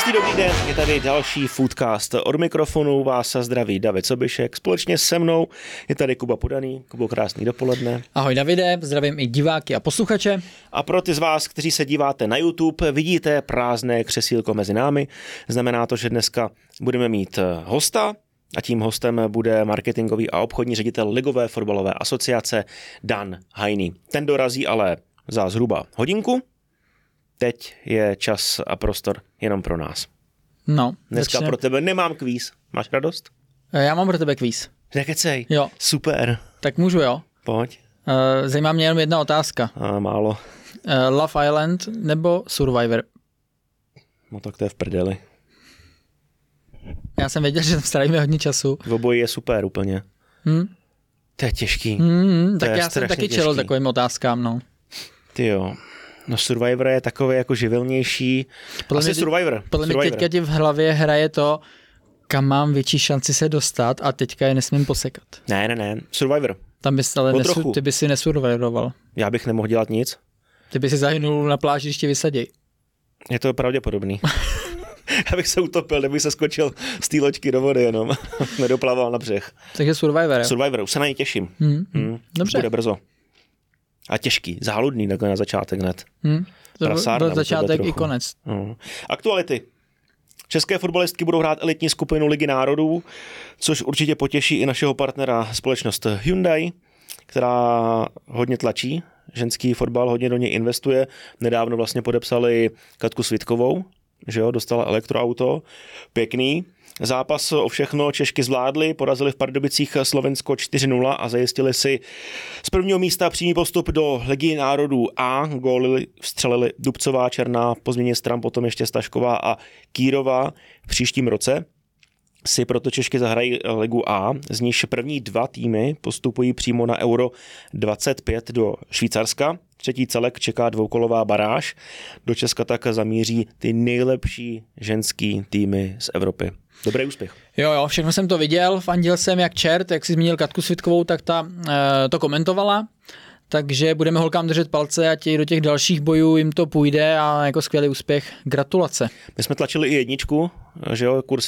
Krásný dobrý den, je tady další Foodcast. Od mikrofonu vás zdraví David Sobišek, společně se mnou je tady Kuba Podaný. Kubo, krásný dopoledne. Ahoj Davide, zdravím i diváky a posluchače. A pro ty z vás, kteří se díváte na YouTube, vidíte prázdné křesílko mezi námi. Znamená to, že dneska budeme mít hosta a tím hostem bude marketingový a obchodní ředitel Ligové fotbalové asociace Dan Hajný. Ten dorazí ale za zhruba hodinku. Teď je čas a prostor jenom pro nás. No, dneska pro tebe nemám kvíz. Máš radost? Já mám pro tebe kvíz. Nekecej. Jo. Super. Tak můžu, jo? Pojď. Zajímá mě jenom jedna otázka. Málo. Love Island nebo Survivor? No tak to je v prdeli. Já jsem věděl, že tam strávíme hodně času. V oboji je super úplně. To je těžký. Tak já jsem taky čelil takovým otázkám, no. Ty jo. No Survivor je takový jako živelnější. Asi Survivor. Podle mě teďka ti v hlavě hraje to, kam mám větší šanci se dostat a teďka je nesmím posekat. Ne. Survivor. Tam bys ale ty by si nesurvivoroval. Já bych nemohl dělat nic. Ty by si zahynul na pláži, když tě vysadí. Je to pravděpodobný. Já bych se utopil, nebych se skočil z té loďky do vody jenom. Nedoplaval na břeh. Takže Survivor. Survivor, už se na něj těším. Dobře. Bude brzo. A těžký, záludný takhle na začátek hned. To byl začátek i konec. Aktuality. České fotbalistky budou hrát elitní skupinu Ligy národů, což určitě potěší i našeho partnera společnost Hyundai, která hodně tlačí. Ženský fotbal hodně do něj investuje. Nedávno vlastně podepsali Katku Svitkovou, že jo, dostala elektroauto. Pěkný. Zápas o všechno Češky zvládli, porazili v Pardubicích Slovensko 4-0 a zajistili si z prvního místa přímý postup do Ligy národů A. Góly vstřelili Dubcová, Černá, po změně stran potom ještě Stašková a Kýrová. V příštím roce si proto Češky zahrají Ligu A, z níž první dva týmy postupují přímo na Euro 25 do Švýcarska. Třetí celek čeká dvoukolová baráž. Do Česka tak zamíří ty nejlepší ženský týmy z Evropy. Dobrý úspěch. Jo, všechno jsem to viděl, fandil jsem jak čert, jak jsi zmínil Katku Svitkovou, tak ta to komentovala. Takže budeme holkám držet palce a do těch dalších bojů jim to půjde a jako skvělý úspěch. Gratulace. My jsme tlačili i jedničku, že jo, kurz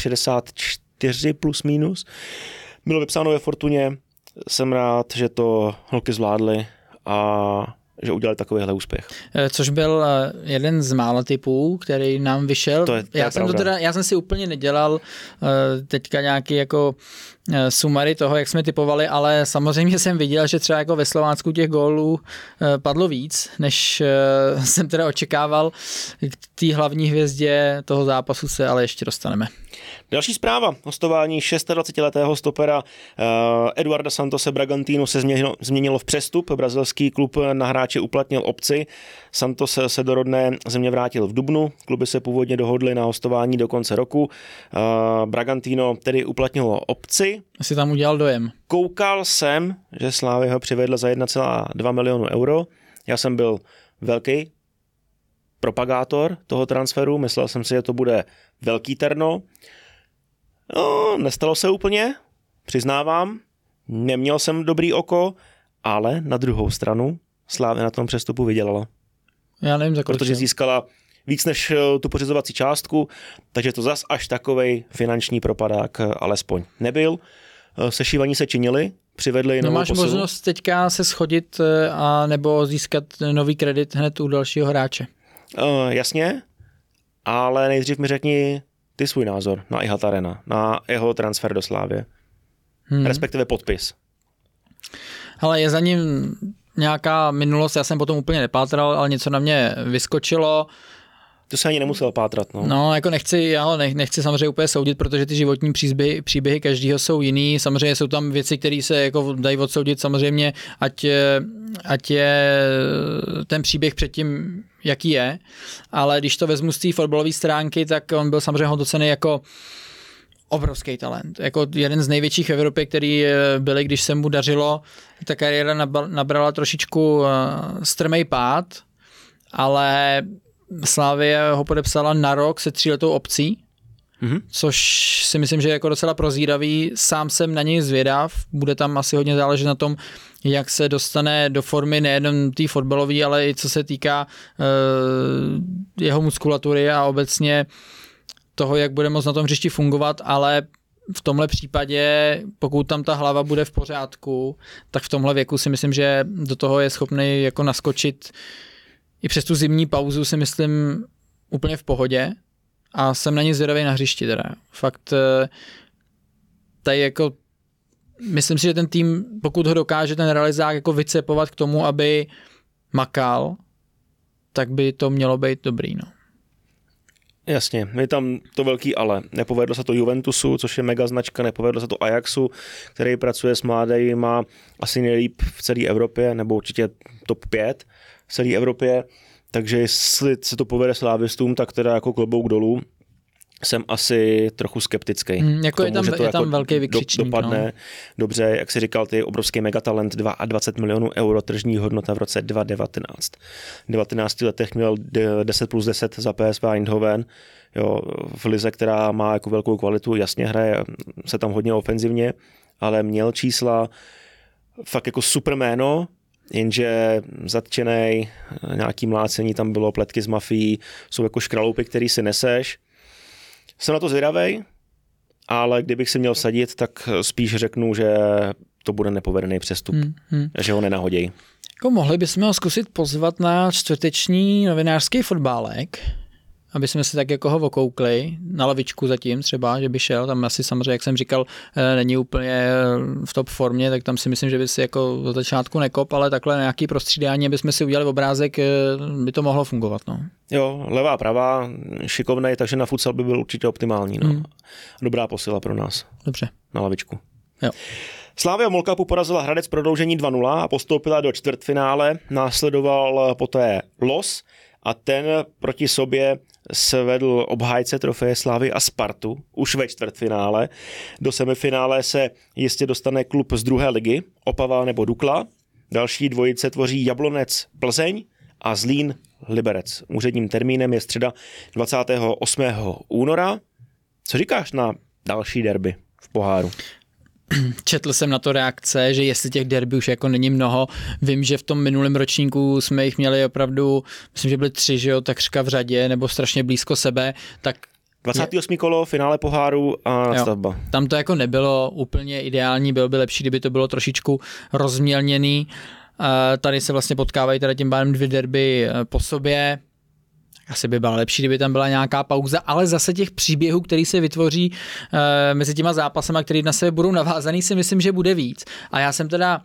1,64 plus minus. Bylo vypsáno ve Fortuně, jsem rád, že to holky zvládly a že udělali takovýhle úspěch. Což byl jeden z mála typů, který nám vyšel. To je já jsem si úplně nedělal teďka nějaký jako sumary toho, jak jsme typovali, ale samozřejmě jsem viděl, že třeba jako ve Slovácku těch gólů padlo víc, než jsem teda očekával. K té hlavní hvězdě toho zápasu se ale ještě dostaneme. Další zpráva. Hostování 26letého stopera Eduarda Santose Bragantinu se změnilo v přestup. Brazilský klub na hráče uplatnil opci. Santos se do rodné země vrátil v dubnu. Kluby se původně dohodly na hostování do konce roku. Bragantino tedy uplatnilo opci. Asi tam udělal dojem. Koukal jsem, že Slavia ho přivedla za 1,2 milionu euro. Já jsem byl velký propagátor toho transferu. Myslel jsem si, že to bude velký terno. No, nestalo se úplně, přiznávám. Neměl jsem dobrý oko, ale na druhou stranu Slavia na tom přestupu vydělala. Já nevím, za kolik. Protože získala víc než tu pořizovací částku, takže to zas až takovej finanční propadák alespoň nebyl. Sešívaní se činili, přivedli novou máš posilu. Možnost teďka se schodit a nebo získat nový kredit hned u dalšího hráče. Jasně, ale nejdřív mi řekni ty svůj názor na Ihatarena, na jeho transfer do Slávie. Respektive podpis. Ale je za ním nějaká minulost, já jsem potom úplně nepátral, ale něco na mě vyskočilo. To se ani nemusel pátrat, no. No, jako nechci samozřejmě úplně soudit, protože ty životní příběhy každýho jsou jiný. Samozřejmě jsou tam věci, které se jako dají odsoudit samozřejmě, ať je ten příběh předtím, jaký je. Ale když to vezmu z té fotbalové stránky, tak on byl samozřejmě hodnocený jako obrovský talent. Jako jeden z největších v Evropě, který byli, když se mu dařilo. Ta kariéra nabrala trošičku strmej pád, ale Slavia ho podepsala na rok se 3letou opcí což si myslím, že je jako docela prozíravý. Sám jsem na něj zvědav, bude tam asi hodně záležet na tom, jak se dostane do formy nejen té fotbalové, ale i co se týká jeho muskulatury a obecně toho, jak bude moct na tom hřišti fungovat, ale v tomhle případě, pokud tam ta hlava bude v pořádku, tak v tomhle věku si myslím, že do toho je schopný jako naskočit i přes tu zimní pauzu, si myslím, úplně v pohodě a jsem na něj zvědavý na hřišti teda. Fakt tady jako myslím si, že ten tým, pokud ho dokáže ten realizák jako vycepovat k tomu, aby makal, tak by to mělo být dobrý, no. Jasně, je tam to velký ale. Nepovedlo se to Juventusu, což je mega značka, nepovedlo se to Ajaxu, který pracuje s mladými asi nejlíp v celé Evropě, nebo určitě top 5 v celé Evropě, takže jestli se to povede Slávistům, tak teda jako klobouk dolů. Jsem asi trochu skeptický. Jako tomu, je tam velký vykřičník. Dopadne dobře, jak jsi říkal, ty obrovský megatalent, 22 milionů euro tržní hodnota v roce 2019. V 19 letech měl 10+10 za PSV Eindhoven, jo, v lize, která má jako velkou kvalitu, jasně hraje se tam hodně ofenzivně, ale měl čísla fakt jako super jméno, jenže zatčenej, nějaký mlácení tam bylo, pletky z mafií, jsou jako škraloupy, který si neseš. Jsem na to zvědavej, ale kdybych si měl vsadit, tak spíš řeknu, že to bude nepovedený přestup, že ho nenahodějí. Jako mohli bychom ho zkusit pozvat na čtvrteční novinářský fotbálek, aby jsme si tak jako ho okoukli, na lavičku zatím třeba, že by šel, tam asi samozřejmě, jak jsem říkal, není úplně v top formě, tak tam si myslím, že by si jako do začátku nekop, ale takhle nějaký prostřídání, aby jsme si udělali obrázek, by to mohlo fungovat. No. Jo, levá, pravá, šikovnej, takže na futsal by byl určitě optimální. No. Dobrá posila pro nás. Dobře. Na lavičku. Jo. Slavia Mall Cupu porazila Hradec prodloužení 2-0 a postoupila do čtvrtfinále. Následoval poté los a ten proti sobě svedl obhájce trofeje Slavii a Spartu už ve čtvrtfinále. Do semifinále se jistě dostane klub z druhé ligy, Opava nebo Dukla. Další dvojice tvoří Jablonec Plzeň a Zlín Liberec. Úředním termínem je středa 28. února. Co říkáš na další derby v poháru? Četl jsem na to reakce, že jestli těch derby už jako není mnoho, vím, že v tom minulém ročníku jsme jich měli opravdu, myslím, že byly 3, že jo, takřka v řadě, nebo strašně blízko sebe, tak 28. kolo, finále poháru a nadstavba. Tam to jako nebylo úplně ideální, bylo by lepší, kdyby to bylo trošičku rozmělněný. Tady se vlastně potkávají teda tím pádem 2 derby po sobě. Asi by bylo lepší, kdyby tam byla nějaká pauza, ale zase těch příběhů, který se vytvoří mezi těma zápasama, který na sebe budou navázaný, si myslím, že bude víc. A já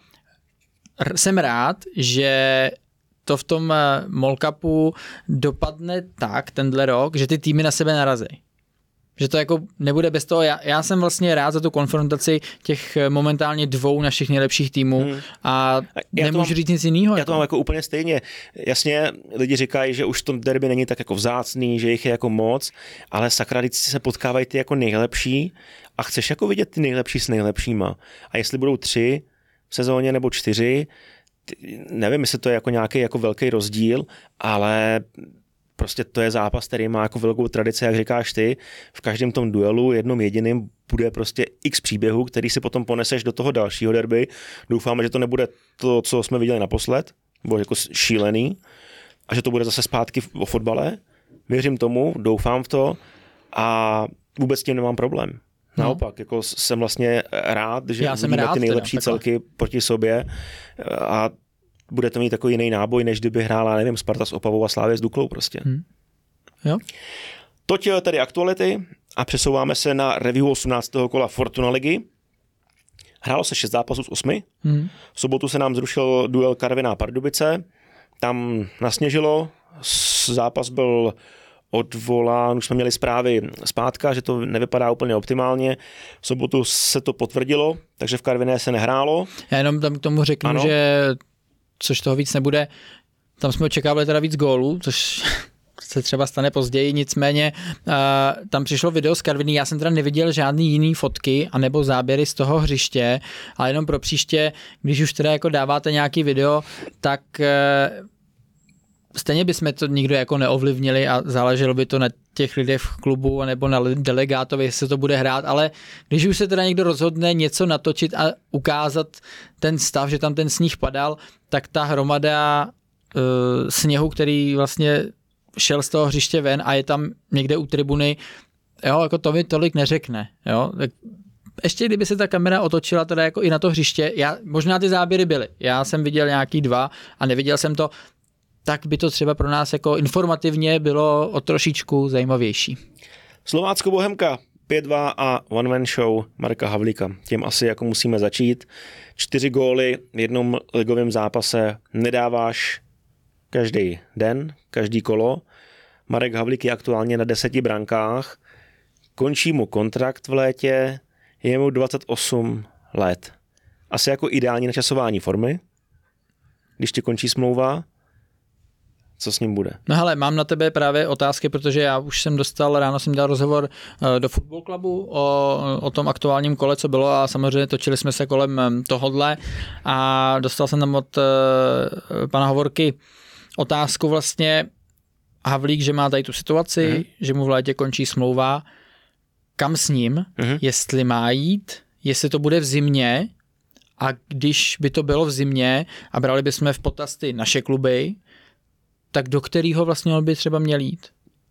jsem rád, že to v tom Mall Cupu dopadne tak tenhle rok, že ty týmy na sebe narazí. Že to jako nebude bez toho. Já jsem vlastně rád za tu konfrontaci těch momentálně 2 našich nejlepších týmů a nemůžu říct nic jiného. Já to mám jako úplně stejně. Jasně, lidi říkají, že už to derby není tak jako vzácný, že jich je jako moc, ale sakra, když se potkávají ty jako nejlepší a chceš jako vidět ty nejlepší s nejlepšíma. A jestli budou 3 v sezóně nebo 4, nevím, jestli to je jako nějaký jako velký rozdíl, ale prostě to je zápas, který má jako velkou tradici, jak říkáš ty. V každém tom duelu jednom jediným bude prostě x příběhů, který si potom poneseš do toho dalšího derby. Doufáme, že to nebude to, co jsme viděli naposled, bylo jako šílený, a že to bude zase zpátky o fotbale. Věřím tomu, doufám v to a vůbec s tím nemám problém. Naopak, jako jsem vlastně rád, že vidíme ty nejlepší celky proti sobě a bude to mít takový jiný náboj, než kdyby hrála, nevím, Sparta s Opavou a Slavia s Duklou prostě. Jo. Toť tedy aktuality a přesouváme se na review 18. kola Fortuna ligy. Hrálo se 6 zápasů z 8. V sobotu se nám zrušil duel Karviná Pardubice. Tam nasněžilo, zápas byl odvolán, už jsme měli zprávy zpátka, že to nevypadá úplně optimálně. V sobotu se to potvrdilo, takže v Karviné se nehrálo. Já jenom tam k tomu řeknu, že což toho víc nebude. Tam jsme očekávali teda víc gólů, což se třeba stane později, nicméně tam přišlo video z Karviny, já jsem teda neviděl žádný jiný fotky anebo záběry z toho hřiště, ale jenom pro příště, když už teda jako dáváte nějaký video, tak stejně bychom to nikdo jako neovlivnili a záleželo by to na těch lidech v klubu nebo na delegátovi, jestli se to bude hrát, ale když už se teda někdo rozhodne něco natočit a ukázat ten stav, že tam ten sníh padal, tak ta hromada sněhu, který vlastně šel z toho hřiště ven a je tam někde u tribuny, jo, jako to mi tolik neřekne, jo, tak ještě kdyby se ta kamera otočila teda jako i na to hřiště, možná ty záběry byly, já jsem viděl nějaký 2 a neviděl jsem to, tak by to třeba pro nás jako informativně bylo o trošičku zajímavější. Slovácko-Bohemka 5-2 a one man show Marka Havlíka. Tím asi jako musíme začít. 4 góly v jednom ligovém zápase nedáváš každý den, každý kolo. Marek Havlík je aktuálně na 10 brankách. Končí mu kontrakt v létě, je mu 28 let. Asi jako ideální načasování formy, když ti končí smlouva. Co s ním bude? No hele, mám na tebe právě otázky, protože já už jsem dostal, ráno jsem dělal rozhovor do Football Clubu o tom aktuálním kole, co bylo a samozřejmě točili jsme se kolem tohodle a dostal jsem tam od pana Hovorky otázku vlastně Havlík, že má tady tu situaci, že mu v létě končí smlouva, kam s ním, jestli má jít, jestli to bude v zimě a když by to bylo v zimě a brali bychom v potaz ty naše kluby, tak do kterého vlastně on by třeba měl jít?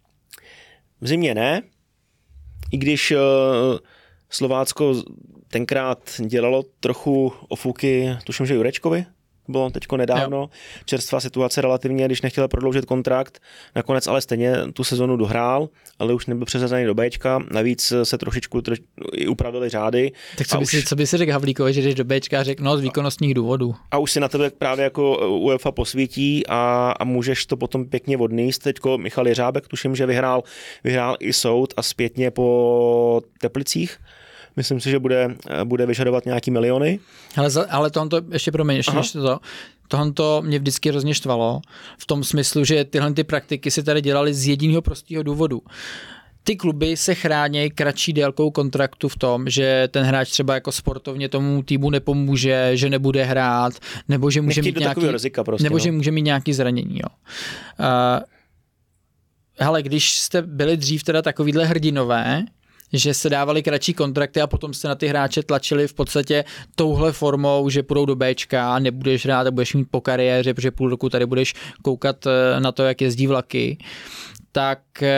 V zimě ne, i když Slovácko tenkrát dělalo trochu ofuky, tuším, že Jurečkovi, bylo teďko nedávno, jo. Čerstvá situace relativně, když nechtěl prodloužit kontrakt, nakonec ale stejně tu sezonu dohrál, ale už nebyl přeřazený do Bčka, navíc se trošičku upravili řády. Tak co by si řekl Havlíkovi, že jdeš do Bčka a řekl, no z výkonnostních důvodů. A už si na tebe právě jako UEFA posvítí a můžeš to potom pěkně odníst. Teďko Michal Jeřábek, tuším, že vyhrál i soud a zpětně po Teplicích. Myslím si, že bude vyžadovat nějaký miliony. Ale tohle ještě než tohle mě vždycky hrozně štvalo v tom smyslu, že tyhle ty praktiky se tady dělaly z jediného prostého důvodu. Ty kluby se chrání kratší délkou kontraktu v tom, že ten hráč třeba jako sportovně tomu týmu nepomůže, že nebude hrát, nebo že může mít nějaký rizika prostě, že může mít nějaký zranění. Jo. Hele, když jste byli dřív teda takovýhle hrdinové, že se dávali kratší kontrakty a potom se na ty hráče tlačili v podstatě touhle formou, že půjdou do Bčka, nebudeš hrát a budeš mít po kariéře, protože půl roku tady budeš koukat na to, jak jezdí vlaky, tak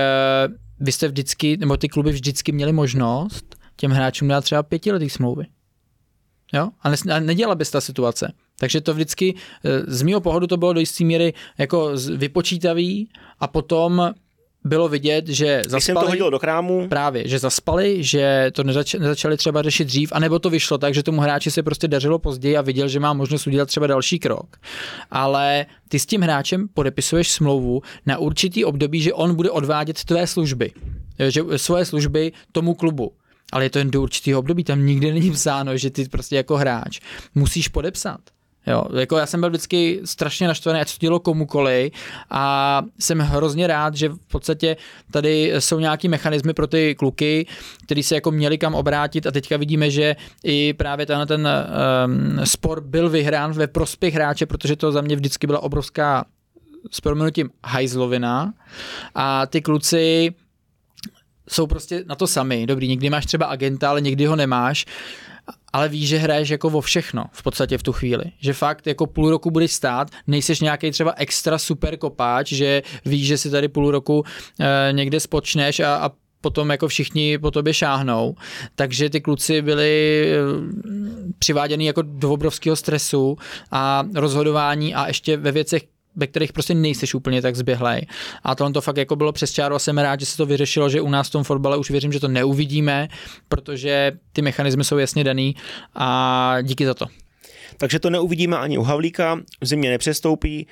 vy jste vždycky, nebo ty kluby vždycky měli možnost těm hráčům dát třeba 5letý smlouvy. Jo? A nedělala bys ta situace. Takže to vždycky, z mýho pohledu to bylo do jisté míry jako vypočítavý a potom bylo vidět, že zaspali. Když jsem to hodil do krámu. Právě, že zaspali, že to nezačali třeba řešit dřív, anebo to vyšlo tak, že tomu hráči se prostě dařilo později a viděl, že má možnost udělat třeba další krok. Ale ty s tím hráčem podepisuješ smlouvu na určitý období, že on bude odvádět tvé služby. Že svoje služby tomu klubu. Ale je to jen do určitého období, tam nikdy není psáno, že ty prostě jako hráč musíš podepsat. Jo, jako já jsem byl vždycky strašně naštvaný, ať to dělo komukoli a jsem hrozně rád, že v podstatě tady jsou nějaký mechanismy pro ty kluky, který se jako měli kam obrátit a teďka vidíme, že i právě ten spor byl vyhrán ve prospěch hráče, protože to za mě vždycky byla obrovská s prominutím hajzlovina a ty kluci jsou prostě na to sami. Dobrý, někdy máš třeba agenta, ale někdy ho nemáš. Ale víš, že hraješ jako vo všechno v podstatě v tu chvíli. Že fakt jako půl roku budeš stát, nejseš nějaký třeba extra super kopáč, že víš, že si tady půl roku někde spočneš a potom jako všichni po tobě šáhnou. Takže ty kluci byli přiváděni jako do obrovského stresu a rozhodování a ještě ve věcech, ve kterých prostě nejseš úplně tak zběhlej. A tohle to fakt jako bylo přes čáru a jsem rád, že se to vyřešilo, že u nás v tom fotbale už věřím, že to neuvidíme, protože ty mechanismy jsou jasně daný a díky za to. Takže to neuvidíme ani u Havlíka, v zimě nepřestoupí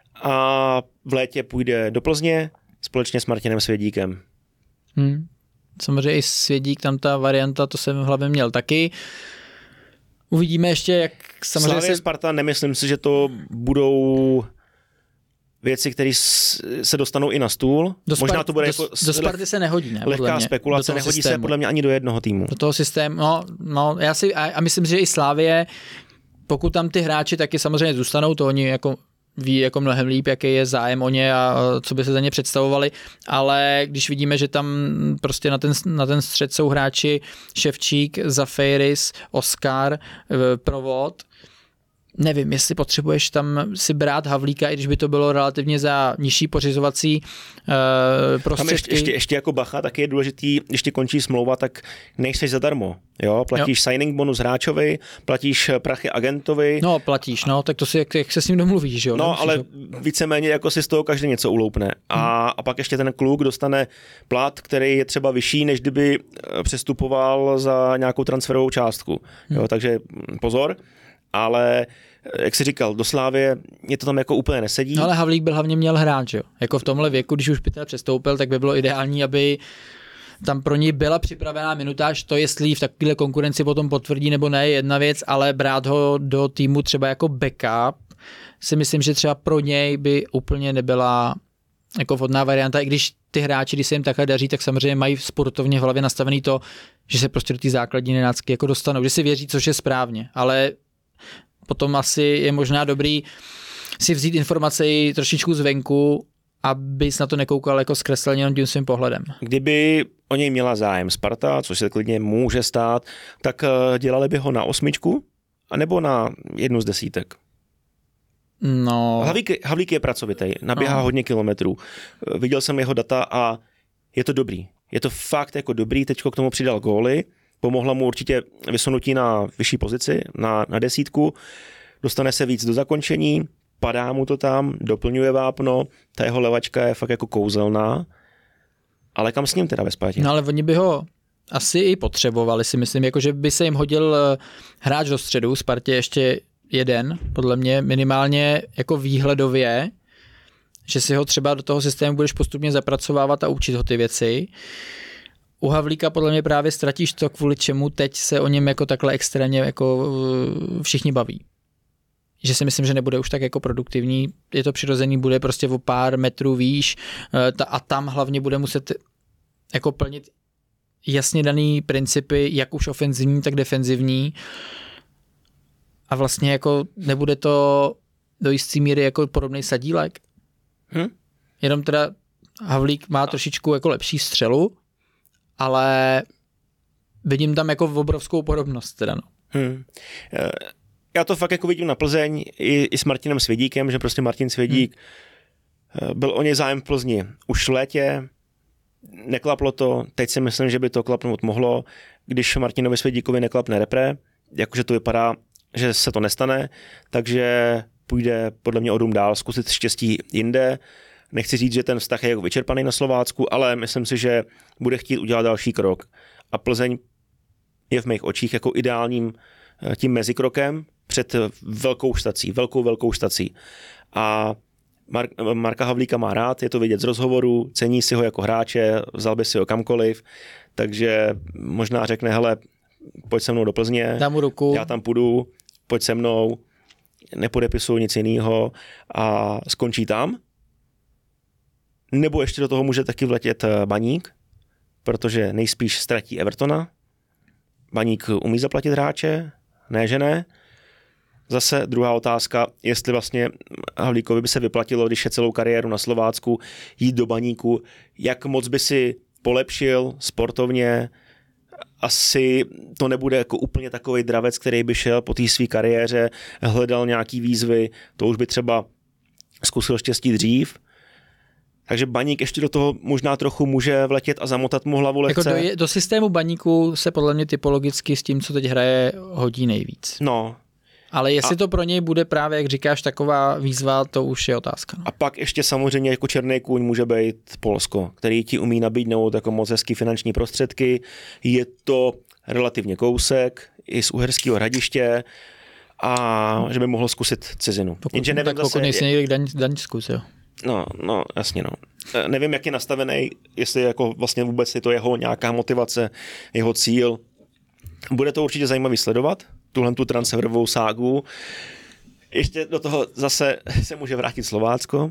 a v létě půjde do Plzně společně s Martinem Svědíkem. Samozřejmě i Svědík, tam ta varianta, to jsem v hlavě měl taky. Uvidíme ještě, jak samozřejmě Slavia Sparta, nemyslím si, že to budou věci, které se dostanou i na stůl. Možná to bude jako do Sparty se nehodí, ne? Lehká spekulace, nehodí systému. Se podle mě ani do jednoho týmu. Do toho systému, no já myslím, že i Slavie, pokud tam ty hráči taky samozřejmě zůstanou, to oni jako ví jako mnohem líp, jaký je zájem o ně a co by se za ně představovali, ale když vidíme, že tam prostě na ten střed jsou hráči Ševčík, Zafiris, Oskar, Provod, nevím, jestli potřebuješ tam si brát Havlíka, i když by to bylo relativně za nižší pořizovací prostředky. Tam ještě jako bacha, tak je důležitý, když ti končí smlouva, tak nejseš zadarmo. Jo? Platíš signing bonus hráčovi, platíš prachy agentovi. No, platíš, no, tak to si, jak se s ním domluvíš, jo? No, ale víceméně jako si z toho každý něco uloupne. A pak ještě ten kluk dostane plat, který je třeba vyšší, než kdyby přestupoval za nějakou transferovou částku. Jo? Takže pozor. Ale jak jsi říkal, do Slávie mě to tam jako úplně nesedí. No ale Havlík byl hlavně měl hrát, že jo? Jako v tomhle věku, když už by teda přestoupil, tak by bylo ideální, aby tam pro něj byla připravená minutáž. To, jestli v takovéhle konkurenci potom potvrdí nebo ne, je jedna věc, ale brát ho do týmu třeba jako backup, si myslím, že třeba pro něj by úplně nebyla jako vhodná varianta, i když ty hráči, když se jim takhle daří, tak samozřejmě mají sportovně v hlavě nastavený to, že se prostě do té základní jedenáctky jako dostanou, že si věří, což je správně, ale potom asi je možná dobrý si vzít informace i trošičku zvenku, abys na to nekoukal jako zkresleně jenom tím svým pohledem. Kdyby o něj měla zájem Sparta, což se klidně může stát, tak dělali by ho na 8 anebo na 1 z 10. No. Havlík je pracovitý, naběhá hodně kilometrů. Viděl jsem jeho data a je to dobrý. Je to fakt jako dobrý, teďko k tomu přidal góly, pomohla mu určitě vysunutí na vyšší pozici, na 10. Dostane se víc do zakončení, padá mu to tam, doplňuje vápno, ta jeho levačka je fakt jako kouzelná, ale kam s ním teda ve Spartě? No ale oni by ho asi i potřebovali, si myslím, jako že by se jim hodil hráč do středu, Spartě ještě jeden, podle mě minimálně jako výhledově, že si ho třeba do toho systému budeš postupně zapracovávat a učit ho ty věci. U Havlíka podle mě právě ztratíš to, kvůli čemu teď se o něm jako takhle extrémně jako všichni baví. Že si myslím, že nebude už tak jako produktivní, je to přirozený, bude prostě o pár metrů výš a tam hlavně bude muset jako plnit jasně daný principy, jak už ofenzivní, tak defenzivní a vlastně jako nebude to do jistý míry jako podobný Sadílek. Jenom teda Havlík má trošičku jako lepší střelu, ale vidím tam jako obrovskou podobnost teda, no. Já to fakt jako vidím na Plzeň i s Martinem Svědíkem, že prostě Martin Svědík byl o něj zájem v Plzni už v létě, neklaplo to, teď si myslím, že by to klapnout mohlo, když Martinovi Svědíkovi neklapne repre, jakože to vypadá, že se to nestane, takže půjde podle mě o dům dál, zkusit štěstí jinde. Nechci říct, že ten vztah je jako vyčerpaný na Slovácku, ale myslím si, že bude chtít udělat další krok. A Plzeň je v mých očích jako ideálním tím mezikrokem před velkou štací. A Marka Havlíka má rád, je to vidět z rozhovoru, cení si ho jako hráče, vzal by si ho kamkoliv, takže možná řekne, hele, pojď se mnou do Plzně, dám mu ruku. Já tam půjdu, pojď se mnou, nepodepisuju nic jiného a skončí tam. Nebo ještě do toho může taky vletět Baník, protože nejspíš ztratí Evertona. Baník umí zaplatit hráče, ne že ne. Zase druhá otázka, jestli vlastně Havlíkovi by se vyplatilo, když je celou kariéru na Slovácku, jít do Baníku, jak moc by si polepšil sportovně. Asi to nebude jako úplně takovej dravec, který by šel po té své kariéře, hledal nějaký výzvy, to už by třeba zkusil štěstí dřív. Takže Baník ještě do toho možná trochu může vletět a zamotat mu hlavu lehce. Jako do systému Baníku se podle mě typologicky s tím, co teď hraje, hodí nejvíc. No. Ale jestli to pro něj bude právě, jak říkáš, taková výzva, to už je otázka. A pak ještě samozřejmě jako černý kůň může být Polsko, který ti umí nabídnout jako moc hezký finanční prostředky. Je to relativně kousek i z Uherského Hradiště a že by mohl zkusit cizinu. Pokud nejsi někde Daňsku, jo. No, jasně no. Nevím, jak je nastavený, jestli jako vlastně vůbec je to jeho nějaká motivace, jeho cíl. Bude to určitě zajímavý sledovat, tu transferovou ságu. Ještě do toho zase se může vrátit Slovácko,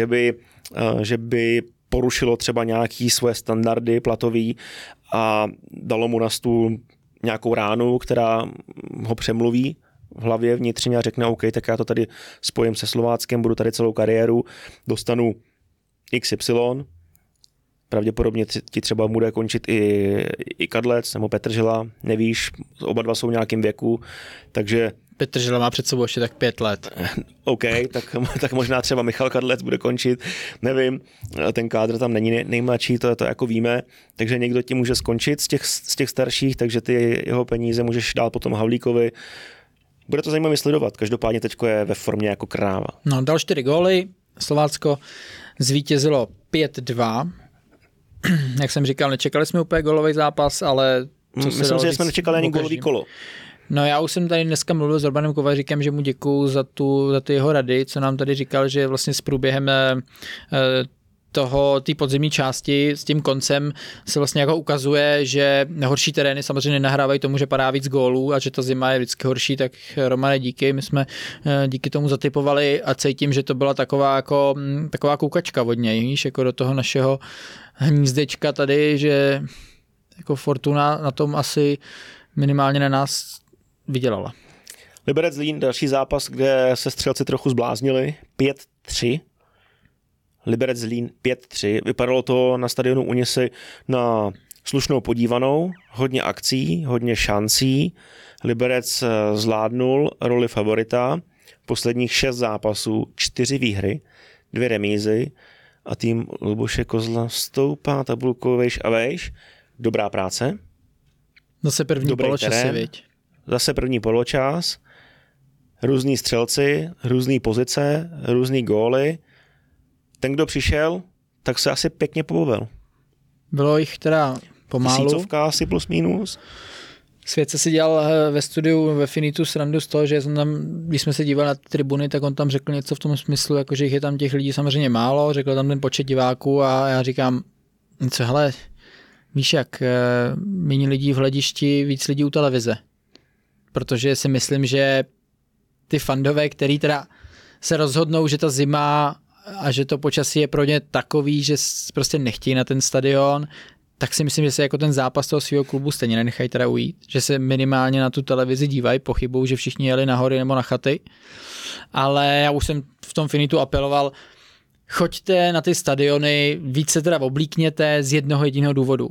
že by porušilo třeba nějaký svoje standardy platový a dalo mu na stůl nějakou ránu, která ho přemluví v hlavě vnitřně a řekne OK, tak já to tady spojím se Slováckem, budu tady celou kariéru, dostanu XY, pravděpodobně ti třeba bude končit i Kadlec nebo Petržela, nevíš, oba dva jsou v nějakém věku, takže... Petržela má před sebou ještě tak 5 let. OK, tak možná třeba Michal Kadlec bude končit, nevím, ten kádr tam není nejmladší, to jako víme, takže někdo ti může skončit z těch starších, takže ty jeho peníze můžeš dát potom Havlíkovi. Bude to zajímavé sledovat, každopádně teďko je ve formě jako kráva. No, dal 4 góly, Slovácko zvítězilo 5-2. Jak jsem říkal, nečekali jsme úplně gólový zápas, ale... Myslím si, že jsme nečekali ani gólový kolo. No já už jsem tady dneska mluvil s Urbanem Kovaříkem, že mu děkuju za ty jeho rady, co nám tady říkal, že vlastně s průběhem té podzimní části s tím koncem se vlastně jako ukazuje, že horší terény samozřejmě nenahrávají tomu, že padá víc gólů a že ta zima je vždycky horší, tak Romane díky, my jsme díky tomu zatypovali a cítím, že to byla taková koukačka od něj, víš, jako do toho našeho hnízdečka tady, že jako Fortuna na tom asi minimálně na nás vydělala. Liberec Zlín, další zápas, kde se střelci trochu zbláznili, 5-3. Liberec Zlín 5-3. Vypadalo to na stadionu Unisy na slušnou podívanou, hodně akcí, hodně šancí. Liberec zvládnul roli favorita. Posledních 6 zápasů, 4 výhry, 2 remízy a tým Luboše Kozla stoupá tabulkou vejš a vejš. Dobrá práce. Zase první poločasy, viď? Zase první poločas. Různý střelci, různý pozice, různý góly. Ten, kdo přišel, tak se asi pěkně pobavil. Bylo jich teda pomálu. 1000 asi plus minus. Svět si dělal ve studiu ve Finitu srandu z toho, že když jsme se dívali na tribuny, tak on tam řekl něco v tom smyslu, jako že jich je tam těch lidí samozřejmě málo, řekl tam ten počet diváků a já říkám, co hele, víš jak, méně lidí v hledišti, víc lidí u televize. Protože si myslím, že ty fandové, který teda se rozhodnou, že ta zima a že to počasí je pro ně takový, že prostě nechtějí na ten stadion, tak si myslím, že se jako ten zápas toho svého klubu stejně nenechají teda ujít, že se minimálně na tu televizi dívají, pochybou, že všichni jeli na hory nebo na chaty, ale já už jsem v tom Finitu apeloval, choďte na ty stadiony, víc se teda oblíkněte z jednoho jediného důvodu.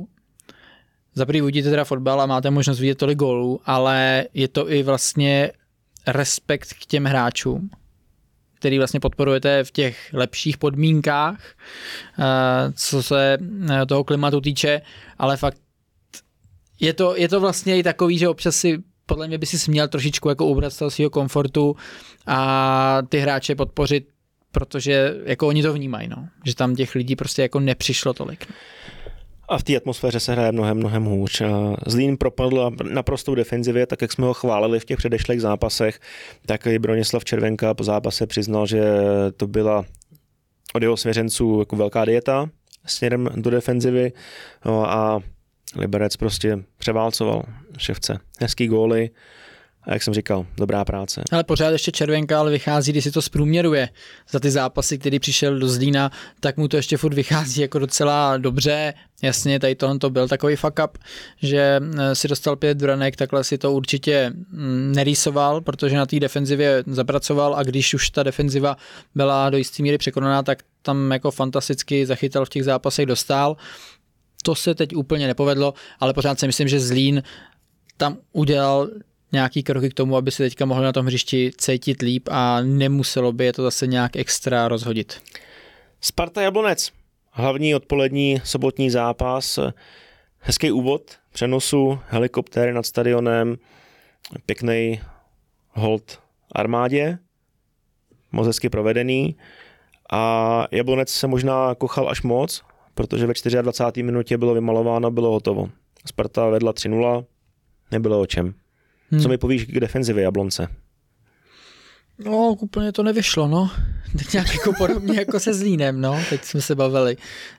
Za prvý uvidíte teda fotbal a máte možnost vidět tolik gólů, ale je to i vlastně respekt k těm hráčům, který vlastně podporujete v těch lepších podmínkách, co se toho klimatu týče, ale fakt je to vlastně i takový, že občas si podle mě by si směl trošičku jako ubrat z toho svého komfortu a ty hráče podpořit, protože jako oni to vnímají, no, že tam těch lidí prostě jako nepřišlo tolik. A v té atmosféře se hraje mnohem hůř. Zlín propadl naprostou defenzivě, tak jak jsme ho chválili v těch předešlých zápasech, tak i Bronislav Červenka po zápase přiznal, že to byla od jeho svěřenců jako velká dieta směrem do defenzivy a Liberec prostě převálcoval ševce. Hezký góly a jak jsem říkal, dobrá práce. Ale pořád ještě Červenka, ale vychází, když si to zprůměruje za ty zápasy, který přišel do Zlína, tak mu to ještě furt vychází jako docela dobře. Jasně, tady tohle to byl takový fuck up, že si dostal 5 branek, takhle si to určitě nerýsoval, protože na té defenzivě zapracoval a když už ta defenziva byla do jisté míry překonaná, tak tam jako fantasticky zachytal v těch zápasech, dostal. To se teď úplně nepovedlo, ale pořád si myslím, že Zlín tam udělal nějaký kroky k tomu, aby se teďka mohli na tom hřišti cítit líp a nemuselo by je to zase nějak extra rozhodit. Sparta Jablonec. Hlavní odpolední sobotní zápas. Hezký úvod přenosu, helikoptéry nad stadionem, pěkný hold armádě, moc hezky provedený a Jablonec se možná kochal až moc, protože ve 24. minutě bylo vymalováno, bylo hotovo. Sparta vedla 3-0, nebylo o čem. Co mi povíš k defenzivě Jablonce? No, úplně to nevyšlo, no. Tak nějak jako podobně jako se Zlínem, no. Teď jsme se bavili.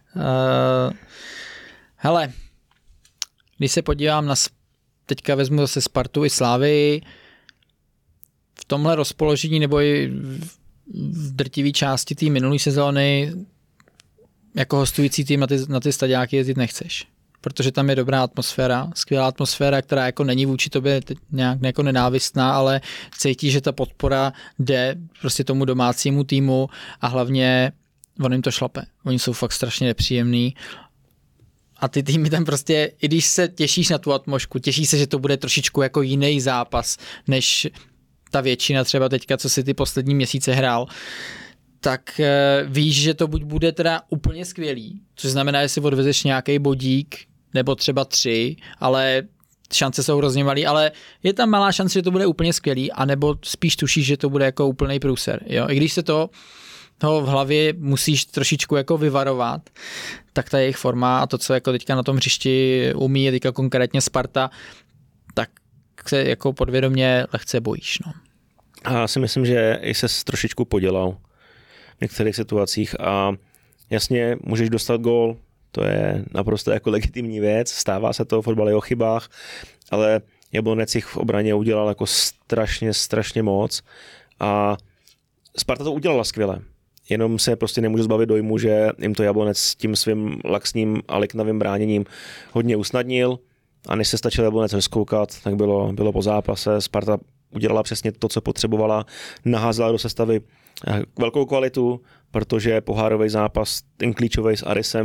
Hele, když se podívám na, teďka vezmu zase Spartu i Slávii, v tomhle rozpoložení nebo i v drtivé části té minulé sezóny jako hostující tým na ty stadiáky jezdit nechceš. protože tam je dobrá atmosféra, skvělá atmosféra, která jako není vůči tobě nějak jako nenávistná, ale cítí, že ta podpora jde prostě tomu domácímu týmu a hlavně on jim to šlape. Oni jsou fakt strašně nepříjemný. A ty týmy tam prostě, i když se těšíš na tu atmosféru, těšíš se, že to bude trošičku jako jiný zápas, než ta většina třeba teďka, co si ty poslední měsíce hrál, tak víš, že to buď bude teda úplně skvělý, což znamená, že si odvezeš nějaký bodík, nebo třeba 3, ale šance jsou hrozně malý, ale je tam malá šance, že to bude úplně skvělý, anebo spíš tušíš, že to bude jako úplný průser. Jo? I když se toho v hlavě musíš trošičku jako vyvarovat, tak ta jejich forma a to, co jako teďka na tom hřišti umí, je teďka konkrétně Sparta, tak se jako podvědomě lehce bojíš. No. A já si myslím, že i se trošičku podělal v některých situacích a jasně můžeš dostat gól, to je naprosto jako legitimní věc, stává se to, fotbal je o chybách, ale Jablonec jich v obraně udělal jako strašně moc a Sparta to udělala skvěle. Jenom se prostě nemůžu zbavit dojmu, že jim to Jablonec s tím svým laxním a liknavým bráněním hodně usnadnil a než se stačil Jablonec rozkoukat, tak bylo po zápase. Sparta udělala přesně to, co potřebovala, naházela do sestavy velkou kvalitu, protože pohárový zápas, ten klíčový s Arisem,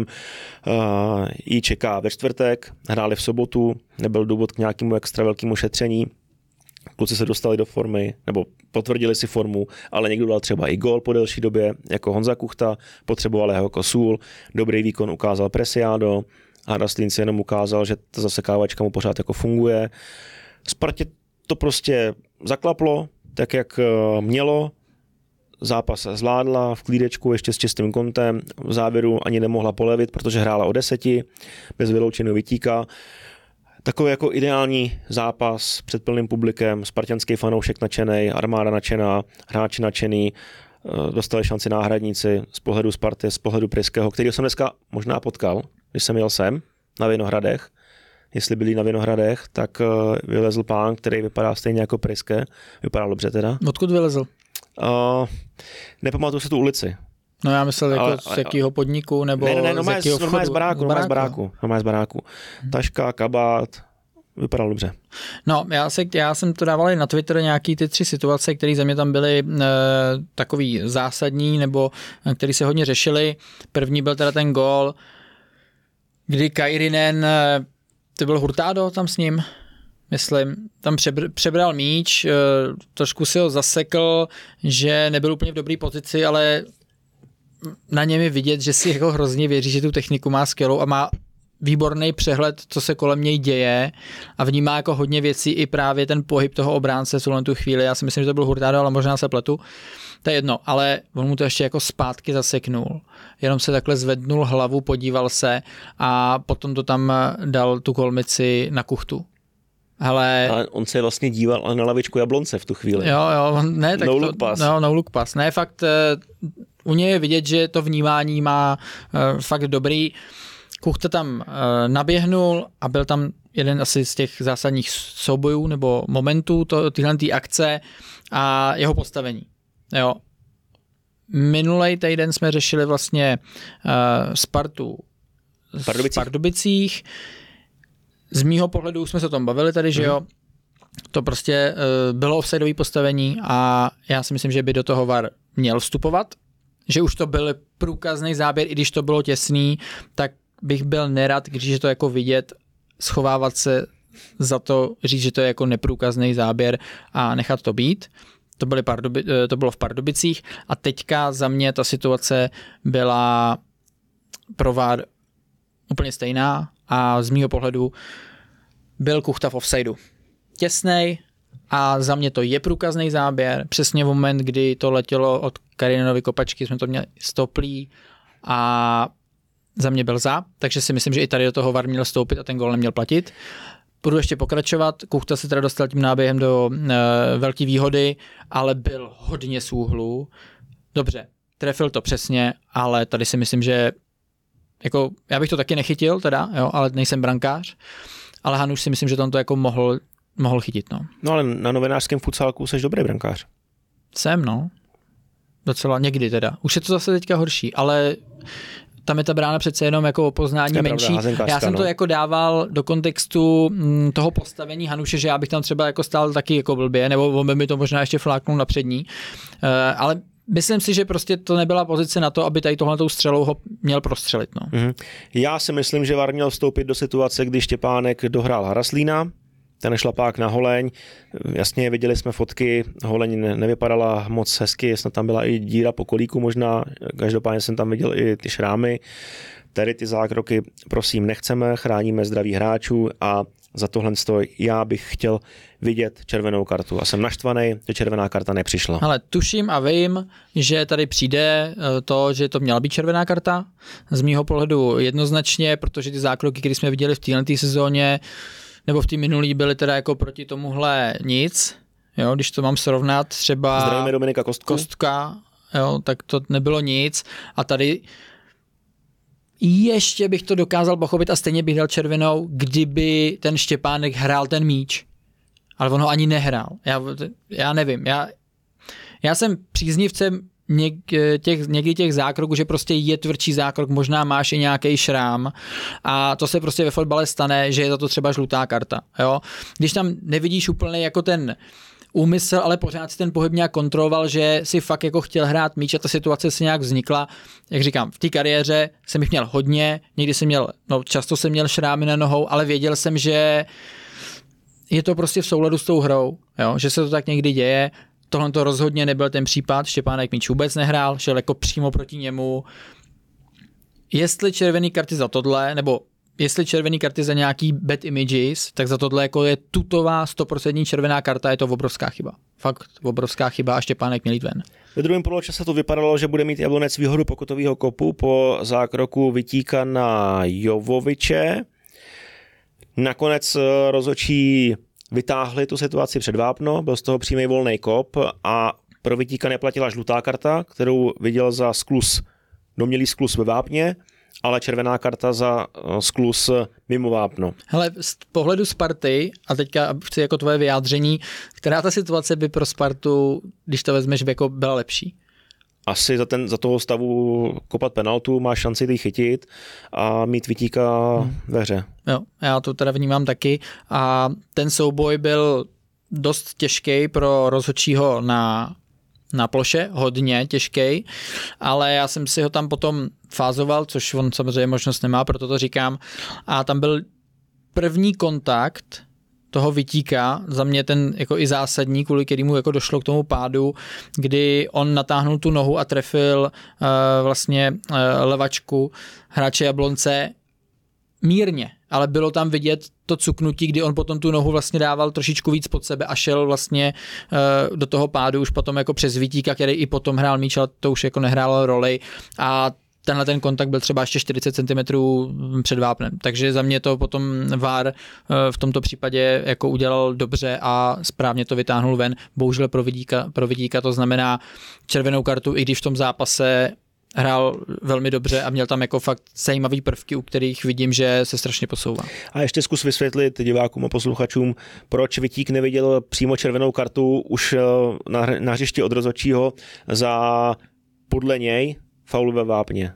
ji čeká ve čtvrtek, hráli v sobotu, nebyl důvod k nějakému extra velkému šetření. Kluci se dostali do formy, nebo potvrdili si formu, ale někdo dal třeba i gól po delší době, jako Honza Kuchta, potřeboval ho jako sůl, dobrý výkon ukázal Preciado a Rastlín si jenom ukázal, že ta zasekávačka mu pořád jako funguje. Spartě to prostě zaklaplo, tak jak mělo, zápas zvládla v klídečku ještě s čistým kontem, v závěru ani nemohla polevit, protože hrála o 10, bez vyloučeného vytíka. Takový jako ideální zápas před plným publikem, spartanský fanoušek nadšenej, armáda nadšená, hráči nadšený, dostali šanci náhradníci z pohledu Sparty, z pohledu Pryského, který jsem dneska možná potkal, když jsem jel sem na Vinohradech. Jestli byli na Vinohradech, tak vylezl pán, který vypadá stejně jako Pryské. Vypadá dobře teda. Odkud vylezl? Nepamatuju si tu ulici. No já myslel jako z jakého podniku, nebo z jakého vchodu? Normálně z baráku. Taška, kabát, vypadalo dobře. No, já jsem to dával i na Twitter nějaký ty 3 situace, které za mě tam byly takový zásadní, nebo které se hodně řešily. První byl teda ten gól, kdy Kairinen, to byl Hurtado tam s ním, myslím, tam přebral míč, trošku si ho zasekl, že nebyl úplně v dobré pozici, ale na něm je vidět, že si jako hrozně věří, že tu techniku má skvělou a má výborný přehled, co se kolem něj děje a vnímá jako hodně věcí i právě ten pohyb toho obránce v tu chvíli. Já si myslím, že to byl Hurtado, ale možná se pletu. To je jedno, ale on mu to ještě jako zpátky zaseknul. Jenom se takhle zvednul hlavu, podíval se a potom to tam dal tu kolmici na Kuchtu. Ale on se vlastně díval na lavičku Jablonce v tu chvíli. Jo, ne, tak no look pass. No look pass. Ne, fakt u něj je vidět, že to vnímání má fakt dobrý. Kuchta tam naběhnul a byl tam jeden asi z těch zásadních soubojů nebo momentů tyhle akce a jeho postavení. Jo. Minulej týden jsme řešili vlastně Spartu v Pardubicích. Z mýho pohledu jsme se o tom bavili tady, že jo. To prostě bylo offsideové postavení a já si myslím, že by do toho VAR měl vstupovat. Že už to byl průkazný záběr, i když to bylo těsný, tak bych byl nerad, když je to jako vidět, schovávat se za to, říct, že to je jako neprůkazný záběr a nechat to být. To bylo v Pardubicích a teďka za mě ta situace byla pro VAR úplně stejná a z mýho pohledu byl Kuchta v offsideu. Těsnej a za mě to je průkazný záběr. Přesně v moment, kdy to letělo od Kairinenovy kopačky, jsme to měli stoplý a za mě byl za, takže si myslím, že i tady do toho VAR měl stoupit a ten gól neměl platit. Budu ještě pokračovat. Kuchta se teda dostal tím náběhem do velké výhody, ale byl hodně z úhlu. Dobře, trefil to přesně, ale tady si myslím, že jako, já bych to taky nechytil teda, jo, ale nejsem brankář, ale Hanuš si myslím, že tam to jako mohl chytit. No ale na novinářském futsálku jsi dobrý brankář. Jsem, no. Docela někdy teda. Už je to zase teďka horší, ale tam je ta brána přece jenom jako o poznání menší. Já jsem to jako dával do kontextu toho postavení Hanuše, že já bych tam třeba jako stál taky jako blbě, nebo on by mi to možná ještě fláknul na přední, ale myslím si, že prostě to nebyla pozice na to, aby tady tohletou střelou ho měl prostřelit. No. Já si myslím, že VAR měl vstoupit do situace, kdy Štěpánek dohrál Haraslína, ten šlapák na holeň. Jasně, viděli jsme fotky, holeň nevypadala moc hezky, snad tam byla i díra po kolíku možná, každopádně jsem tam viděl i ty šrámy. Tady ty zákroky, prosím, nechceme, chráníme zdraví hráčů a za tohle já bych chtěl vidět červenou kartu a jsem naštvaný, že červená karta nepřišla. Ale tuším a vím, že tady přijde to, že to měla být červená karta. Z mýho pohledu jednoznačně, protože ty zákroky, které jsme viděli v této sezóně, nebo v té minulý byly teda jako proti tomuhle nic. Jo, když to mám srovnat, třeba zdravíme Dominika Kostka, jo, tak to nebylo nic. A tady ještě bych to dokázal pochopit a stejně bych dal červenou, kdyby ten Štěpánek hrál ten míč. Ale on ho ani nehrál. Já nevím. Já jsem příznivcem někdy těch zákroků, že prostě je tvrdší zákrok, možná máš i nějaký šrám a to se prostě ve fotbale stane, že je za to třeba žlutá karta. Jo? Když tam nevidíš úplně jako ten úmysl, ale pořád si ten pohyb nějak kontroloval, že si fakt jako chtěl hrát míč a ta situace si nějak vznikla. Jak říkám, v té kariéře jsem jich měl hodně, někdy jsem měl, často jsem měl šrámy na nohou, ale věděl jsem, že je to prostě v souladu s tou hrou, jo? Že se to tak někdy děje. Tohle to rozhodně nebyl ten případ, Štěpánek míč vůbec nehrál, šel jako přímo proti němu. Jestli červený karty za tohle, nebo jestli červený karty za nějaký bad images, tak za tohle jako je tutová 100% červená karta, je to obrovská chyba. Fakt obrovská chyba a Štěpánek měl jít ven. Ve druhém poločase to vypadalo, že bude mít Jablonec výhodu pokutového kopu po zákroku Vitíka na Jovoviče. Nakonec rozhodčí vytáhli tu situaci před vápno, byl z toho přímý volný kop a pro Vitíka neplatila žlutá karta, kterou viděl za skluz, domnělý skluz ve vápně, ale červená karta za skluz mimo vápno. Hele, z pohledu Sparty, a teďka chci jako tvoje vyjádření, která ta situace by pro Spartu, když to vezmeš, jako byla lepší? Asi za toho stavu kopat penaltu, má šanci ty chytit a mít Vitíka ve hře. Jo, já to teda vnímám taky a ten souboj byl dost těžký pro rozhodčího na ploše, hodně těžký, ale já jsem si ho tam potom fázoval, což on samozřejmě možnost nemá, proto to říkám, a tam byl první kontakt toho Vitíka, za mě ten jako i zásadní, kvůli kterému jako došlo k tomu pádu, kdy on natáhnul tu nohu a trefil levačku hráče Jablonce mírně, ale bylo tam vidět to cuknutí, kdy on potom tu nohu vlastně dával trošičku víc pod sebe a šel vlastně do toho pádu už potom jako přes Vitíka, který i potom hrál míč, ale to už jako nehrálo roli a tenhle ten kontakt byl třeba ještě 40 cm před vápnem. Takže za mě to potom VAR v tomto případě jako udělal dobře a správně to vytáhnul ven. Bohužel pro Vidíka to znamená červenou kartu, i když v tom zápase hrál velmi dobře a měl tam jako fakt zajímavý prvky, u kterých vidím, že se strašně posouvá. A ještě zkus vysvětlit divákům a posluchačům, proč Vitík neviděl přímo červenou kartu už na hřišti od rozhodčího za podle něj faul ve vápně.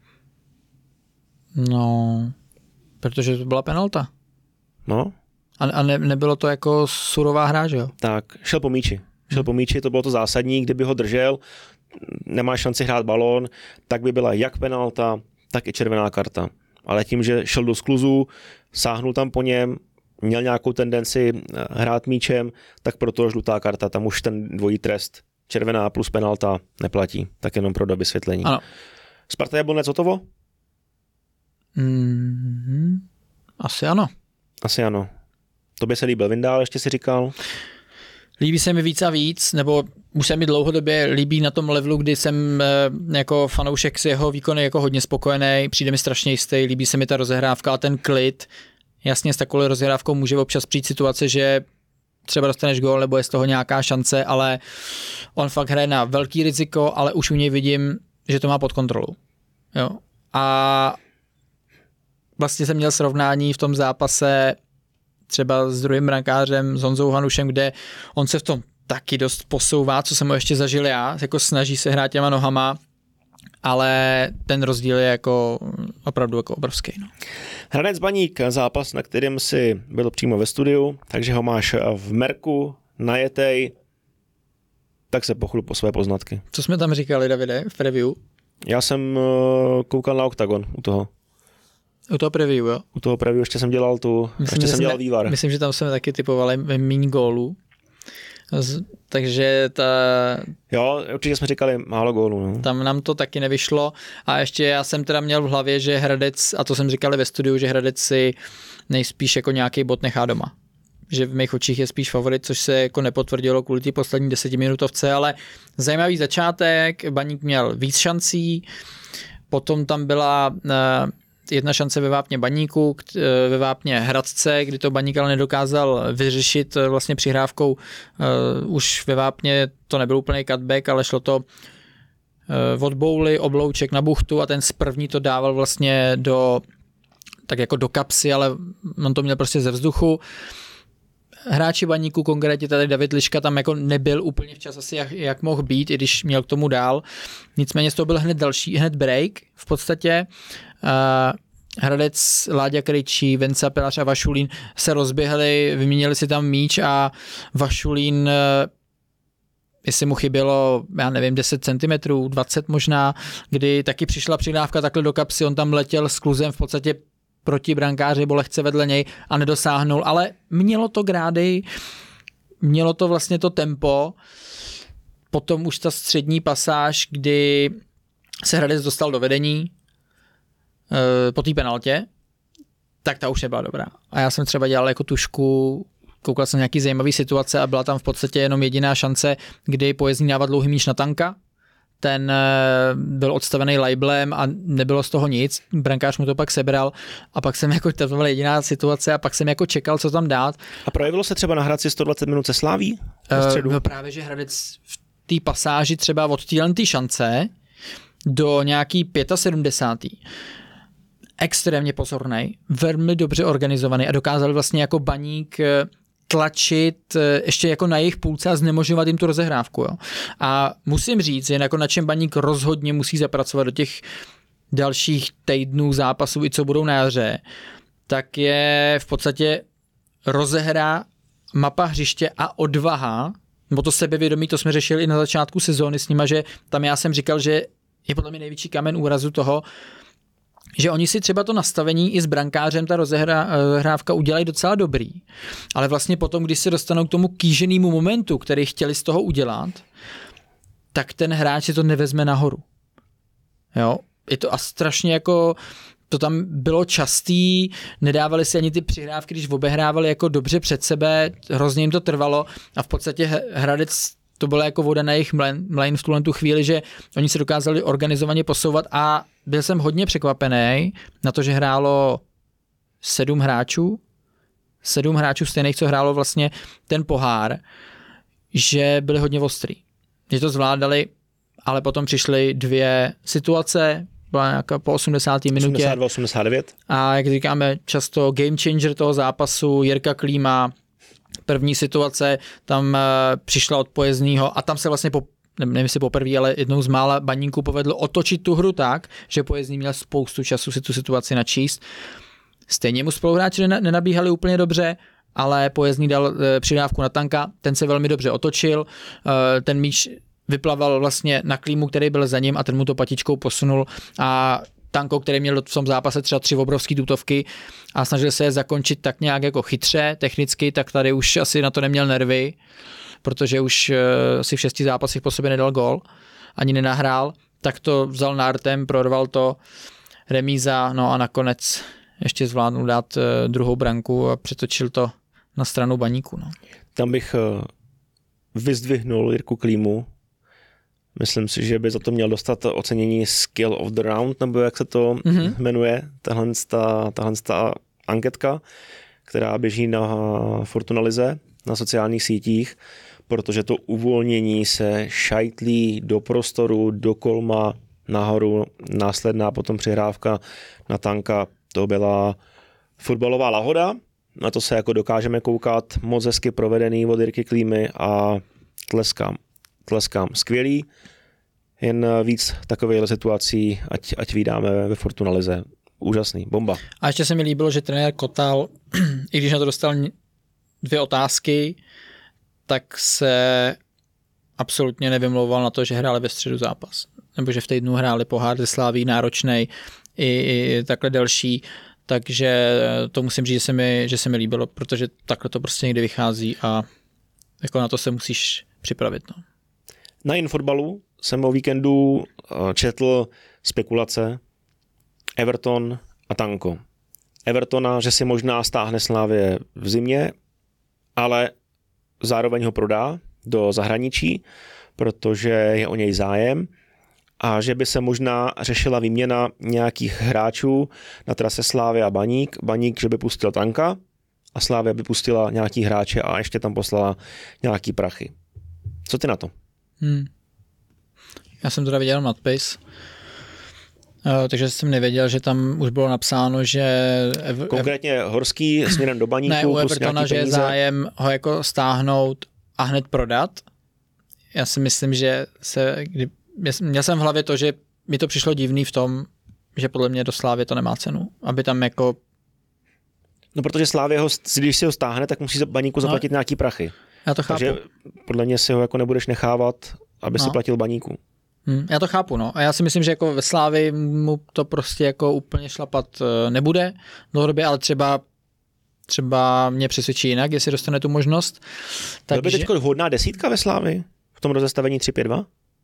No, protože to byla penalta. No. A nebylo to jako surová hra, že jo? Tak, šel po míči, to bylo to zásadní, kdyby ho držel, nemá šanci hrát balón, tak by byla jak penalta, tak i červená karta. Ale tím, že šel do skluzu, sáhnul tam po něm, měl nějakou tendenci hrát míčem, tak proto žlutá karta, tam už ten dvojí trest, červená plus penalta, neplatí. Tak jenom pro vysvětlení. Ano. Sparta Jablonec hotovo? Asi ano. Tobě se líbil Vindál, ještě si říkal? Líbí se mi víc a víc, nebo už se mi dlouhodobě líbí na tom levelu, kdy jsem jako fanoušek s jeho výkony jako hodně spokojený, přijde mi strašně jistý, líbí se mi ta rozehrávka a ten klid. Jasně s takovou rozehrávkou může občas přijít situace, že třeba dostaneš gól, nebo je z toho nějaká šance, ale on fakt hraje na velký riziko, ale už u něj vidím, že to má pod kontrolou. Jo. A vlastně jsem měl srovnání v tom zápase třeba s druhým brankářem, s Honzou Hanušem, kde on se v tom taky dost posouvá, co jsem ho ještě zažil já, jako snaží se hrát těma nohama ale ten rozdíl je jako opravdu jako obrovský. No. Hradec Baník, zápas, na kterém si byl přímo ve studiu, takže ho máš v merku, najetej, tak se pochlup po své poznatky. Co jsme tam říkali, Davide, v preview? Já jsem koukal na OKTAGON u toho. U toho preview, jo? U toho preview ještě jsem dělal ještě jsem dělal vývar. Myslím, že tam jsme taky typovali míň gólů. Takže Jo, určitě jsme říkali málo gólů. No. Tam nám to taky nevyšlo a ještě já jsem teda měl v hlavě, že Hradec, a to jsem říkali ve studiu, že Hradec si nejspíš jako nějaký bod nechá doma. Že v mých očích je spíš favorit, což se jako nepotvrdilo kvůli té poslední 10minutovce, ale zajímavý začátek, Baník měl víc šancí, potom tam byla jedna šance ve vápně Baníku, ve vápně Hradce, kdy to Baník ale nedokázal vyřešit vlastně přihrávkou. Už ve vápně to nebyl úplný cutback, ale šlo to od bouly, oblouček na buchtu a ten z první to dával vlastně do kapsy, ale on to měl prostě ze vzduchu. Hráči Baníku, konkrétně tady David Liška, tam jako nebyl úplně včas asi jak mohl být, i když měl k tomu dál. Nicméně z toho byl hned break v podstatě. Hradec, Láďa Krejčí, Venca Pilař a Vašulín se rozběhli, vyměnili si tam míč a Vašulín, jestli mu chybělo, já nevím, 10 cm, 20 možná, kdy taky přišla přidávka takhle do kapsy, on tam letěl s kluzem v podstatě proti brankáři, bo lehce vedle něj a nedosáhnul, ale mělo to grády, mělo to vlastně to tempo, potom už ta střední pasáž, kdy se Hradec dostal do vedení po té penaltě, tak ta už nebyla dobrá. A já jsem třeba dělal jako tušku, koukal jsem nějaký zajímavý situace a byla tam v podstatě jenom jediná šance, kdy Pojezdný dává dlouhý míč na Tanka, ten byl odstavený labelem a nebylo z toho nic, brankář mu to pak sebral a pak jsem jako, to byla jediná situace a pak jsem jako čekal, co tam dát. A projevilo se třeba na Hradci 120 minut se Slaví? No právě, že Hradec v té pasáži třeba od téhle šance do nějaký 75. extrémně pozornej, velmi dobře organizovaný a dokázal vlastně jako Baník tlačit ještě jako na jejich půlce a znemožňovat jim tu rozehrávku. Jo. A musím říct, že jako na čem Baník rozhodně musí zapracovat do těch dalších týdnů zápasů, i co budou na jaře, tak je v podstatě rozehra, mapa hřiště a odvaha, nebo to sebevědomí, to jsme řešili i na začátku sezóny s nima, že tam já jsem říkal, že je podle mě největší kamen úrazu toho, že oni si třeba to nastavení i s brankářem, ta rozehrávka udělají docela dobrý, ale vlastně potom, když se dostanou k tomu kýženému momentu, který chtěli z toho udělat, tak ten hráč si to nevezme nahoru. Jo? Je to a strašně jako, to tam bylo častý, nedávali si ani ty přihrávky, když obehrávali jako dobře před sebe, hrozně jim to trvalo a v podstatě Hradec to bylo jako voda na jejich mlejn v tu chvíli, že oni se dokázali organizovaně posouvat a byl jsem hodně překvapený na to, že hrálo 7 hráčů stejných, co hrálo vlastně ten pohár, že byli hodně ostrý. Že to zvládali, ale potom přišly 2 situace, byla nějaká po 80. minutě. 82-89. A jak říkáme často game changer toho zápasu, Jirka Klíma, první situace, tam přišla od Pojezdného a tam se vlastně nevím jestli poprvé, ale jednou z mála Baníku povedlo otočit tu hru tak, že Pojezdný měl spoustu času si tu situaci načíst. Stejně mu spoluhráči nenabíhali úplně dobře, ale Pojezdný dal přidávku na Tanka, ten se velmi dobře otočil, ten míč vyplaval vlastně na Klímu, který byl za ním a ten mu to patičkou posunul a Tanko, který měl v tom zápase třeba 3 obrovský tutovky a snažil se je zakončit tak nějak jako chytře, technicky, tak tady už asi na to neměl nervy, protože už si v 6 zápasech po sobě nedal gól, ani nenahrál, tak to vzal nártem, prorval to, remíza, no a nakonec ještě zvládnul dát druhou branku a přetočil to na stranu Baníku. No. Tam bych vyzdvihnul Jirku Klímu. Myslím si, že by za to měl dostat ocenění Skill of the Round, nebo jak se to jmenuje, tahle anketka, která běží na Fortuna Lize, na sociálních sítích, protože to uvolnění se šajtlí do prostoru, do kolma, nahoru, následná potom přihrávka na Tanka, to byla fotbalová lahoda, na to se jako dokážeme koukat, moc hezky provedený od Jirky Klímy a tleskám. Skvělý. jen víc takových situací, ať vydáme ve Fortuna lize. Úžasný, bomba. A ještě se mi líbilo, že trenér Kotal, i když na to dostal 2 otázky, tak se absolutně nevymlouval na to, že hráli ve středu zápas. Nebo že v týdnu hráli pohár ze Slaví, náročnej i takhle delší. Takže to musím říct, že se mi líbilo, protože takhle to prostě někdy vychází a jako na to se musíš připravit. No. Na Infotbalu jsem o víkendu četl spekulace Everton a Tanko. Evertona, že si možná stáhne Slávě v zimě, ale zároveň ho prodá do zahraničí, protože je o něj zájem a že by se možná řešila výměna nějakých hráčů na trase Slávy a Baník. Baník, že by pustil Tanka a Slávia by pustila nějaký hráče a ještě tam poslala nějaký prachy. Co ty na to? Já jsem teda viděl nadpis, takže jsem nevěděl, že tam už bylo napsáno, že... Konkrétně Horský směrem do Baníku. Ne, u Evertona, že je zájem ho jako stáhnout a hned prodat. Já si myslím, že měl jsem v hlavě to, že mi to přišlo divný v tom, že podle mě do Slávy to nemá cenu. Aby tam jako... No protože Slávě, když si ho stáhne, tak musí za Baníku zaplatit nějaký prachy. Já to chápu. Takže podle mě si ho jako nebudeš nechávat, aby si platil Baníku. Já to chápu, no. A já si myslím, že jako ve Slávii mu to prostě jako úplně šlapat nebude dlouhodobě, ale třeba mě přesvědčí jinak, jestli dostane tu možnost. Byl by teď vhodná desítka ve Slávii? V tom rozestavení 3-5-2?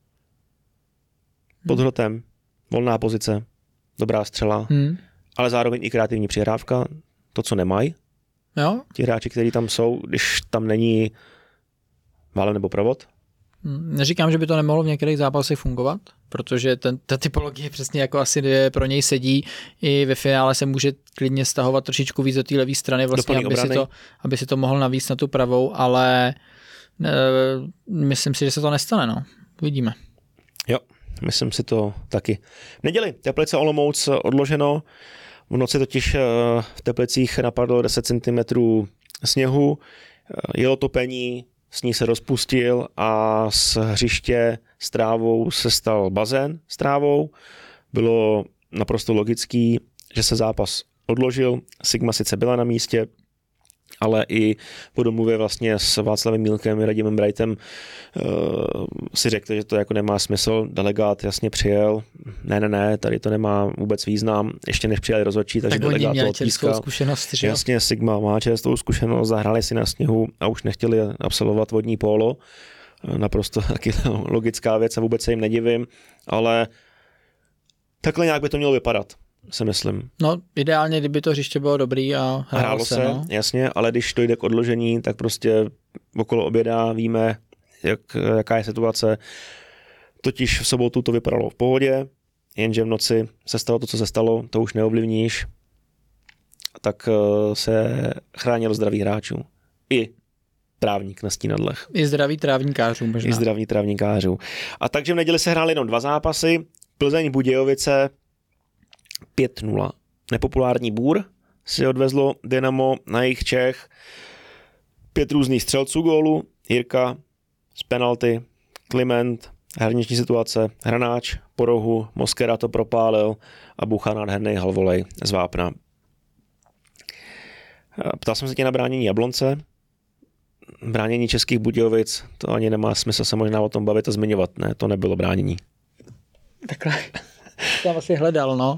Pod hrotem, volná pozice, dobrá střela, ale zároveň i kreativní přihrávka, to, co nemají. Jo? Ti hráči, kteří tam jsou, když tam není válem nebo provod. Neříkám, že by to nemohlo v některých zápasech fungovat, protože ta typologie přesně jako asi pro něj sedí. I ve finále se může klidně stahovat trošičku víc do té levé strany, vlastně, aby si to mohl navíc na tu pravou, ale myslím si, že se to nestane. No. Uvidíme. Jo, myslím si to taky. V neděli Teplice Olomouc odloženo. V noci totiž v Teplicích napadlo 10 cm sněhu, jelo topení, sníh se rozpustil a z hřiště s trávou se stal bazén s trávou. Bylo naprosto logický, že se zápas odložil. Sigma sice byla na místě, ale i po domluvě vlastně s Václavem Mílkem a Radimem Brightem si řekli, že to jako nemá smysl. Delegát jasně přijel. Ne, tady to nemá vůbec význam. Ještě než přijali rozhodčí, takže tak delegát to odpískal. Zkušenost, že? Jasně, Sigma má čerstvou zkušenost, zahráli si na sněhu a už nechtěli absolvovat vodní pólo. Naprosto taky logická věc a vůbec se jim nedivím, ale takhle nějak by to mělo vypadat, si myslím. No, ideálně, kdyby to hřiště bylo dobrý a hrálo se. No. Jasně, ale když to jde k odložení, tak prostě okolo oběda víme, jaká je situace. Totiž v sobotu to vypadalo v pohodě, jenže v noci se stalo to, co se stalo, to už neovlivníš, tak se chránilo zdraví hráčů. I trávník na Stínadlech. I zdraví trávníkářů možná. I zdraví trávníkářů. A takže v neděli se hrály jenom 2 zápasy. Plzeň Budějovice 5-0. Nepopulární Bůr si odvezlo Dynamo na jejich Čech. 5 různých střelců gólu. Jirka z penalty, Kliment, hraniční situace, Hranáč po rohu, Moskera to propálil a Bucha nádherný halvolej z vápna. Ptal jsem se tě na bránění Jablonce. Bránění Českých Budějovic, to ani nemá smysl se možná o tom bavit a zmiňovat. Ne, to nebylo bránění. Takhle. Tam asi hledal, no.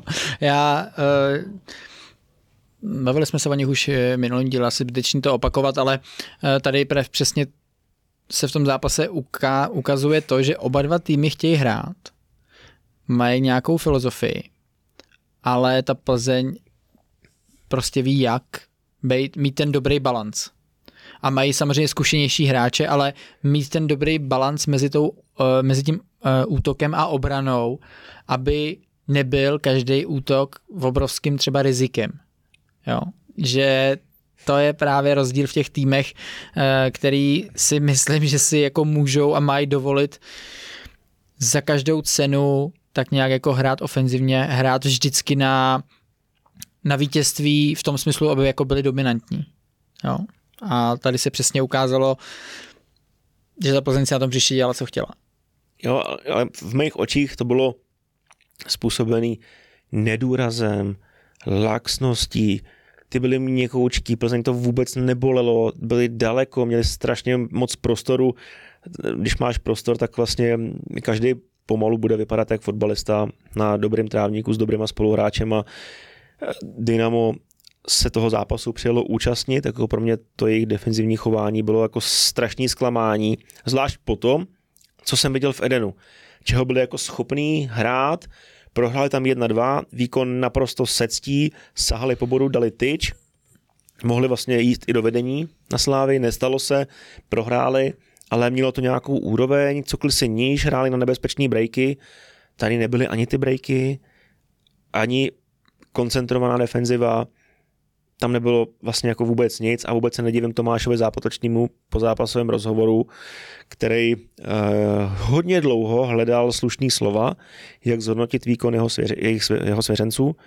Bavili jsme se o nich už minulým díle, asi zbytečný to opakovat, ale tady přesně se v tom zápase ukazuje to, že oba dva týmy chtějí hrát, mají nějakou filozofii, ale ta Plzeň prostě ví, jak mít ten dobrý balanc. A mají samozřejmě zkušenější hráče, ale mít ten dobrý balanc mezi tím útokem a obranou, aby nebyl každý útok v obrovským třeba rizikem. Jo? Že to je právě rozdíl v těch týmech, který si myslím, že si jako můžou a mají dovolit za každou cenu tak nějak jako hrát ofenzivně, hrát vždycky na vítězství v tom smyslu, aby jako byli dominantní. Jo? A tady se přesně ukázalo, že ta Plzeň si na tom příště dělala, co chtěla. Jo, ale v mých očích to bylo způsobený nedůrazem, laxností, ty byly měkoučký, Plzeň to vůbec nebolelo, byli daleko, měli strašně moc prostoru. Když máš prostor, tak vlastně každý pomalu bude vypadat jako fotbalista na dobrém trávníku s dobrýma spoluhráčema. Dynamo se toho zápasu přijelo účastnit, jako pro mě to jejich defenzivní chování bylo jako strašný zklamání, zvlášť potom, co jsem viděl v Edenu, čeho byli jako schopní hrát, prohráli tam 1-2, výkon naprosto sectí, sahali po bodu, dali tyč, mohli vlastně jít i do vedení na Slávy, nestalo se, prohráli, ale mělo to nějakou úroveň, cokoliv si níž, hráli na nebezpečné breaky, tady nebyly ani ty breaky, ani koncentrovaná defenziva, tam nebylo vlastně jako vůbec nic a vůbec se nedivím Tomášovi Zápotočnímu po zápasovém rozhovoru, který hodně dlouho hledal slušný slova, jak zhodnotit výkon jeho svěřenců.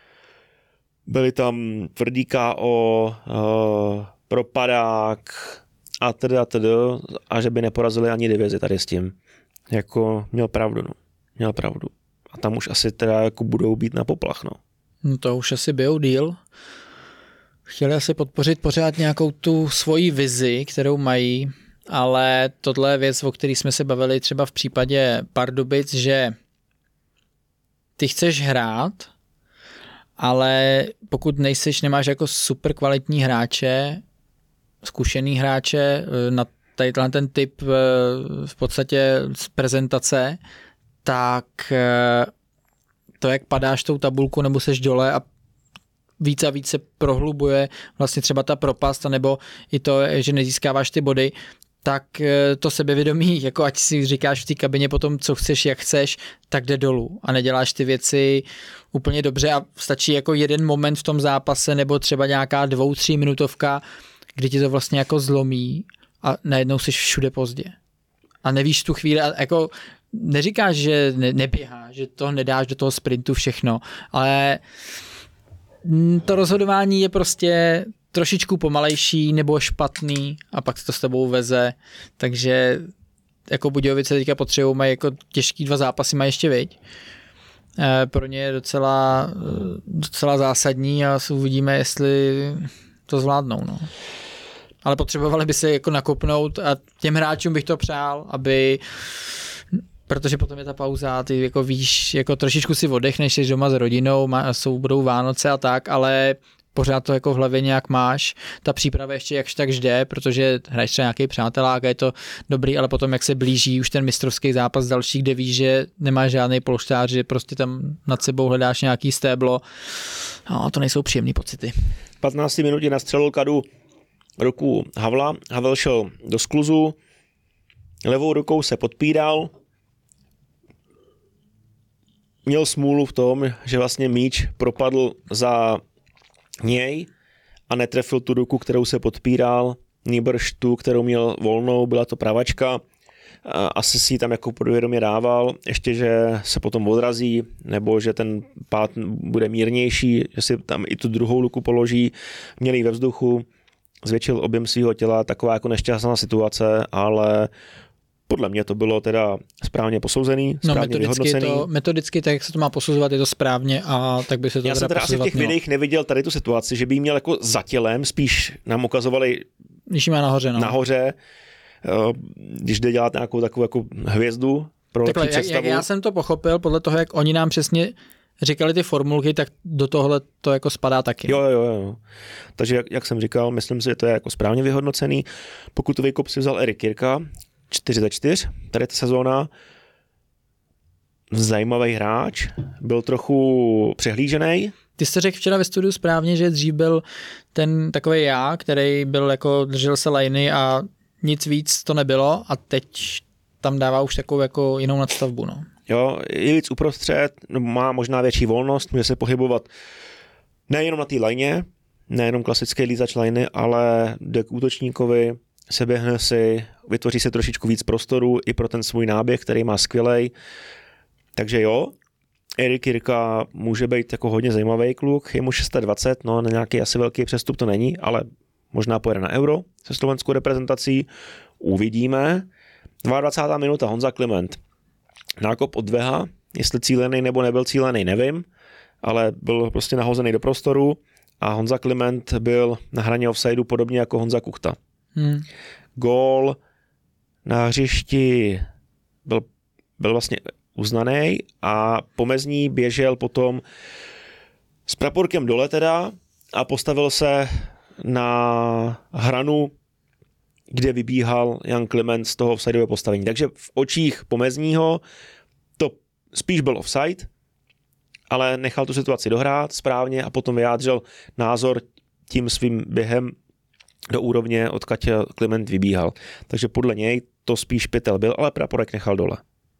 Byli tam tvrdý KO, propadák a že by neporazili ani divizi tady s tím. Jako měl pravdu, no. Měl pravdu. A tam už asi teda jako budou být na poplach, no. No to už asi bijou díl. Chtěli asi podpořit pořád nějakou tu svoji vizi, kterou mají, ale tohle je věc, o které jsme se bavili třeba v případě Pardubic, že ty chceš hrát, ale pokud nemáš jako super kvalitní hráče, zkušený hráče na tady ten typ v podstatě z prezentace, tak to, jak padáš tou tabulku nebo seš dole a více a více prohlubuje vlastně třeba ta propast, nebo i to, že nezískáváš ty body, tak to sebevědomí, jako ať si říkáš v té kabině potom, co chceš, jak chceš, tak jde dolů a neděláš ty věci úplně dobře a stačí jako jeden moment v tom zápase nebo třeba nějaká 2-3 minutovka, kdy ti to vlastně jako zlomí a najednou jsi všude pozdě. A nevíš tu chvíli, jako neříkáš, že neběháš, že to nedáš do toho sprintu všechno, ale to rozhodování je prostě trošičku pomalejší nebo špatný a pak se to s tebou veze, takže jako Budějovice teďka potřebují, mají jako těžký 2 zápasy, mají ještě viď. Pro ně je docela zásadní a uvidíme, jestli to zvládnou. No. Ale potřebovali by se jako nakopnout a těm hráčům bych to přál, aby, protože potom je ta pauza, ty jako víš, jako trošičku si oddechneš, jsi doma s rodinou, budou Vánoce a tak, ale pořád to jako v hlavě nějak máš, ta příprava ještě jakž tak jde, protože hraješ třeba nějaký přátelák a je to dobrý, ale potom jak se blíží už ten mistrovský zápas další, kde víš, že nemáš žádný polštář, že prostě tam nad sebou hledáš nějaký stéblo, no, to nejsou příjemné pocity. 15. minutě nastřelil Kadu ruku Havla, Havel šel do skluzu, levou rukou se podpíral, měl smůlu v tom, že vlastně míč propadl za něj a netrefil tu ruku, kterou se podpíral, nýbrž tu, kterou měl volnou, byla to pravačka, asi si ji tam jako podvědomě dával, ještě, že se potom odrazí, nebo že ten pád bude mírnější, že si tam i tu druhou ruku položí, měl ji ve vzduchu, zvětšil objem svého těla, taková jako nešťastná situace, ale podle mě to bylo teda správně posouzený, správně vyhodnocený. Metodicky, tak jak se to má posuzovat, je to správně a tak by se to Já jsem teda asi v těch videích neviděl tady tu situaci, že by jí měl jako za tělem, spíš nám ukazovali když má nahoře, no. Nahoře, když jde dělat nějakou takovou jako hvězdu pro lepší představu. Já jsem to pochopil podle toho, jak oni nám přesně říkali ty formulky, tak do tohle to jako spadá taky. Jo. Takže jak jsem říkal, myslím si, že to je jako správně vyhodnocený. Pokutový kop si vzal Erik Jirka, 4/4, tady ta sezóna. Zajímavý hráč, byl trochu přehlížený. Ty jste řekl včera ve studiu správně, že dřív byl ten takový já, který byl jako držel se lajny a nic víc to nebylo a teď tam dává už takovou jako jinou nadstavbu, no. Jo, je víc uprostřed, má možná větší volnost, může se pohybovat nejenom na té lajně, nejenom klasické lízač lajny, ale jde k útočníkovi, seběhne si, vytvoří se trošičku víc prostoru i pro ten svůj náběh, který má skvělej. Takže jo, Erik Jirka může být jako hodně zajímavý kluk, je mu 620, no na nějaký asi velký přestup to není, ale možná pojede na Euro se slovenskou reprezentací, uvidíme. 22. minuta, Honza Kliment. nákop od Dveha, jestli cílený nebo nebyl cílený, nevím, ale byl prostě nahozený do prostoru a Honza Kliment byl na hraně offsideu podobně jako Honza Kuchta. Gól na hřišti byl vlastně uznaný a pomezní běžel potom s praporkem dole teda a postavil se na hranu, kde vybíhal Jan Kliment z toho offsideového postavení. Takže v očích pomezního to spíš byl offside, ale nechal tu situaci dohrát správně a potom vyjádřil názor tím svým během do úrovně, odkud Kliment vybíhal. Takže podle něj to spíš pytel byl, ale praporek nechal dole.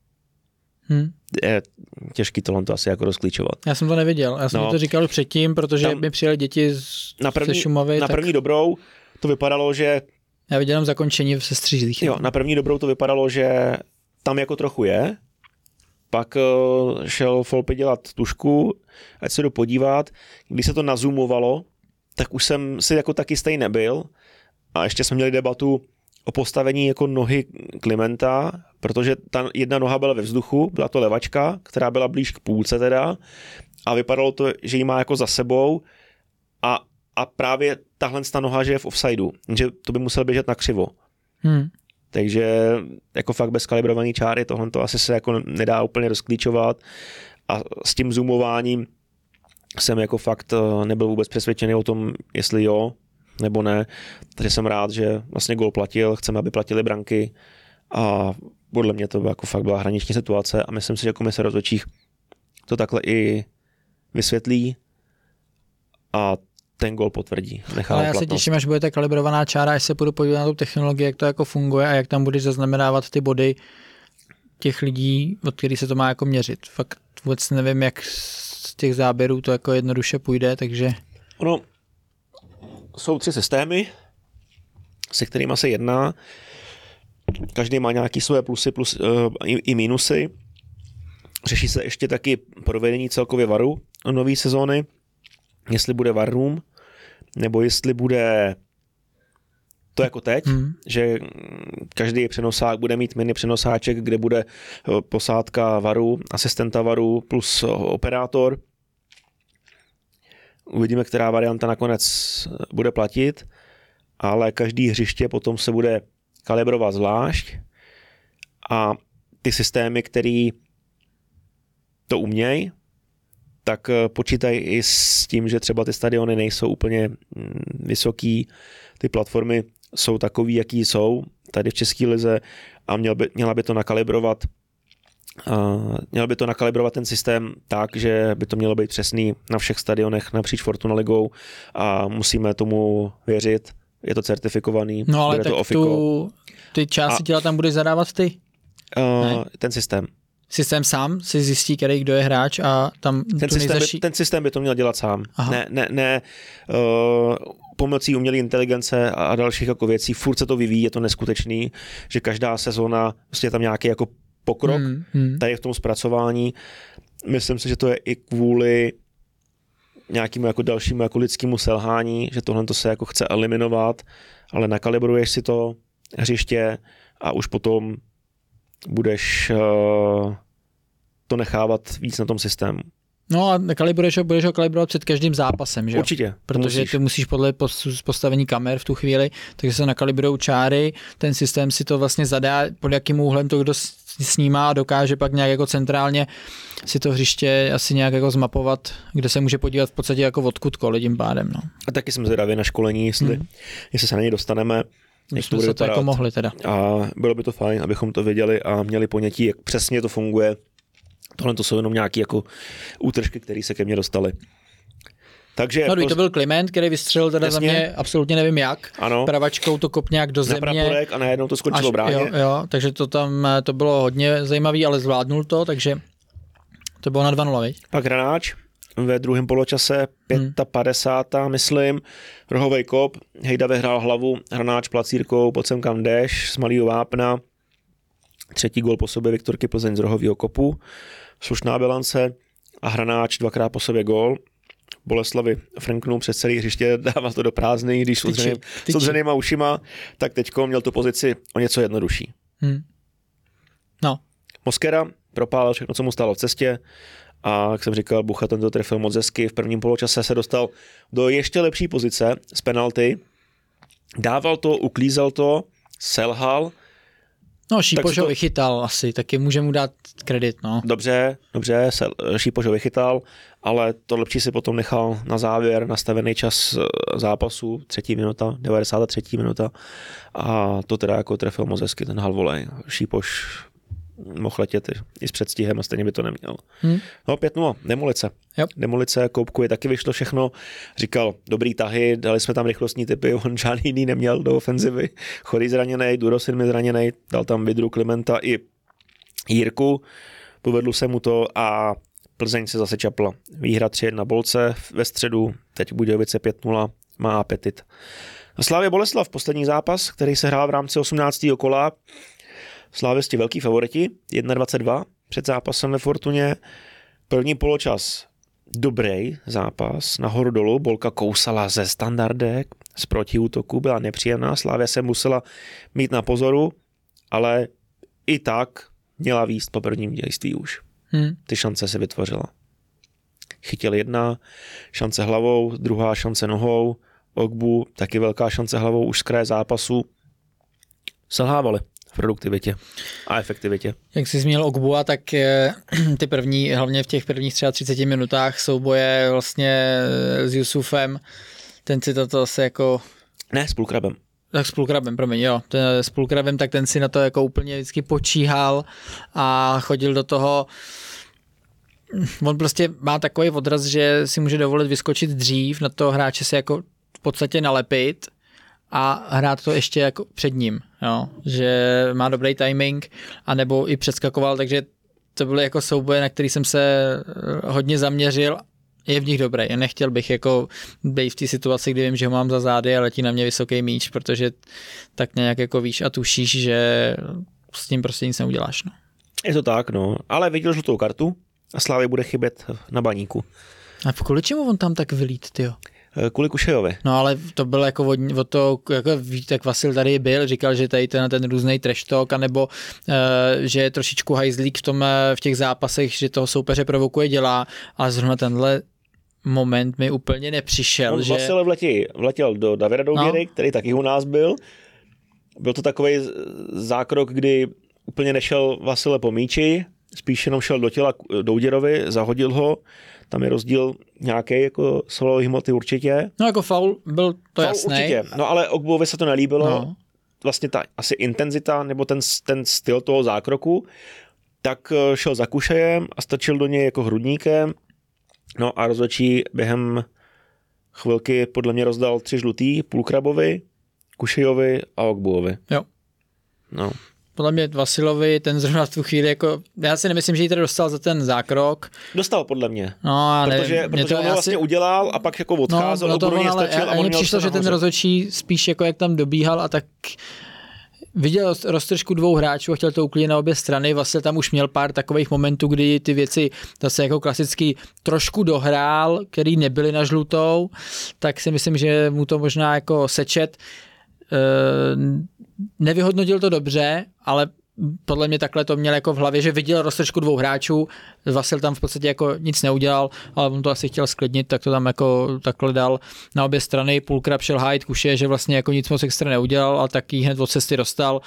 Je těžký tohle to asi jako rozklíčovat. Já jsem to neviděl. Já jsem to říkal předtím, protože mi přijeli děti ze Šumavy. Na první dobrou to vypadalo, že... Já viděl jenom zakončení se střízlých. Jo, na první dobrou to vypadalo, že tam jako trochu je. Pak šel Folpy dělat tušku, ať se jdu podívat. Když se to nazoomovalo, tak už jsem si jako taky stejný nebyl. A ještě jsme měli debatu o postavení jako nohy Klimenta, protože ta jedna noha byla ve vzduchu, byla to levačka, která byla blíž k půlce teda a vypadalo to, že ji má jako za sebou a právě tahle noha, že je v offsideu, že to by musel běžet na křivo. Takže jako fakt bez kalibrované čáry tohle to asi se jako nedá úplně rozklíčovat a s tím zoomováním jsem jako fakt nebyl vůbec přesvědčený o tom, jestli jo nebo ne, takže jsem rád, že vlastně gól platil, chceme, aby platili branky a podle mě to jako fakt byla hraniční situace a myslím si, že komise rozhodčích to takhle i vysvětlí a ten gól potvrdí. Ale já se těším, až bude ta kalibrovaná čára, až se budu podívat na tu technologii, jak to jako funguje a jak tam budeš zaznamenávat ty body těch lidí, od kterých se to má jako měřit. Fakt vůbec nevím, jak z těch záběrů to jako jednoduše půjde, takže... Ono, jsou 3 systémy, se kterými se jedná. Každý má nějaké svoje plusy i mínusy. Řeší se ještě taky provedení celkově VARu nové sezóny, jestli bude VAR room, nebo jestli bude to jako teď, že každý přenosák bude mít mini přenosáček, kde bude posádka VARu, asistenta VARu plus operátor. Uvidíme, která varianta nakonec bude platit, ale každý hřiště potom se bude kalibrovat zvlášť a ty systémy, které to umějí, tak počítají i s tím, že třeba ty stadiony nejsou úplně vysoký, ty platformy jsou takový, jaký jsou tady v České lize a měla by to nakalibrovat ten systém tak, že by to mělo být přesný na všech stadionech napříč Fortuna ligou a musíme tomu věřit. Je to certifikovaný. No ale tak ty části těla tam budeš zadávat ty? Ten systém. Systém sám si zjistí, který kdo je hráč a tam ten systém by to měl dělat sám. Aha. Ne pomocí umělé inteligence a dalších jako věcí. Furt se to vyvíjí, je to neskutečný, že každá sezóna prostě je tam nějaký jako pokrok tady v tom zpracování. Myslím si, že to je i kvůli nějakému jako dalšímu jako lidskému selhání, že tohle to se jako chce eliminovat, ale nakalibruješ si to hřiště a už potom budeš to nechávat víc na tom systému. No a budeš ho kalibrovat před každým zápasem, že jo? Určitě. Protože ty musíš podle postavení kamer v tu chvíli, takže se nakalibrují čáry, ten systém si to vlastně zadá, pod jakým úhlem to kdo snímá a dokáže pak nějak jako centrálně si to hřiště asi nějak jako zmapovat, kde se může podívat v podstatě jako odkudkoliv tím pádem. No. A taky jsme zvědaví na školení, jestli se na něj dostaneme. Jak jsme se to jako mohli teda. A bylo by to fajn, abychom to věděli a měli ponětí, jak přesně to funguje. Tohle to jsou jenom nějaké jako útržky, které se ke mně dostaly. Takže to byl Kliment, který vystřelil teda za mě absolutně nevím jak. Ano. Pravačkou to kop nějak do země. Na praporek a najednou to skočilo bráně. Jo, takže to bylo hodně zajímavý, ale zvládnul to, takže to bylo na 2-0, viď? Pak Hranáč ve druhém poločase 55. myslím, rohovej kop, Hejda vyhrál hlavu, Hranáč placírkou, pod sem kam jdeš, z malýho vápna, 3. gól po sobě Viktorky Plzeň z rohového kopu, slušná bilance a Hranáč 2krát po sobě gól. Boleslavy franknul přes celý hřiště, dával to do prázdnej, když s odřenýma ušima, tak teďko měl tu pozici o něco jednodušší. No. Moskera propálil všechno, co mu stálo v cestě a, jak jsem říkal, Bucha ten to trefil moc hezky. V prvním poločase se dostal do ještě lepší pozice z penalty. Dával to, uklízel to, selhal. No, Šípoš ho vychytal asi, taky může mu dát kredit, no. Dobře, Šípoš ho vychytal, ale to lepší si potom nechal na závěr, nastavený čas zápasu, 3. minuta, 93. minuta a to teda jako trefil moc hezky ten halvolej. Šípoš mohl letět i s předstihem a stejně by to neměl. No 5-0, Demolice. Jo. Demolice, Koupku je taky vyšlo všechno. Říkal, dobrý tahy, dali jsme tam rychlostní typy, on žádný jiný neměl do ofenzivy. Chodý zraněnej, Durosin mi zraněnej, dal tam Vidru, Klimenta i Jirku. Povedlo se mu to a Plzeň se zase čapla. Výhra 3-1 Bolce ve středu, teď Budějovice 5-0, má apetit. Slavia Boleslav, poslední zápas, který se hrál v rámci 18. kola. Slávisti velký favoriti, 21-2 před zápasem ve Fortuně. První poločas dobrý zápas, nahoru dolů, Bolka kousala ze standardek, z protiútoku, byla nepříjemná, Slavia se musela mít na pozoru, ale i tak měla výst po prvním dějství už. Ty šance se vytvořila. Chytil jedna, šance hlavou, druhá šance nohou, Ogbu, taky velká šance hlavou už z kraje zápasu. Selhávali v produktivitě a efektivitě. Jak jsi zmínil Ogbua, tak ty první, hlavně v těch prvních 33 minutách souboje vlastně s Jusufem, ten si to se jako... Ne, s Pulkrabem. Tak s Pulkrabem, promiň, jo. S Pulkrabem, tak ten si na to jako úplně vždycky počíhal a chodil do toho. On prostě má takový odraz, že si může dovolit vyskočit dřív, na toho hráče se jako v podstatě nalepit a hrát to ještě jako před ním, jo. Že má dobrý timing, anebo i přeskakoval, takže to byly jako souboje, na který jsem se hodně zaměřil. Je v nich dobrý. Já nechtěl bych jako být v té situaci, kdy vím, že ho mám za zády a letí na mě vysoký míč, protože tak nějak jako víš a tušíš, že s tím prostě nic neuděláš. No. Je to tak, no. Ale viděl žlutou kartu a Slávě bude chybět na baníku. A kvůli čemu on tam tak vylít, tyjo? Kvůli Kušejovi. No ale to byl jako od toho, jako tak Vasil tady byl, říkal, že tady ten různý trash talk, anebo že je trošičku hajzlík v těch zápasech, že toho soupeře provokuje, dělá, ale zrovna tenhle moment mi úplně nepřišel. On Vasil vletěl do Davida Douděry, který taky u nás byl. Byl to takový zákrok, kdy úplně nešel Vasile po míči, spíš jenom šel do těla Douděrovi, zahodil ho. Tam je rozdíl nějaký jako svalový hmoty určitě. No jako faul byl to jasný. Určitě, no ale Ogbovi se to nelíbilo. No. Vlastně ta asi intenzita nebo ten styl toho zákroku, tak šel za Kušejem a strčil do něj jako hrudníkem. No a rozhodčí během chvilky podle mě rozdal 3 žlutý, Pulkrabovi, Kušejovi a Ogbuovi. Jo. No. Podle mě Vasilovi ten zrovna v tu chvíli jako, já si nemyslím, že ji tady dostal za ten zákrok. Dostal podle mě. No, protože on ho vlastně udělal a pak jako odcházel, no, do něj strčil a on mně přišlo, že ten rozhodčí spíš jako jak tam dobíhal a tak viděl roztržku 2 hráčů a chtěl to uklidnit na obě strany. Vasil tam už měl pár takových momentů, kdy ty věci zase jako klasicky trošku dohrál, který nebyly na žlutou, tak si myslím, že mu to možná jako sečet. Nevyhodnotil to dobře, ale podle mě takhle to měl jako v hlavě, že viděl roztržku 2 hráčů, Vasil tam v podstatě jako nic neudělal, ale on to asi chtěl sklidnit, tak to tam jako takhle dal na obě strany. Pulkrab šel hájit Kuše, že vlastně jako nic moc extra neudělal, ale taky hned od cesty dostal.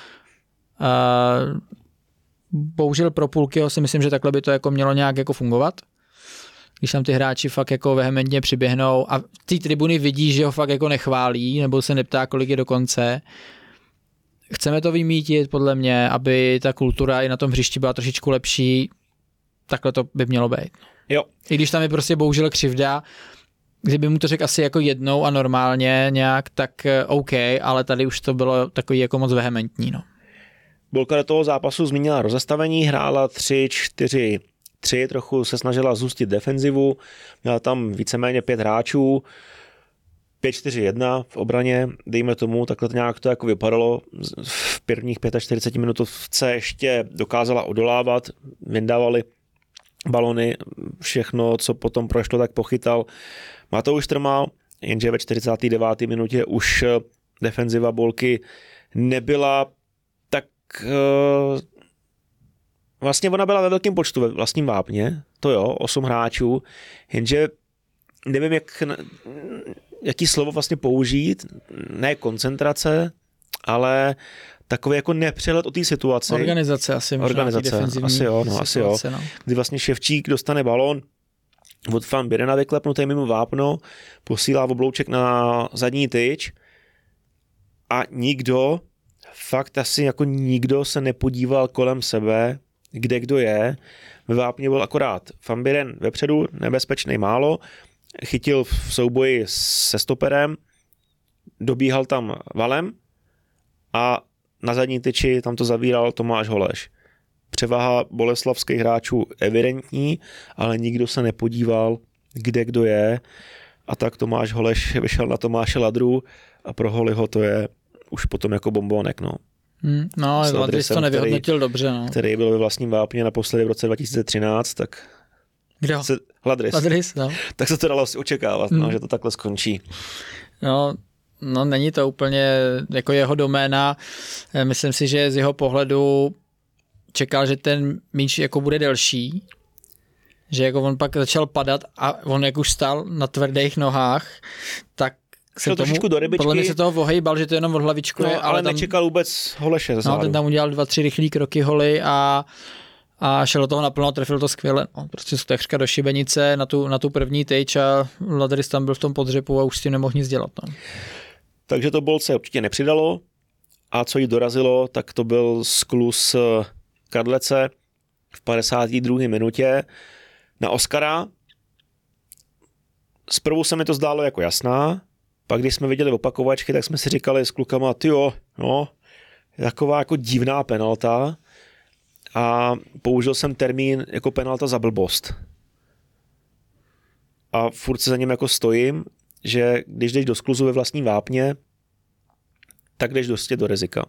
Bohužel pro Pulkyho si myslím, že takhle by to jako mělo nějak jako fungovat. Když tam ty hráči fakt jako vehementně přiběhnou a ty tribuny vidí, že ho fakt jako nechválí, nebo se neptá, kolik je do konce. Chceme to vymítit, podle mě, aby ta kultura i na tom hřišti byla trošičku lepší, takhle to by mělo být. Jo. I když tam je prostě bohužel křivda, kdyby mu to řekl asi jako jednou a normálně nějak, tak OK, ale tady už to bylo takový jako moc vehementní. No. Bolka do toho zápasu změnila rozestavení, hrála 3-4-3, trochu se snažila zhustit defenzivu, měla tam víceméně 5 hráčů, 5-4-1 v obraně, dejme tomu, takhle nějak to jako vypadalo. V prvních 45 minutovce ještě dokázala odolávat, vyndávali balony, všechno, co potom prošlo, tak pochytal Matouš Trmal, jenže ve 49. minutě už defenziva Bolky nebyla tak vlastně ona byla ve velkém počtu ve vlastním vápně, to jo, 8 hráčů, jenže nevím, jaký slovo vlastně použít, ne koncentrace, ale takový jako nepřehled o té situaci. Organizace asi možná. Organizace, asi jo, no, asi jo. No. Kdy vlastně Ševčík dostane balón od Van Birena vyklepnutý mimo vápno, posílá oblouček na zadní tyč a nikdo, fakt asi jako nikdo se nepodíval kolem sebe, kde kdo je. Ve vápně byl akorát Van Biren vepředu, nebezpečný málo, chytil v souboji se stoperem, dobíhal tam valem a na zadní tyči tam to zavíral Tomáš Holeš. Převaha boleslavských hráčů evidentní, ale nikdo se nepodíval, kde kdo je. A tak Tomáš Holeš vyšel na Tomáše Ladru a pro Holiho to je už potom jako bombonek. No, Ladris to nevyhodnotil dobře. No. Který byl ve vlastním vápně naposledy v roce 2013, tak... Kdo? Ladris, no. Tak se to dalo asi očekávat, že to takhle skončí. No, není to úplně jako jeho doména. Myslím si, že z jeho pohledu čekal, že ten míč jako bude delší, že jako on pak začal padat a on jak už stál na tvrdých nohách, tak se trošičku do rybičky. Podle mě se toho vohejbal, že to jenom odhlavičkuje. No, ale tam, nečekal vůbec Holeše ze zádu. Ten tam udělal 2-3 rychlý kroky Holy a šel do toho naplno, trefil to skvěle. No, prostě z takřka do šibenice na tu první tyč a Ladris tam byl v tom podřepu a už s tím nemohl nic dělat. No. Takže to bolce určitě nepřidalo a co jí dorazilo, tak to byl skluz Kadlece v 52. minutě na Oskara. Zprvu se mi to zdálo jako jasná, pak když jsme viděli opakovačky, tak jsme si říkali s klukama, taková jako divná penalta a použil jsem termín jako penalta za blbost. A furt se za ním jako stojím, že když jdeš do skluzu ve vlastním vápně, tak jdeš prostě do rizika.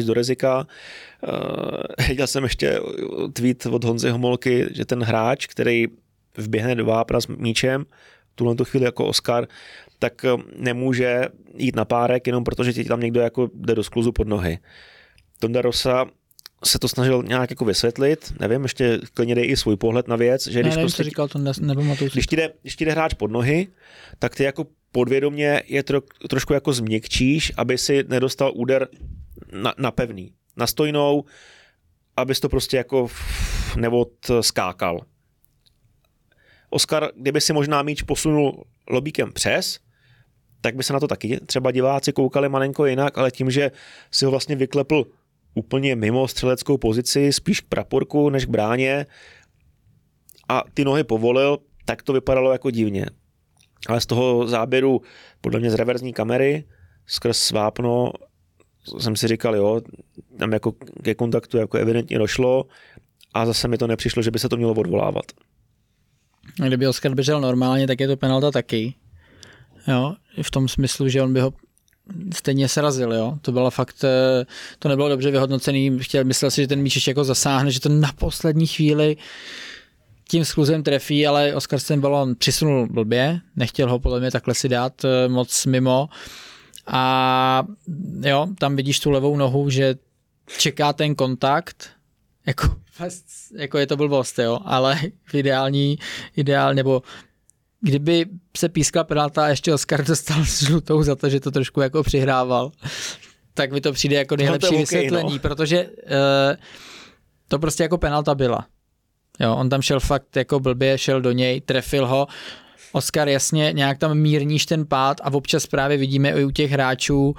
Viděl jsem ještě tweet od Honzy Homolky, že ten hráč, který vběhne do vápna s míčem, tuhle chvíli jako Oskar, tak nemůže jít na párek, jenom protože ti tam někdo jako jde do skluzu pod nohy. Tonda Rosa se to snažil nějak jako vysvětlit, nevím, ještě klidně dej i svůj pohled na věc, že když prostě, říkal, to když ti jde hráč pod nohy, tak ty jako podvědomě je trošku jako změkčíš, aby si nedostal úder na pevný, na stojnou, abys to prostě jako skákal. Oskar, kdyby si možná míč posunul lobíkem přes, tak by se na to taky třeba diváci koukali malinko jinak, ale tím, že si ho vlastně vyklepl úplně mimo střeleckou pozici, spíš k praporku než k bráně a ty nohy povolil, tak to vypadalo jako divně. Ale z toho záběru, podle mě z reverzní kamery, skrz vápno, jsem si říkal, tam jako ke kontaktu jako evidentně došlo a zase mi to nepřišlo, že by se to mělo odvolávat. Kdyby Oskar běžel normálně, tak je to penalta taky. Jo, v tom smyslu, že on by ho stejně srazil, jo. To bylo fakt, to nebylo dobře vyhodnocený, myslel si, že ten míč ještě jako zasáhne, že to na poslední chvíli tím skluzem trefí, ale Oskar ten balón přisunul blbě, nechtěl ho podle mě takhle si dát moc mimo a jo, tam vidíš tu levou nohu, že čeká ten kontakt, jako je to blbost, jo, ale ideální, nebo kdyby se pískla penalta a ještě Oskar dostal žlutou za to, že to trošku jako přihrával, tak mi to přijde jako nejlepší vysvětlení, protože to prostě jako penalta byla. Jo, on tam šel fakt jako blbě, šel do něj, trefil ho. Oskar jasně nějak tam mírníš ten pád a občas právě vidíme i u těch hráčů,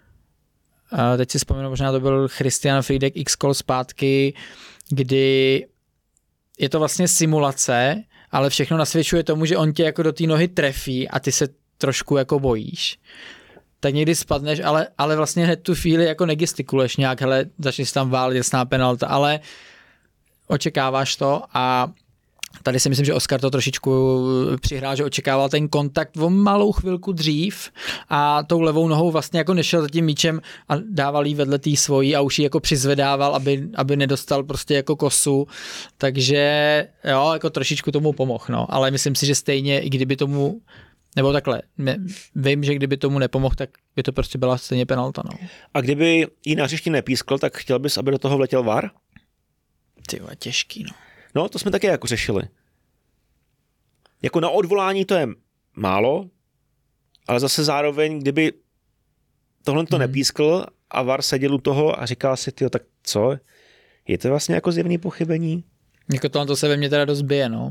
teď si vzpomenu, možná to byl Christian Friedek x-kol zpátky, kdy je to vlastně simulace, ale všechno nasvědčuje tomu, že on tě jako do té nohy trefí a ty se trošku jako bojíš. Tak někdy spadneš, ale vlastně hned tu chvíli jako negestikuluješ nějak, hele, začneš tam válit, jasná penalta, ale očekáváš to a tady si myslím, že Oskar to trošičku přihrál, že očekával ten kontakt o malou chvilku dřív a tou levou nohou vlastně jako nešel za tím míčem a dával jí vedle tý svojí a už ji jako přizvedával, aby nedostal prostě jako kosu, takže jo, jako trošičku tomu pomohl, no, ale myslím si, že stejně i kdyby tomu, nebo takhle, vím, že kdyby tomu nepomohl, tak by to prostě byla stejně penalta, no. A kdyby jí na hřišti nepískl, tak chtěl bys, aby do toho vletěl VAR? Ty vole, těžký, no. No, to jsme taky jako řešili. Jako na odvolání to je málo, ale zase zároveň, kdyby tohle to nepískl a VAR seděl u toho a říkal si, tyjo, tak co? Je to vlastně jako zjevný pochybení? Jako tohle to se ve mně teda dost bije, no.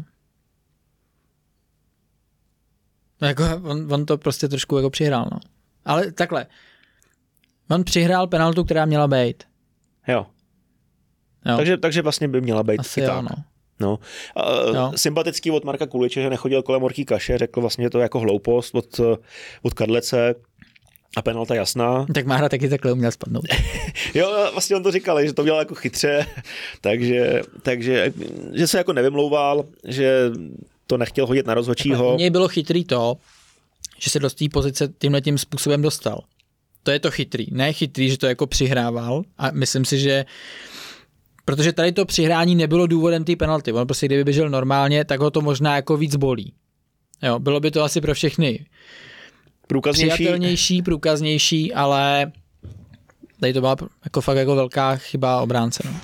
Jako on to prostě trošku jako přihrál, no. Ale takhle. On přihrál penaltu, která měla být. Jo. Takže vlastně by měla být asi i tak. Jo, no. No. Sympatický od Marka Kuliče, že nechodil kolem horký kaše, řekl vlastně, že to je jako hloupost od Kadlece a penalta jasná. Tak Mára taky takhle uměl spadnout. Jo, vlastně on to říkal, že to dělal jako chytře, takže že se jako nevymlouval, že to nechtěl hodit na rozhodčího. U něj bylo chytrý to, že se do té pozice tímhletím způsobem dostal. To je to chytrý. Ne chytrý, že to jako přihrával a myslím si, že protože tady to přihrání nebylo důvodem té penalty. On prostě kdyby běžel normálně, tak ho to možná jako víc bolí. Jo, bylo by to asi pro všechny přijatelnější, průkaznější, ale tady to byla jako fakt jako velká chyba obránce. No.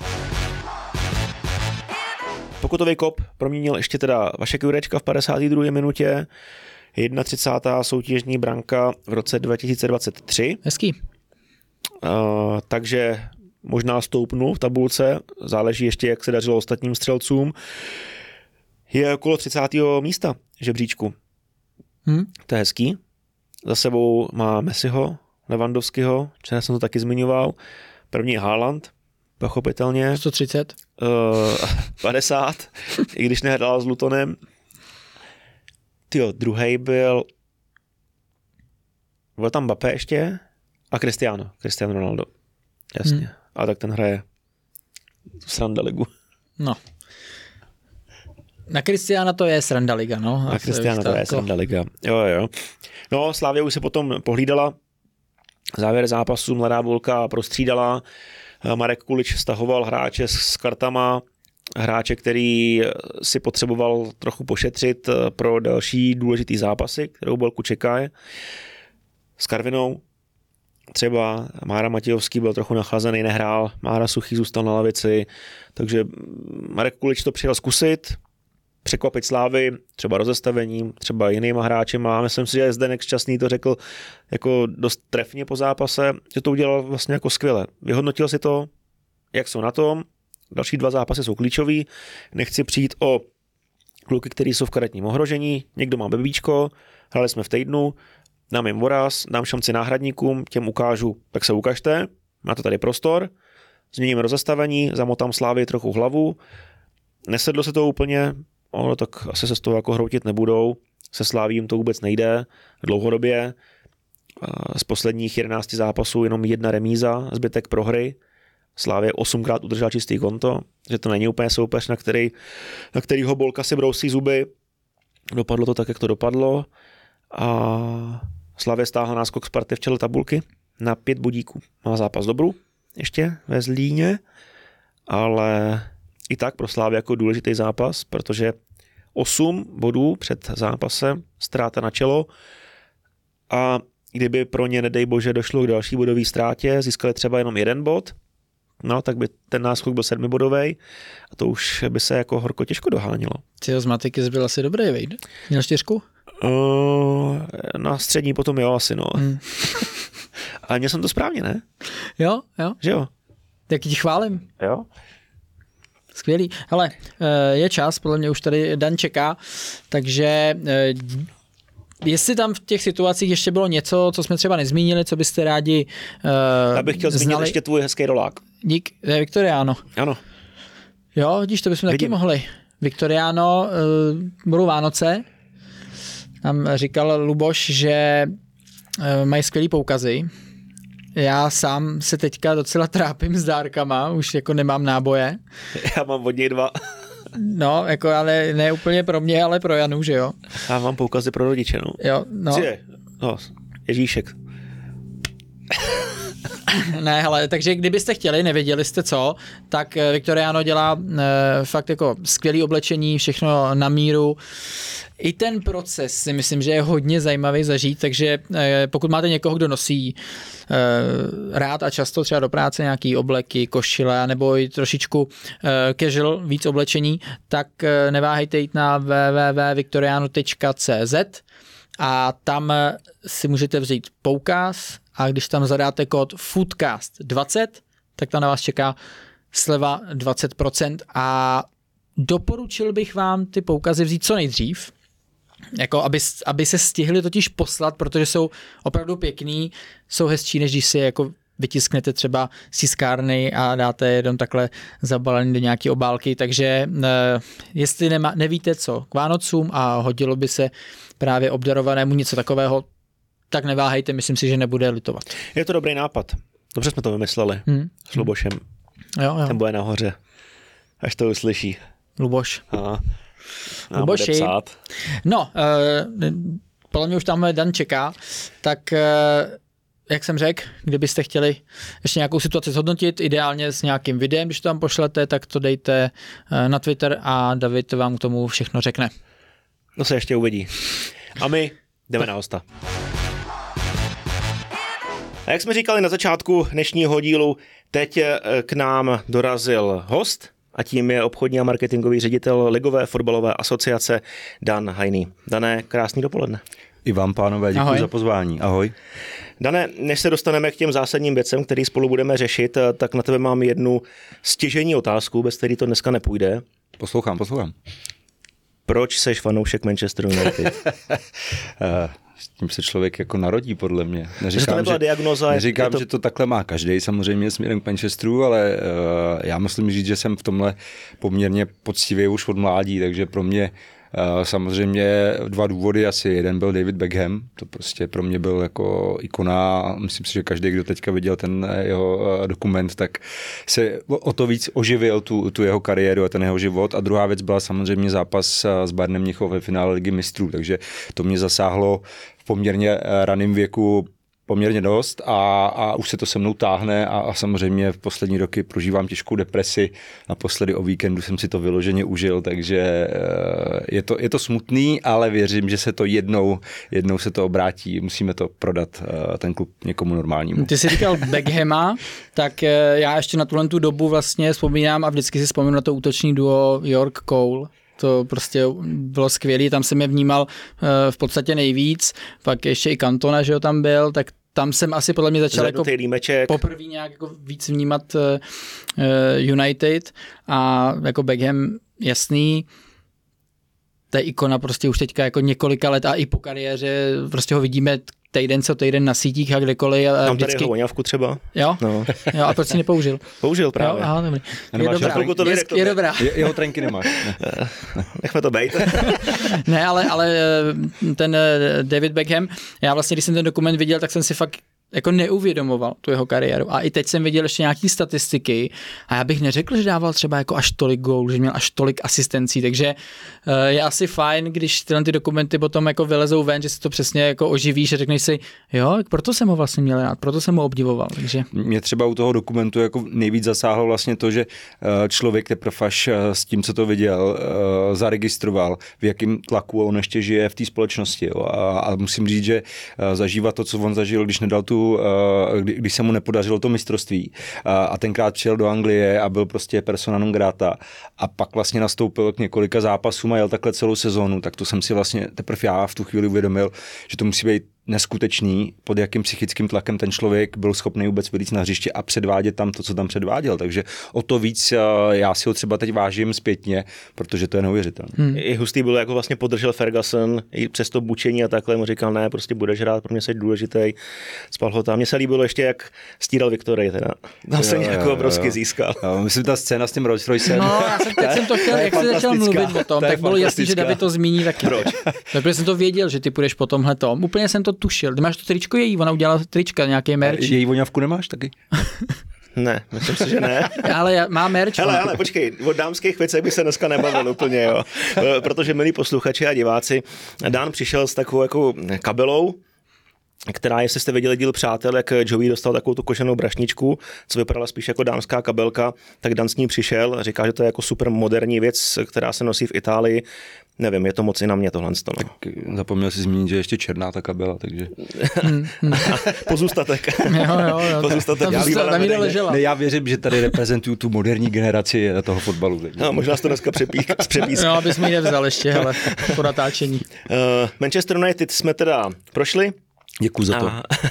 Pokutový kop proměnil ještě teda Vašek Jurečka v 52. minutě. 31. soutěžní branka v roce 2023. Hezký. Takže možná stoupnu v tabulce, záleží ještě, jak se dařilo ostatním střelcům. Je okolo 30. místa žebříčku. To je hezký. Za sebou má Messiho, Lewandowskiho, včera jsem to taky zmiňoval. První je Haaland, pochopitelně. 130. 50, i když nehrál s Lutonem. Tyjo, druhý byl tam Mbappé ještě a Cristiano Ronaldo. Jasně. A tak ten hraje sranda ligu. No. Na Cristiana to je sranda liga, no. Na Cristiana to je sranda liga. Jo. No, Slavia už se potom pohlídala. Závěr zápasu, Mladá Bolka prostřídala. Marek Kulič stahoval hráče s kartama. Hráče, který si potřeboval trochu pošetřit pro další důležitý zápasy, kterou Bolku čeká. S Karvinou třeba Mára Matějovský byl trochu nachlazený, nehrál, Mára Suchý zůstal na lavici, takže Marek Kulič to přijel zkusit, překvapit Slávy, třeba rozestavením, třeba jinýma hráčema. Myslím si, že Zdeněk Šťastný to řekl jako dost trefně po zápase, že to udělal vlastně jako skvěle. Vyhodnotil si to, jak jsou na tom, další 2 zápasy jsou klíčový, nechci přijít o kluky, kteří jsou v karetním ohrožení, někdo má bebíčko, hráli jsme v týdnu, dám jim voraz, dám šanci náhradníkům, těm ukážu, tak se ukažte, máte tady prostor, změním rozestavení, zamotám Slávy trochu hlavu, nesedlo se to úplně, ale tak asi se z toho jako hroutit nebudou, se Sláví jim to vůbec nejde dlouhodobě, z posledních 11 zápasů jenom 1 remíza, zbytek prohry, Slávě 8krát udržel čistý konto, že to není úplně soupeř, na kterýho Bolka si brousí zuby, dopadlo to tak, jak to dopadlo a Slavě stáhla náskok Sparty v čele tabulky na 5 bodíků. Má zápas Dobru ještě ve Zlíně, ale i tak pro Slávy jako důležitý zápas, protože 8 bodů před zápasem, ztráta na čelo a kdyby pro ně, nedej bože, došlo k další bodové ztrátě, získali třeba jenom 1 bod, no tak by ten náskok byl 7bodový a to už by se jako horko těžko dohánilo. Tyjo, z matiky byl asi dobrý, vejde. Měl 4? Na střední potom jo, asi no. Ale měl jsem to správně, ne? Jo. Že jo? Tak ti chválím. Jo. Skvělý. Hele, je čas, podle mě už tady Dan čeká, takže jestli tam v těch situacích ještě bylo něco, co jsme třeba nezmínili, co byste rádi Já bych chtěl zmínit ještě tvůj hezký rolák. Dík, Viktoriano. Ano. Jo, vidíš, to bychom taky mohli. Viktoriano, budou Vánoce. Tam říkal Luboš, že mají skvělý poukazy. Já sám se teďka docela trápím s dárkama, už jako nemám náboje. Já mám od něj 2. No, jako ale ne úplně pro mě, ale pro Janu, že jo? Já mám poukazy pro rodiče, no. Jo, no. No, Ježíšek. Ne, hele, takže kdybyste chtěli, nevěděli jste co, tak Victoriano dělá fakt jako skvělé oblečení, všechno na míru. I ten proces si myslím, že je hodně zajímavý zažít, takže pokud máte někoho, kdo nosí rád a často třeba do práce nějaký obleky, košile, nebo i trošičku casual, víc oblečení, tak neváhejte jít na www.victoriano.cz a tam si můžete vzít poukaz a když tam zadáte kód FOODCAST20, tak tam na vás čeká sleva 20% a doporučil bych vám ty poukazy vzít co nejdřív, jako aby se stihli totiž poslat, protože jsou opravdu pěkný, jsou hezčí, než když si jako vytisknete třeba z tiskárny a dáte jenom takhle zabalený do nějaké obálky, takže jestli nevíte co k Vánocům a hodilo by se právě obdarovanému něco takového, tak neváhejte, myslím si, že nebude litovat. Je to dobrý nápad. Dobře jsme to vymysleli s Lubošem. Jo. Ten bude nahoře, až to uslyší. Luboš. Luboši. No, podle mě už tamhle Dan čeká, tak jak jsem řekl, kdybyste chtěli ještě nějakou situaci zhodnotit, ideálně s nějakým videem, když to tam pošlete, tak to dejte na Twitter a David vám k tomu všechno řekne. No se ještě uvidí. A my jdeme na hosta. A jak jsme říkali na začátku dnešního dílu, teď k nám dorazil host a tím je obchodní a marketingový ředitel Ligové fotbalové asociace Dan Hajný. Dané, krásný dopoledne. I vám, pánové, děkuji za pozvání. Ahoj. Dané, než se dostaneme k těm zásadním věcem, který spolu budeme řešit, tak na tebe mám jednu stěžejní otázku, bez který to dneska nepůjde. Poslouchám. Proč seš fanoušek Manchester United? S tím se člověk jako narodí, podle mě. Neříkám, že to takhle má každý samozřejmě směrem k Manchesteru, ale já musím říct, že jsem v tomhle poměrně poctivě už od mládí, takže pro mě samozřejmě 2 důvody asi. Jeden byl David Beckham, to prostě pro mě byl jako ikona a myslím si, že každý, kdo teďka viděl ten jeho dokument, tak se o to víc oživil tu jeho kariéru a ten jeho život. A druhá věc byla samozřejmě zápas s Bayernem Mnichov ve finále Ligy mistrů, takže to mě zasáhlo v poměrně raném věku poměrně dost a už se to se mnou táhne a samozřejmě v poslední roky prožívám těžkou depresi. Naposledy o víkendu jsem si to vyloženě užil, takže je to smutný, ale věřím, že se to jednou se to obrátí. Musíme to prodat ten klub někomu normálnímu. Ty jsi říkal Beckhama, tak já ještě na tu dobu vlastně vzpomínám a vždycky si vzpomínám na to útoční duo York Cole. To prostě bylo skvělý, tam jsem je vnímal v podstatě nejvíc, pak ještě i Cantona, že jo, tam byl, tak tam jsem asi podle mě začal jako poprvé nějak jako víc vnímat United a jako Beckham jasný, to je ikona prostě už teďka jako několika let a i po kariéře prostě ho vidíme týden co týden na sítích a kdekoliv. Tam tady jeho voňavku třeba. Jo? No. Jo, a proč si nepoužil? Použil právě. Jo, aha, dobrý. Je dobrá. Jeho trenky nemáš. Ne. Nechme to bejt. Ne, ale ten David Beckham, já vlastně, když jsem ten dokument viděl, tak jsem si fakt jako neuvědomoval tu jeho kariéru. A i teď jsem viděl ještě nějaký statistiky a já bych neřekl, že dával třeba jako až tolik gólů, že měl až tolik asistencí, takže je asi fajn, když tyhle ty dokumenty potom jako vylezou ven, že si to přesně jako oživíš a řekneš si, jo, proto jsem ho vlastně měl rád, proto jsem ho obdivoval. Takže mě třeba u toho dokumentu jako nejvíc zasáhlo vlastně to, že člověk teprve až s tím, co to viděl, zaregistroval, v jakém tlaku on ještě žije v té společnosti. Jo. A musím říct, že zažívat to, co on zažil, když nedal když se mu nepodařilo to mistrovství a tenkrát přijel do Anglie a byl prostě persona non grata a pak vlastně nastoupil k několika zápasům a jel takhle celou sezónu, tak to jsem si vlastně teprve já v tu chvíli uvědomil, že to musí být neskutečný, pod jakým psychickým tlakem ten člověk byl schopný vůbec vylít na hřiště a předvádět tam to, co tam předváděl. Takže o to víc já si ho třeba teď vážím zpětně, protože to je neuvěřitelné. I hustý bylo, jako vlastně podržel Ferguson, i přes to bučení a takhle mu říkal, ne, prostě budeš hrát, pro mě jsi důležitý. Spal ho tam. Mně se líbilo ještě, jak stíral Viktorii teda. Tam se nějak obrovsky získal. Myslím, ta scéna s tím Rolls Roycem. No, teď jsem to chtěl, jak jsi začal mluvit o tom, tak bylo jasný, že David to zmíní taky. Proč? Takže jsem to věděl, že ty půjdeš po tomhle tom. Úplně jsem to tušil. Ty máš to tričko její, ona udělala trička, nějaký merch. Její voňavku nemáš taky? Ne, myslím si, že ne. Ale má merch. Hele, počkej, o dámských věcech by se dneska nebavil úplně, jo. Protože, milí posluchači a diváci, Dan přišel s takovou jako kabelou která, jestli jste viděli díl Přátel, jak Joey dostal takovou tu koženou brašničku, co vypadala spíš jako dámská kabelka, tak Dan s ní přišel a říká, že to je jako super moderní věc, která se nosí v Itálii. Nevím, je to moc i na mě tohle. No. Tak zapomněl si zmínit, že ještě černá ta kabela, takže... Pozůstatek. Jo. Pozůstatek. Tam jí ležela. Ne, já věřím, že tady reprezentuju tu moderní generaci toho fotbalu. No, možná to dneska přepísk. No, abys mi ji nevzal ještě, hele, po natáčení. Manchester United jsme teda prošli. Děkuji za to.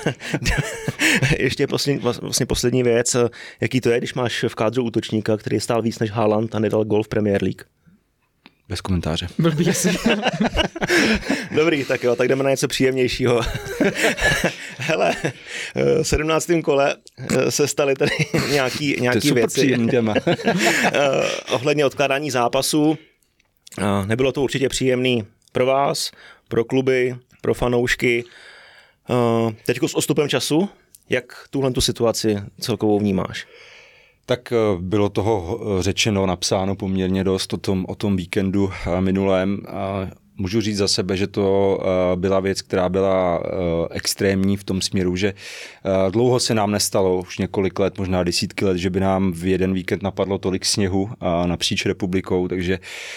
Ještě poslední věc. Jaký to je, když máš v kádru útočníka, který stál víc než Haaland a nedal gol v Premier League? Bez komentáře. Blbý asi. Dobrý, tak jo, tak jdeme na něco příjemnějšího. Hele, v 17. kole se staly tady nějaký věci. Ohledně odkládání zápasů. Nebylo to určitě příjemný pro vás, pro kluby, pro fanoušky. Teď s odstupem času, jak tuhle tu situaci celkovou vnímáš? Tak bylo toho řečeno, napsáno poměrně dost o tom víkendu minulém. Můžu říct za sebe, že to byla věc, která byla extrémní v tom směru, že dlouho se nám nestalo, už několik let, možná desítky let, že by nám v jeden víkend napadlo tolik sněhu napříč republikou, takže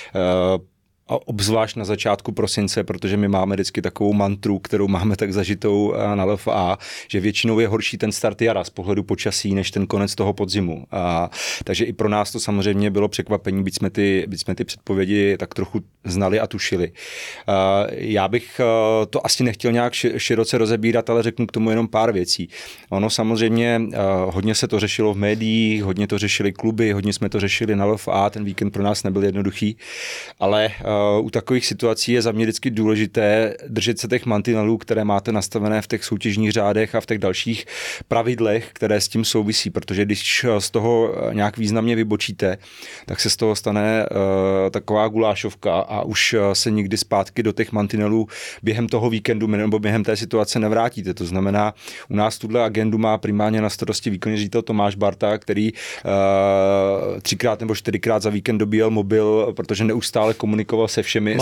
a obzvlášť na začátku prosince, protože my máme vždycky takovou mantru, kterou máme tak zažitou na LFA, že většinou je horší ten start jara z pohledu počasí, než ten konec toho podzimu. Takže i pro nás to samozřejmě bylo překvapení, byť jsme ty předpovědi tak trochu znali a tušili. Já bych to asi nechtěl nějak široce rozebírat, ale řeknu k tomu jenom pár věcí. Ono samozřejmě hodně se to řešilo v médiích, hodně to řešili kluby, hodně jsme to řešili na LFA, ten víkend pro nás nebyl jednoduchý, ale u takových situací je za mě vždycky důležité držet se těch mantinelů, které máte nastavené v těch soutěžních řádech a v těch dalších pravidlech, které s tím souvisí, protože když z toho nějak významně vybočíte, tak se z toho stane taková gulášovka a už se nikdy zpátky do těch mantinelů během toho víkendu nebo během té situace nevrátíte. To znamená, u nás tuhle agendu má primárně na starosti výkonný ředitel Tomáš Barta, který 3x nebo 4x za víkend dobíjel mobil, protože neustále komunikoval se všemi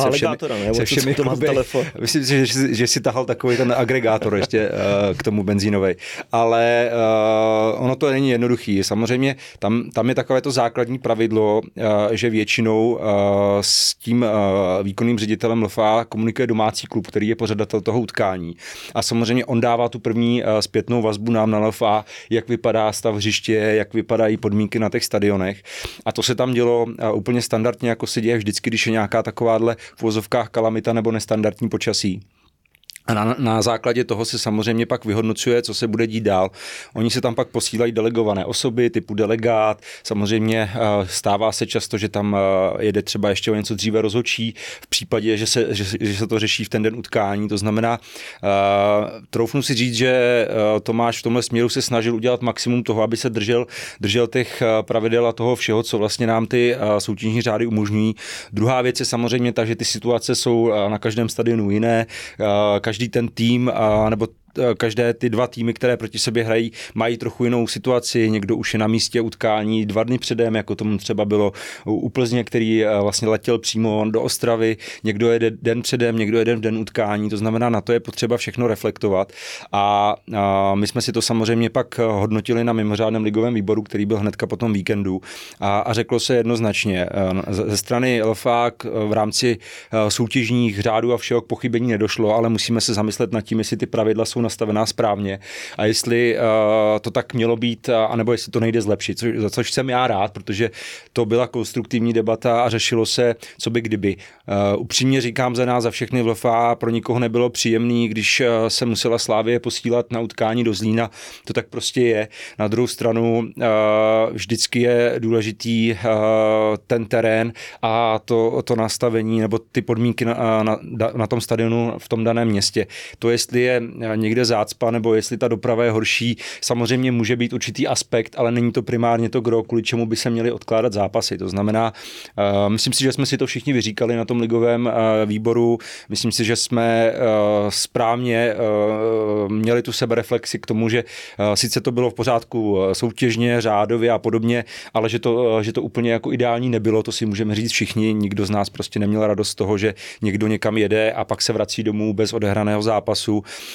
kluby. Myslím si, že si tahal takový ten agregátor ještě k tomu benzínovej. Ale ono to není jednoduchý. Samozřejmě tam je takové to základní pravidlo, že většinou s tím výkonným ředitelem LFA komunikuje domácí klub, který je pořadatel toho utkání. A samozřejmě on dává tu první zpětnou vazbu nám na LFA, jak vypadá stav hřiště, jak vypadají podmínky na těch stadionech. A to se tam dělo úplně standardně, jako se děje vždycky, když je nějaká takováhle v uvozovkách kalamita nebo nestandardní počasí. A na základě toho se samozřejmě pak vyhodnocuje, co se bude dít dál. Oni se tam pak posílají delegované osoby, typu delegát. Samozřejmě stává se často, že tam jede třeba ještě o něco dříve rozhodčí v případě, že se to řeší v ten den utkání. To znamená, troufnu si říct, že Tomáš v tomhle směru se snažil udělat maximum toho, aby se držel těch pravidel a toho všeho, co vlastně nám ty soutěžní řády umožňují. Druhá věc je samozřejmě ta, že ty situace jsou na každém stadionu jiné. Každý ten tým nebo každé ty dva týmy, které proti sobě hrají, mají trochu jinou situaci. Někdo už je na místě utkání 2 dny předem, jako tomu třeba bylo u Plzně, který vlastně letěl přímo do Ostravy. Někdo jede den předem, někdo jede v den utkání. To znamená, na to je potřeba všechno reflektovat. A my jsme si to samozřejmě pak hodnotili na mimořádném ligovém výboru, který byl hnedka po tom víkendu. A řeklo se jednoznačně, ze strany LFA v rámci soutěžních řádů a všeho k pochybení nedošlo, ale musíme se zamyslet nad tím, jestli ty pravidla jsou nastavená správně a jestli to tak mělo být, anebo jestli to nejde zlepšit, za což jsem já rád, protože to byla konstruktivní debata a řešilo se, co by kdyby. Upřímně říkám za nás, za všechny v LFA, pro nikoho nebylo příjemný, když se musela Slavie posílat na utkání do Zlína, to tak prostě je. Na druhou stranu vždycky je důležitý ten terén a to nastavení nebo ty podmínky na tom stadionu v tom daném městě. To, jestli je někde zácpa, nebo jestli ta doprava je horší, samozřejmě může být určitý aspekt, ale není to primárně to gro, kvůli čemu by se měly odkládat zápasy. To znamená, myslím si, že jsme si to všichni vyříkali na tom ligovém výboru. Myslím si, že jsme správně měli tu sebereflexi k tomu, že sice to bylo v pořádku soutěžně, řádově a podobně, ale že to úplně jako ideální nebylo, to si můžeme říct všichni. Nikdo z nás prostě neměl radost z toho, že někdo někam jede a pak se vrací domů bez odehraného zápasu. A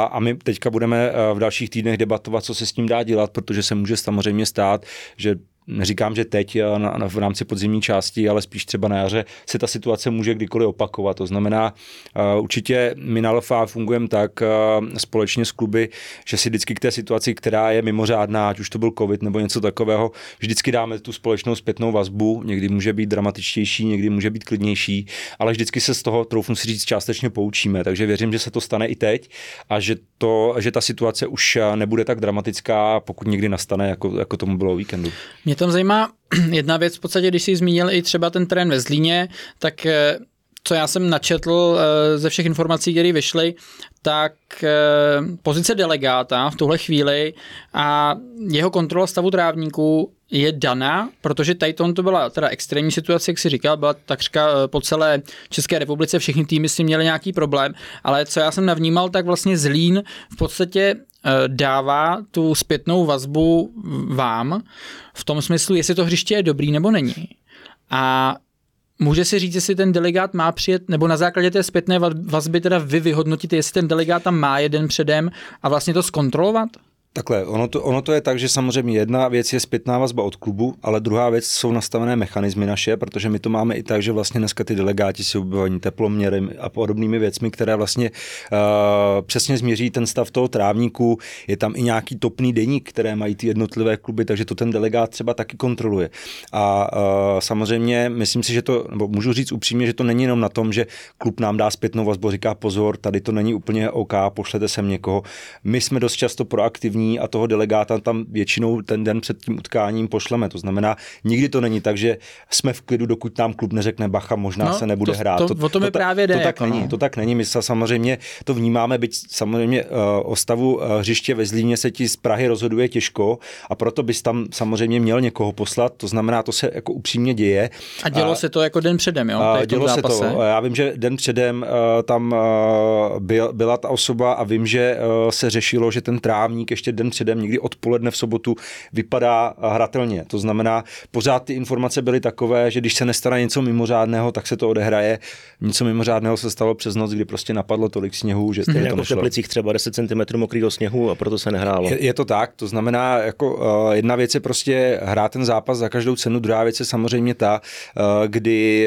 A my teďka budeme v dalších týdnech debatovat, co se s tím dá dělat, protože se může samozřejmě stát, že neříkám, že teď v rámci podzimní části, ale spíš třeba na jaře se ta situace může kdykoliv opakovat. To znamená, určitě my na LFA fungujeme tak společně s kluby, že si vždycky k té situaci, která je mimořádná, ať už to byl covid nebo něco takového, vždycky dáme tu společnou zpětnou vazbu. Někdy může být dramatičtější, někdy může být klidnější, ale vždycky se z toho, troufnu si říct, částečně poučíme. Takže věřím, že se to stane i teď a že ta situace už nebude tak dramatická, pokud někdy nastane, jako tomu bylo o víkendu. Mě tam zajímá jedna věc, v podstatě, když jsi zmínil i třeba ten terén ve Zlíně, tak co já jsem načetl ze všech informací, které vyšly, tak pozice delegáta v tuhle chvíli a jeho kontrola stavu trávníků je daná, protože tady to byla teda extrémní situace, jak si říkal, byla takřka po celé České republice, všechny týmy s tím měli nějaký problém, ale co já jsem navnímal, tak vlastně Zlín v podstatě dává tu zpětnou vazbu vám v tom smyslu, jestli to hřiště je dobrý nebo není. A může si říct, jestli ten delegát má přijet, nebo na základě té zpětné vazby teda vy vyhodnotíte, jestli ten delegát tam má jeden předem a vlastně to zkontrolovat? Takhle, ono to je tak, že samozřejmě jedna věc je zpětná vazba od klubu, ale druhá věc jsou nastavené mechanismy naše, protože my to máme i tak, že vlastně dneska ty delegáti jsou obývaní teploměry a podobnými věcmi, které vlastně přesně změří ten stav toho trávníku. Je tam i nějaký topný deník, které mají ty jednotlivé kluby, takže to ten delegát třeba taky kontroluje. A samozřejmě myslím si, že to, nebo můžu říct upřímně, že to není jenom na tom, že klub nám dá zpětnou vazbu, říká pozor, tady to není úplně OK, pošlete sem někoho. My jsme dost často proaktivní a toho delegáta tam většinou ten den před tím utkáním pošleme. To znamená, nikdy to není tak, že jsme v klidu, dokud nám klub neřekne bacha, možná se nebude hrát. O tom je právě jde. To tak není. My samozřejmě to vnímáme, byť samozřejmě o stavu hřiště ve Zlíně se ti z Prahy rozhoduje těžko a proto bys tam samozřejmě měl někoho poslat. To znamená, to se jako upřímně děje. A dělo se to jako den předem, jo? Dělo se to. Já vím, že den předem tam byla ta osoba a vím, že se řešilo, že ten trávník ještě den předem, někdy odpoledne v sobotu, vypadá hratelně. To znamená, pořád ty informace byly takové, že když se nestane něco mimořádného, tak se to odehraje. Něco mimořádného se stalo přes noc, kdy prostě napadlo tolik sněhu, že stejně to nešlo. V Teplicích třeba 10 cm mokrého sněhu a proto se nehrálo. Je to tak, to znamená, jako jedna věc je prostě hrát ten zápas za každou cenu, druhá věc je samozřejmě ta, kdy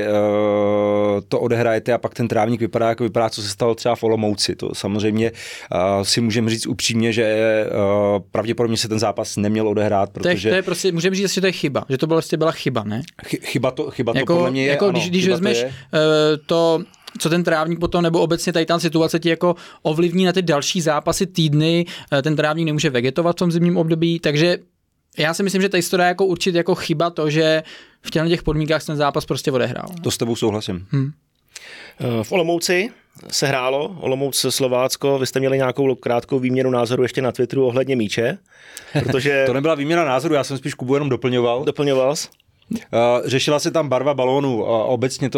to odehrajete a pak ten trávník vypadá, jako vypadá, co se stalo třeba v Olomouci. To samozřejmě si můžeme říct upřímně, že pravděpodobně se ten zápas neměl odehrát, protože... To je prostě, můžeme říct, že to je chyba, že to byla chyba, ne? Chyba to podle mě je, jako ano, když vezmeš to, co ten trávník potom, nebo obecně tady ta situace ti jako ovlivní na ty další zápasy, týdny, ten trávník nemůže vegetovat v tom zimním období, takže já si myslím, že tady se to dá jako určit jako chyba to, že v těch podmínkách ten zápas prostě odehrál. To s tebou souhlasím. V Olomouci se hrálo, Olomouc Slovácko, vy jste měli nějakou krátkou výměnu názoru ještě na Twitteru ohledně míče, protože... To nebyla výměna názoru, já jsem spíš Kubu jenom doplňoval. Doplňoval jsi? Řešila se tam barva balónu, obecně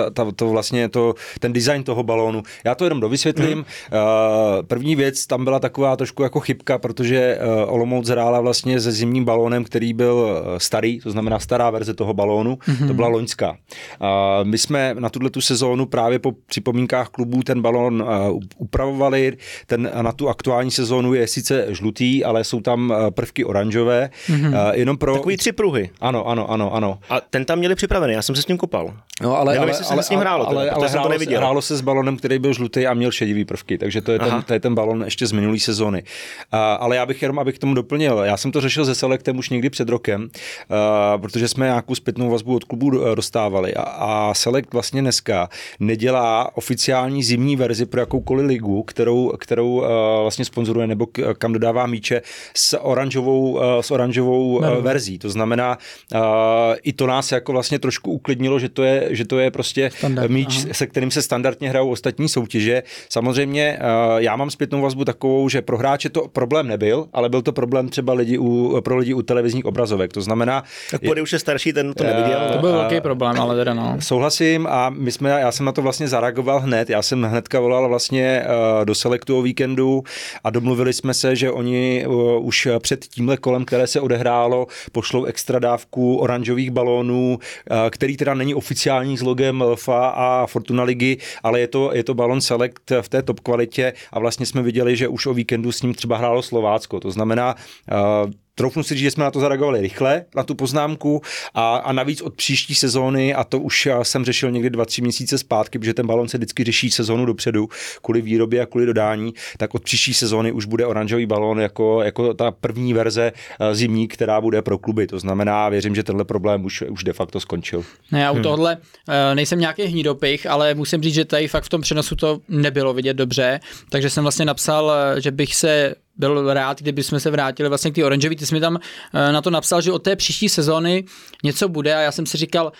ten design toho balónu. Já to jenom dovysvětlím. První věc, tam byla taková trošku jako chybka, protože Olomouc hrála vlastně se zimním balónem, který byl starý, to znamená stará verze toho balónu, to byla loňská. My jsme na tuhletu sezónu právě po připomínkách klubů ten balón upravovali, na tu aktuální sezónu je sice žlutý, ale jsou tam prvky oranžové. Jenom pro... Takový 3 pruhy. Ano. A ten tam měli připravený, já jsem se s ním kopal. No, ale s ním hrálo, ale hrálo se s balonem, který byl žlutý a měl šedivý prvky, takže to je ten balon ještě z minulý sezóny. Ale já bych jenom, abych tomu doplnil, já jsem to řešil se Selectem už někdy před rokem, protože jsme nějakou zpětnou vazbu od klubu dostávali a Select vlastně dneska nedělá oficiální zimní verzi pro jakoukoliv ligu, kterou vlastně sponzoruje nebo kam dodává míče s oranžovou verzí. To znamená, i to nás jako vlastně trošku uklidnilo, že to je prostě míč, se kterým se standardně hrajou ostatní soutěže. Samozřejmě já mám zpětnou vazbu takovou, že pro hráče to problém nebyl, ale byl to problém třeba pro lidi u televizních obrazovek. To znamená... Tak Pody už je starší, ten to neviděl. To byl velký problém, ale teda no. Souhlasím a já jsem na to vlastně zareagoval hned. Já jsem hnedka volal vlastně do Selectu o víkendu a domluvili jsme se, že oni už před tímhle kolem, které se odehrálo, pošlou extra dávku oranžových oranžových balónů, který teda není oficiální s logem LFA a Fortuna ligy, ale je to balon Select v té top kvalitě a vlastně jsme viděli, že už o víkendu s ním třeba hrálo Slovácko. To znamená, troufnu si říct, že jsme na to zareagovali rychle, na tu poznámku a navíc od příští sezóny, a to už jsem řešil někdy 2-3 měsíce zpátky, protože ten balon se vždycky řeší sezónu dopředu kvůli výrobě a kvůli dodání, tak od příští sezóny už bude oranžový balon jako ta první verze zimní, která bude pro kluby. To znamená, věřím, že tenhle problém už de facto skončil. Ne, já u tohle nejsem nějaký hnidopich, ale musím říct, že tady fakt v tom přenosu to nebylo vidět dobře, takže jsem vlastně napsal, že bych byl rád, kdyby jsme se vrátili vlastně k té oranžový. Ty jsi mi tam na to napsal, že od té příští sezóny něco bude a já jsem si říkal,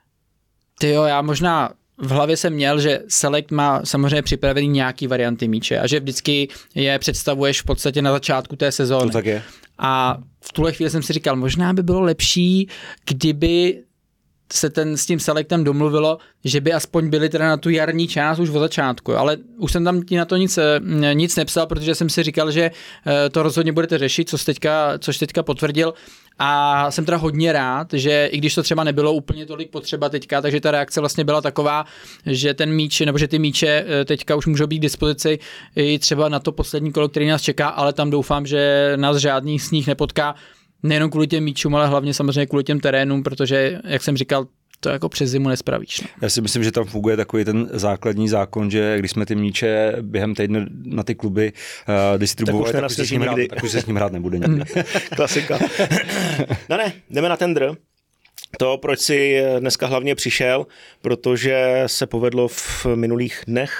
já možná v hlavě jsem měl, že Select má samozřejmě připravený nějaký varianty míče a že vždycky je představuješ v podstatě na začátku té sezóny. To tak je. A v tuhle chvíli jsem si říkal, možná by bylo lepší, kdyby se s tím Selectem domluvilo, že by aspoň byli teda na tu jarní část už od začátku, ale už jsem tam ti na to nic nepsal, protože jsem si říkal, že to rozhodně budete řešit, což teďka potvrdil a jsem teda hodně rád, že i když to třeba nebylo úplně tolik potřeba teďka, takže ta reakce vlastně byla taková, že ten míč, nebo že ty míče teďka už můžou být k dispozici i třeba na to poslední kolo, který nás čeká, ale tam doufám, že nás žádný sníh nepotká, nejenom kvůli těm míčům, ale hlavně samozřejmě kvůli těm terénům, protože, jak jsem říkal, to jako přes zimu nespravíš. No. Já si myslím, že tam funguje takový ten základní zákon, že když jsme ty míče během týdne na ty kluby distribuovali, tak už se s ním hrát nebude nikdy. Klasika. No ne, jdeme na tendr. To, proč si dneska hlavně přišel, protože se povedlo v minulých dnech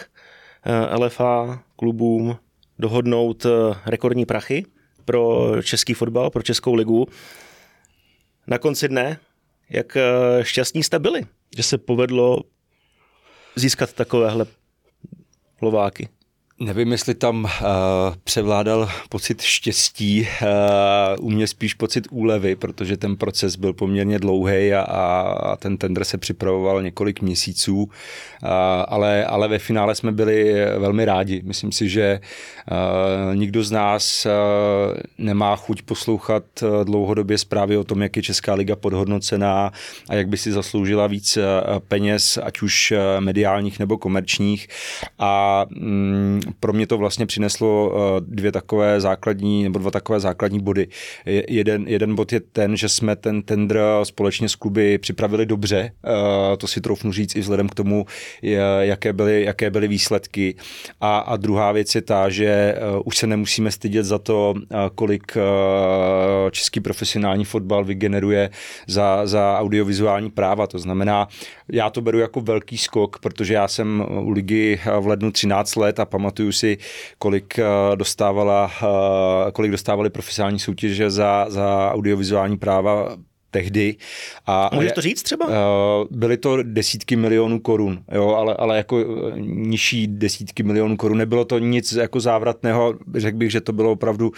LFA klubům dohodnout rekordní prachy pro český fotbal, pro Českou ligu. Na konci dne, jak šťastní jste byli, že se povedlo získat takovéhle lováky? Nevím, jestli tam převládal pocit štěstí, u mě spíš pocit úlevy, protože ten proces byl poměrně dlouhý a ten tender se připravoval několik měsíců, ale ve finále jsme byli velmi rádi. Myslím si, že nikdo z nás nemá chuť poslouchat dlouhodobě zprávy o tom, jak je Česká liga podhodnocená a jak by si zasloužila víc peněz, ať už mediálních nebo komerčních. A pro mě to vlastně přineslo dva takové základní body. Jeden bod je ten, že jsme ten tendr společně s kluby připravili dobře. To si troufnu říct i vzhledem k tomu, jaké byly výsledky. A druhá věc je ta, že už se nemusíme stydět za to, kolik český profesionální fotbal vygeneruje za audiovizuální práva. To znamená, já to beru jako velký skok, protože já jsem u ligy v lednu 13 let a pamatuju si, kolik dostávali profesionální soutěže za audiovizuální práva tehdy. Můžeš to říct třeba? Byly to desítky milionů korun, jo, ale jako nižší desítky milionů korun. Nebylo to nic jako závratného, řekl bych, že to bylo opravdu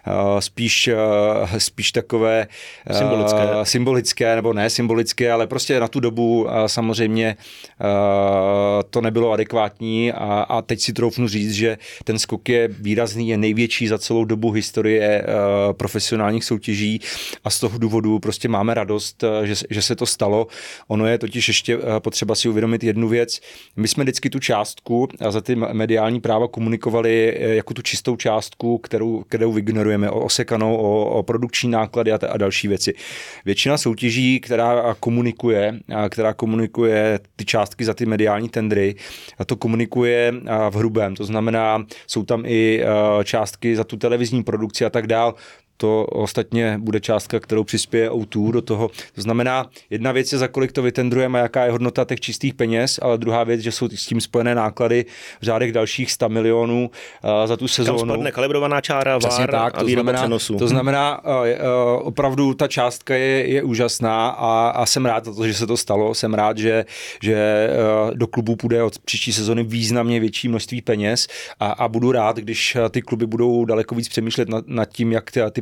spíš takové symbolické, nebo ne symbolické, ale prostě na tu dobu samozřejmě to nebylo adekvátní a teď si troufnu říct, že ten skok je výrazný, je největší za celou dobu historie profesionálních soutěží a z toho důvodu prostě máme radost, že se to stalo. Ono je totiž ještě potřeba si uvědomit jednu věc. My jsme vždycky tu částku a za ty mediální práva komunikovali jako tu čistou částku, kterou vygenerujeme, osekanou o produkční náklady a další věci. Většina soutěží, která komunikuje ty částky za ty mediální tendry, a to komunikuje v hrubém. To znamená, jsou tam i částky za tu televizní produkci a tak dál. To ostatně bude částka, kterou přispěje O2 do toho. To znamená, jedna věc je, za kolik to vytendrujeme, jaká je hodnota těch čistých peněz, ale druhá věc, že jsou s tím spojené náklady v řádech dalších 100 milionů za tu sezónu. Kam spadne kalibrovaná čára, VAR a výroba přenosu. To znamená, opravdu ta částka je úžasná a jsem rád za to, že se to stalo. Jsem rád, že do klubů půjde od příští sezóny významně větší množství peněz a budu rád, když ty kluby budou daleko víc přemýšlet nad tím, jak ty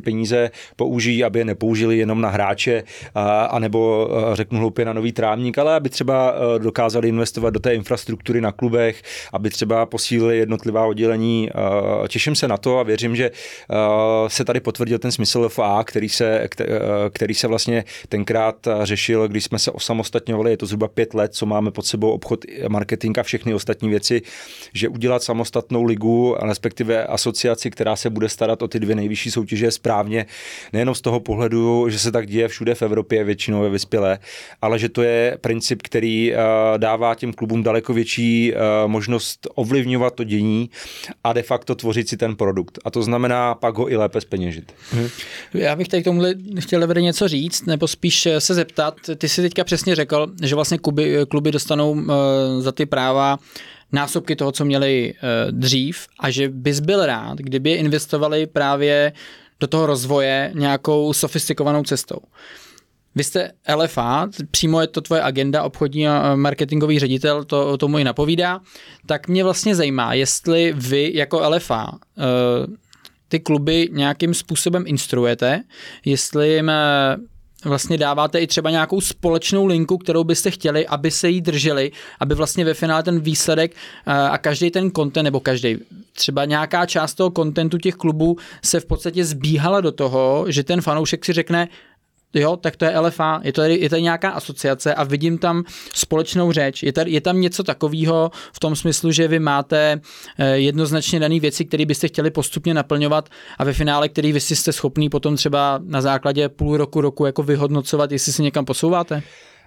peníze použijí, aby je nepoužili jenom na hráče, anebo řeknu hloupě na nový trávník, ale aby třeba dokázali investovat do té infrastruktury na klubech, aby třeba posílili jednotlivá oddělení. Těším se na to a věřím, že se tady potvrdil ten smysl LFA, který se vlastně tenkrát řešil, když jsme se osamostatňovali, je to zhruba 5 let, co máme pod sebou obchod, marketing a všechny ostatní věci, že udělat samostatnou ligu, respektive asociaci, která se bude starat o ty 2 nejvyšší soutěže je správně, nejenom z toho pohledu, že se tak děje všude v Evropě, většinou ve vyspělé, ale že to je princip, který dává těm klubům daleko větší možnost ovlivňovat to dění a de facto tvořit si ten produkt. A to znamená pak ho i lépe zpeněžit. Já bych tady k tomuhle chtěl něco říct, nebo spíš se zeptat. Ty jsi teďka přesně řekl, že vlastně kluby dostanou za ty práva násobky toho, co měli dřív, a že bys byl rád, kdyby je investovali právě do toho rozvoje nějakou sofistikovanou cestou. Vy jste LFA, přímo je to tvoje agenda, obchodní a marketingový ředitel to tomu i napovídá, tak mě vlastně zajímá, jestli vy jako LFA ty kluby nějakým způsobem instruujete, jestli jim vlastně dáváte i třeba nějakou společnou linku, kterou byste chtěli, aby se jí drželi, aby vlastně ve finále ten výsledek a každý ten content, nebo třeba nějaká část toho contentu těch klubů se v podstatě zbíhala do toho, že ten fanoušek si řekne, jo, tak to je LFA, je to nějaká asociace a vidím tam společnou řeč. Je tam něco takového v tom smyslu, že vy máte jednoznačně dané věci, které byste chtěli postupně naplňovat a ve finále, který vy jste schopný potom třeba na základě půl roku jako vyhodnocovat, jestli se někam posouváte?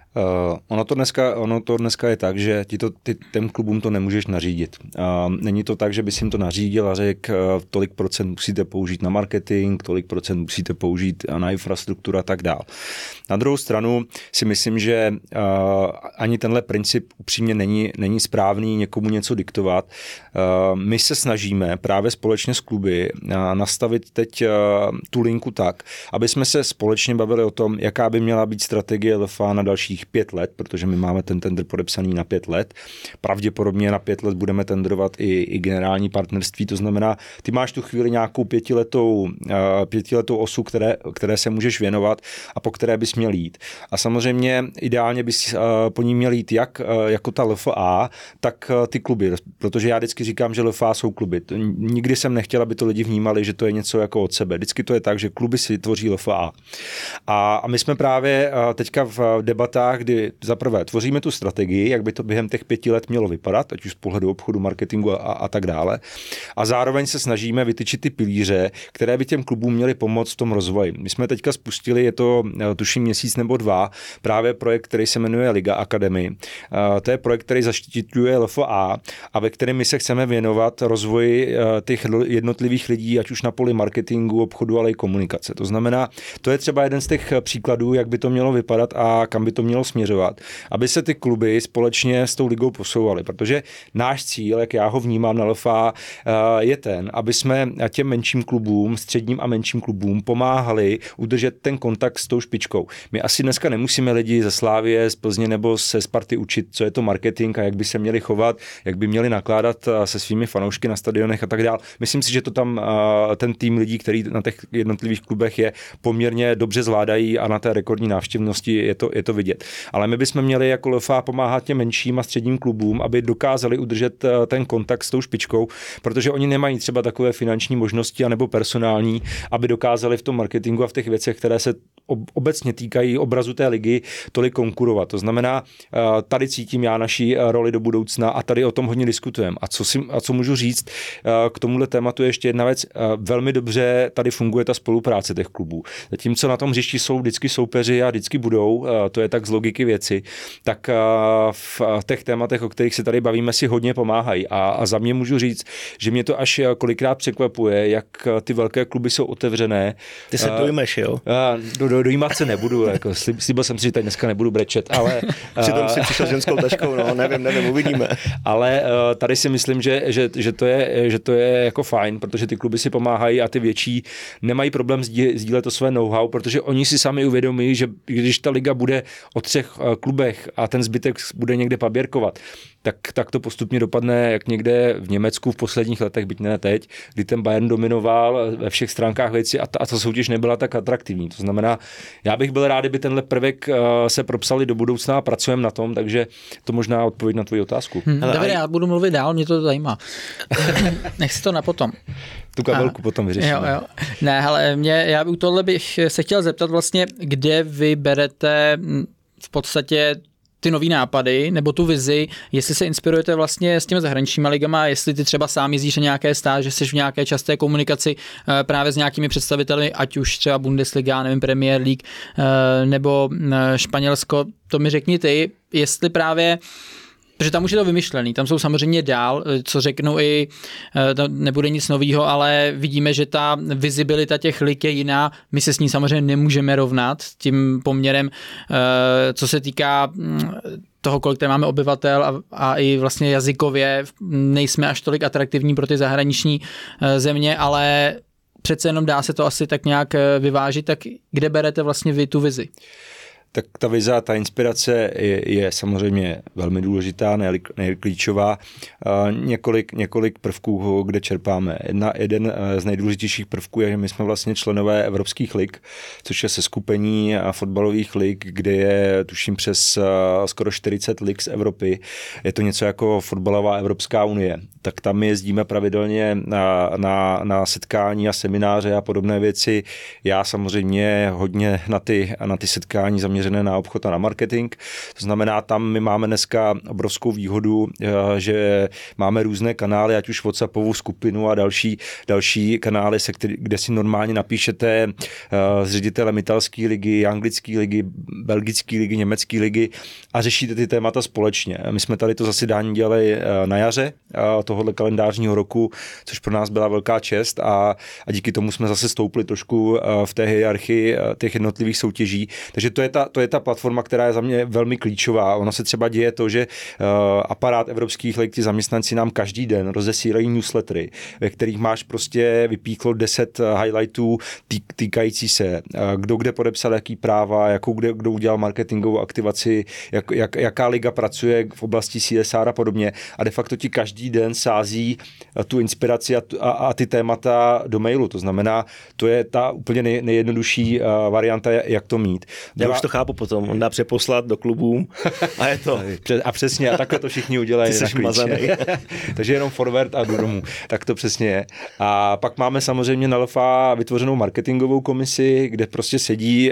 Ono to dneska je tak, že těm klubům to nemůžeš nařídit. Není to tak, že bys jim to nařídil a řekl, tolik procent musíte použít na marketing, tolik procent musíte použít na infrastrukturu a tak dál. Na druhou stranu si myslím, že ani tenhle princip upřímně není správný někomu něco diktovat. My se snažíme právě společně s kluby nastavit teď tu linku tak, aby jsme se společně bavili o tom, jaká by měla být strategie LFA na dalších 5 let, protože my máme ten tender podepsaný na 5 let. Pravděpodobně na 5 let budeme tendrovat i generální partnerství, to znamená, ty máš tu chvíli nějakou 5letou osu, které se můžeš věnovat a po které bys měl jít. A samozřejmě ideálně bys po ní měl jít jak jako ta LFA, tak ty kluby, protože já vždycky říkám, že LFA jsou kluby. Nikdy jsem nechtěl, aby to lidi vnímali, že to je něco jako od sebe. Vždycky to je tak, že kluby si tvoří LFA. A my jsme právě teďka v debatách, kdy zaprvé tvoříme tu strategii, jak by to během těch 5 let mělo vypadat, ať už z pohledu obchodu, marketingu a tak dále. A zároveň se snažíme vytyčit ty pilíře, které by těm klubům měly pomoct v tom rozvoji. My jsme teďka spustili, je to tuším měsíc nebo 2, právě projekt, který se jmenuje Liga Academy. To je projekt, který zaštiťuje LFA a ve kterém my se chceme věnovat rozvoji těch jednotlivých lidí, ať už na poli marketingu, obchodu, ale i komunikace. To znamená, to je třeba jeden z těch příkladů, jak by to mělo vypadat a kam by to mělo směřovat, aby se ty kluby společně s tou ligou posouvaly, protože náš cíl, jak já ho vnímám na LFA, je ten, aby jsme těm menším klubům, středním a menším klubům pomáhali udržet ten kontakt s tou špičkou. My asi dneska nemusíme lidi ze Slávie, z Plzně nebo ze Sparty učit, co je to marketing a jak by se měli chovat, jak by měli nakládat se svými fanoušky na stadionech a tak dál. Myslím si, že to tam ten tým lidí, který na těch jednotlivých klubech je, poměrně dobře zvládají a na té rekordní návštěvnosti je to vidět. Ale my bychom měli jako LFA pomáhat těm menším a středním klubům, aby dokázali udržet ten kontakt s tou špičkou, protože oni nemají třeba takové finanční možnosti anebo personální, aby dokázali v tom marketingu a v těch věcech, které se obecně týkají obrazu té ligy, tolik konkurovat. To znamená, tady cítím já naší roli do budoucna a tady o tom hodně diskutujeme. A co můžu říct k tomuhle tématu je ještě jedna věc. Velmi dobře tady funguje ta spolupráce těch klubů. Zatímco na tom hřišti jsou vždycky soupeři a vždycky budou, to je tak z logiky věci, tak v těch tématech, o kterých se tady bavíme, si hodně pomáhají. A za mě můžu říct, že mě to až kolikrát překvapuje, jak ty velké kluby jsou otevřené. Ty se dojmeš, jo? dojímat se nebudu, jako slíbil jsem si, že tady dneska nebudu brečet, ale... Přitom si přišel s ženskou taškou, no, nevím, uvidíme. Ale tady si myslím, že to je jako fajn, protože ty kluby si pomáhají a ty větší nemají problém sdílet to své know-how, protože oni si sami uvědomí, že když ta liga bude o 3 klubech a ten zbytek bude někde paběrkovat, tak to postupně dopadne jak někde v Německu v posledních letech, byť ne teď, kdy ten Bayern dominoval ve všech stránkách věci a ta soutěž nebyla tak atraktivní. To znamená, já bych byl rád, kdyby tenhle prvek se propsali do budoucna a pracujeme na tom, takže to možná odpověď na tvoji otázku. Dobře, já budu mluvit dál, mě to zajímá. Nech si to na potom. Tu kabelku potom vyřešíme. Jo. Ne, hele, já u tohle bych se chtěl zeptat vlastně, kde vy berete v podstatě ty nový nápady, nebo tu vizi, jestli se inspirujete vlastně s těmi zahraničníma ligama, jestli ty třeba sám jezdíš na nějaké stáže, jsi v nějaké časté komunikaci právě s nějakými představiteli, ať už třeba Bundesliga, nevím, Premier League, nebo Španělsko, to mi řekni ty, jestli právě, protože tam už je to vymyšlený, tam jsou samozřejmě dál, co řeknu i, to nebude nic novýho, ale vidíme, že ta vizibilita těch lig je jiná, my se s ní samozřejmě nemůžeme rovnat tím poměrem, co se týká toho, kolik tady máme obyvatel a i vlastně jazykově nejsme až tolik atraktivní pro ty zahraniční země, ale přece jenom dá se to asi tak nějak vyvážit, tak kde berete vlastně vy tu vizi? Tak ta vize, ta inspirace je samozřejmě velmi důležitá, nejklíčová. Několik prvků, kde čerpáme. Jeden z nejdůležitějších prvků je, že my jsme vlastně členové evropských lig, což je seskupení fotbalových lig, kde je tuším přes skoro 40 lig z Evropy. Je to něco jako fotbalová Evropská unie. Tak tam jezdíme pravidelně na setkání a semináře a podobné věci. Já samozřejmě hodně na ty setkání zaměřené na obchod a na marketing. To znamená, tam my máme dneska obrovskou výhodu, že máme různé kanály, ať už WhatsAppovou skupinu a další kanály, kde si normálně napíšete s ředitelem italské ligy, anglické ligy, belgické ligy, německé ligy a řešíte ty témata společně. My jsme tady to zasedání dělali na jaře tohohle kalendářního roku, což pro nás byla velká čest a díky tomu jsme zase stoupli trošku v té hierarchii těch jednotlivých soutěží. Takže to je ta platforma, která je za mě velmi klíčová. Ono se třeba děje to, že aparát evropských lig, ty zaměstnanci nám každý den rozesílají newslettery, ve kterých máš prostě vypíklo 10 highlightů týkající se, kdo kde podepsal jaký práva, kdo udělal marketingovou aktivaci, jaká liga pracuje v oblasti CSR a podobně. A de facto ti každý den sází tu inspiraci a ty témata do mailu. To znamená, to je ta úplně nejjednodušší varianta, jak to mít. Já už to chápu potom, on dá přeposlat do klubů a je to. A přesně, a takhle to všichni udělají. Ty jsi mazanej. Takže jenom forward a jdu domů. Tak to přesně je. A pak máme samozřejmě na LFA vytvořenou marketingovou komisi, kde prostě sedí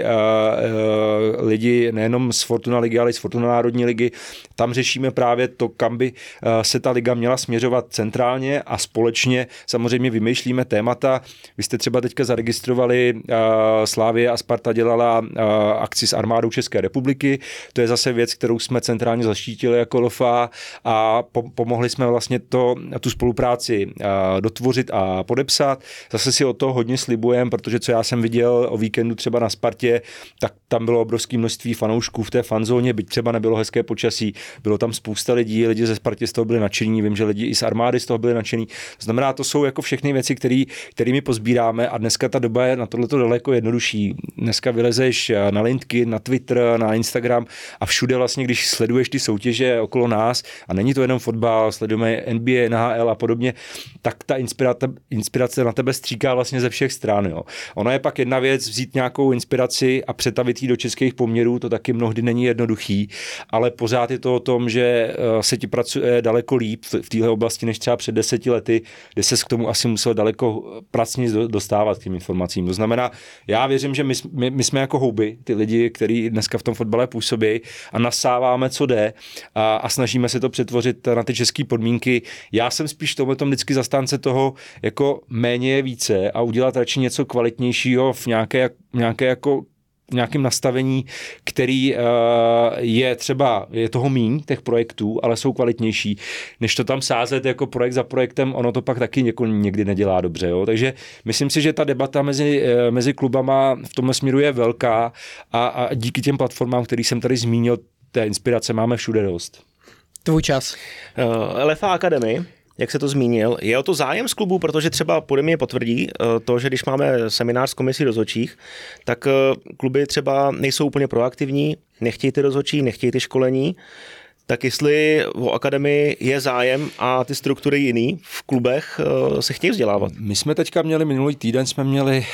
lidi nejenom z Fortuna ligy, ale i z Fortuna národní ligy. Tam řešíme právě to, kam by se ta liga měla směřovat centrálně a společně samozřejmě vymýšlíme témata. Vy jste třeba teďka zaregistrovali, Slavia a Sparta dělala akci s armádou České republiky. To je zase věc, kterou jsme centrálně zaštítili jako LFA a pomohli jsme vlastně tu spolupráci dotvořit a podepsat. Zase si o to hodně slibujeme, protože co já jsem viděl o víkendu třeba na Spartě, tak tam bylo obrovské množství fanoušků v té fanzóně, byť třeba nebylo hezké počasí, bylo tam spousta lidí, lidi ze Spartě z toho byli nadšení, vím, že lidi i z armády z toho byli nadšení. To znamená, to jsou jako všechny věci, kterými pozbíráme a dneska ta doba je na tohleto daleko jednodušší. Dneska vylezeš na LinkedIn, na Twitter, na Instagram a všude vlastně, když sleduješ ty soutěže okolo nás a není to jenom fotbal, sledujeme NBA, NHL a podobně, tak ta inspirace na tebe stříká vlastně ze všech stran. Jo. Ono je pak jedna věc vzít nějakou inspiraci a přetavit ji do českých poměrů, to taky mnohdy není jednoduchý, ale pořád je to o tom, že se ti pracuje daleko líp v téhle oblasti než třeba před 10 lety, kde se k tomu asi musel daleko pracně dostávat k těm informacím. To znamená, já věřím, že my jsme jako houby, ty lidi, kteří dneska v tom fotbale působí a nasáváme, co jde a snažíme se to přetvořit na ty české podmínky. Já jsem spíš tomhletom vždycky zastánce toho, jako méně je více a udělat radši něco kvalitnějšího v nějaké jako nějakém nastavení, který je toho míň, těch projektů, ale jsou kvalitnější, než to tam sázet jako projekt za projektem, ono to pak taky někdy nedělá dobře. Jo? Takže myslím si, že ta debata mezi klubama v tomhle směru je velká a díky těm platformám, který jsem tady zmínil, té inspirace máme všude dost. Tvůj čas. LFA Academy, jak se to zmínil, je o to zájem z klubů, protože třeba pode mě potvrdí to, že když máme seminář s komisí rozhodčích, tak kluby třeba nejsou úplně proaktivní, nechtějí ty rozhodčí, nechtějí ty školení, tak jestli o akademii je zájem a ty struktury jiný v klubech se chtějí vzdělávat. My jsme teďka minulý týden jsme měli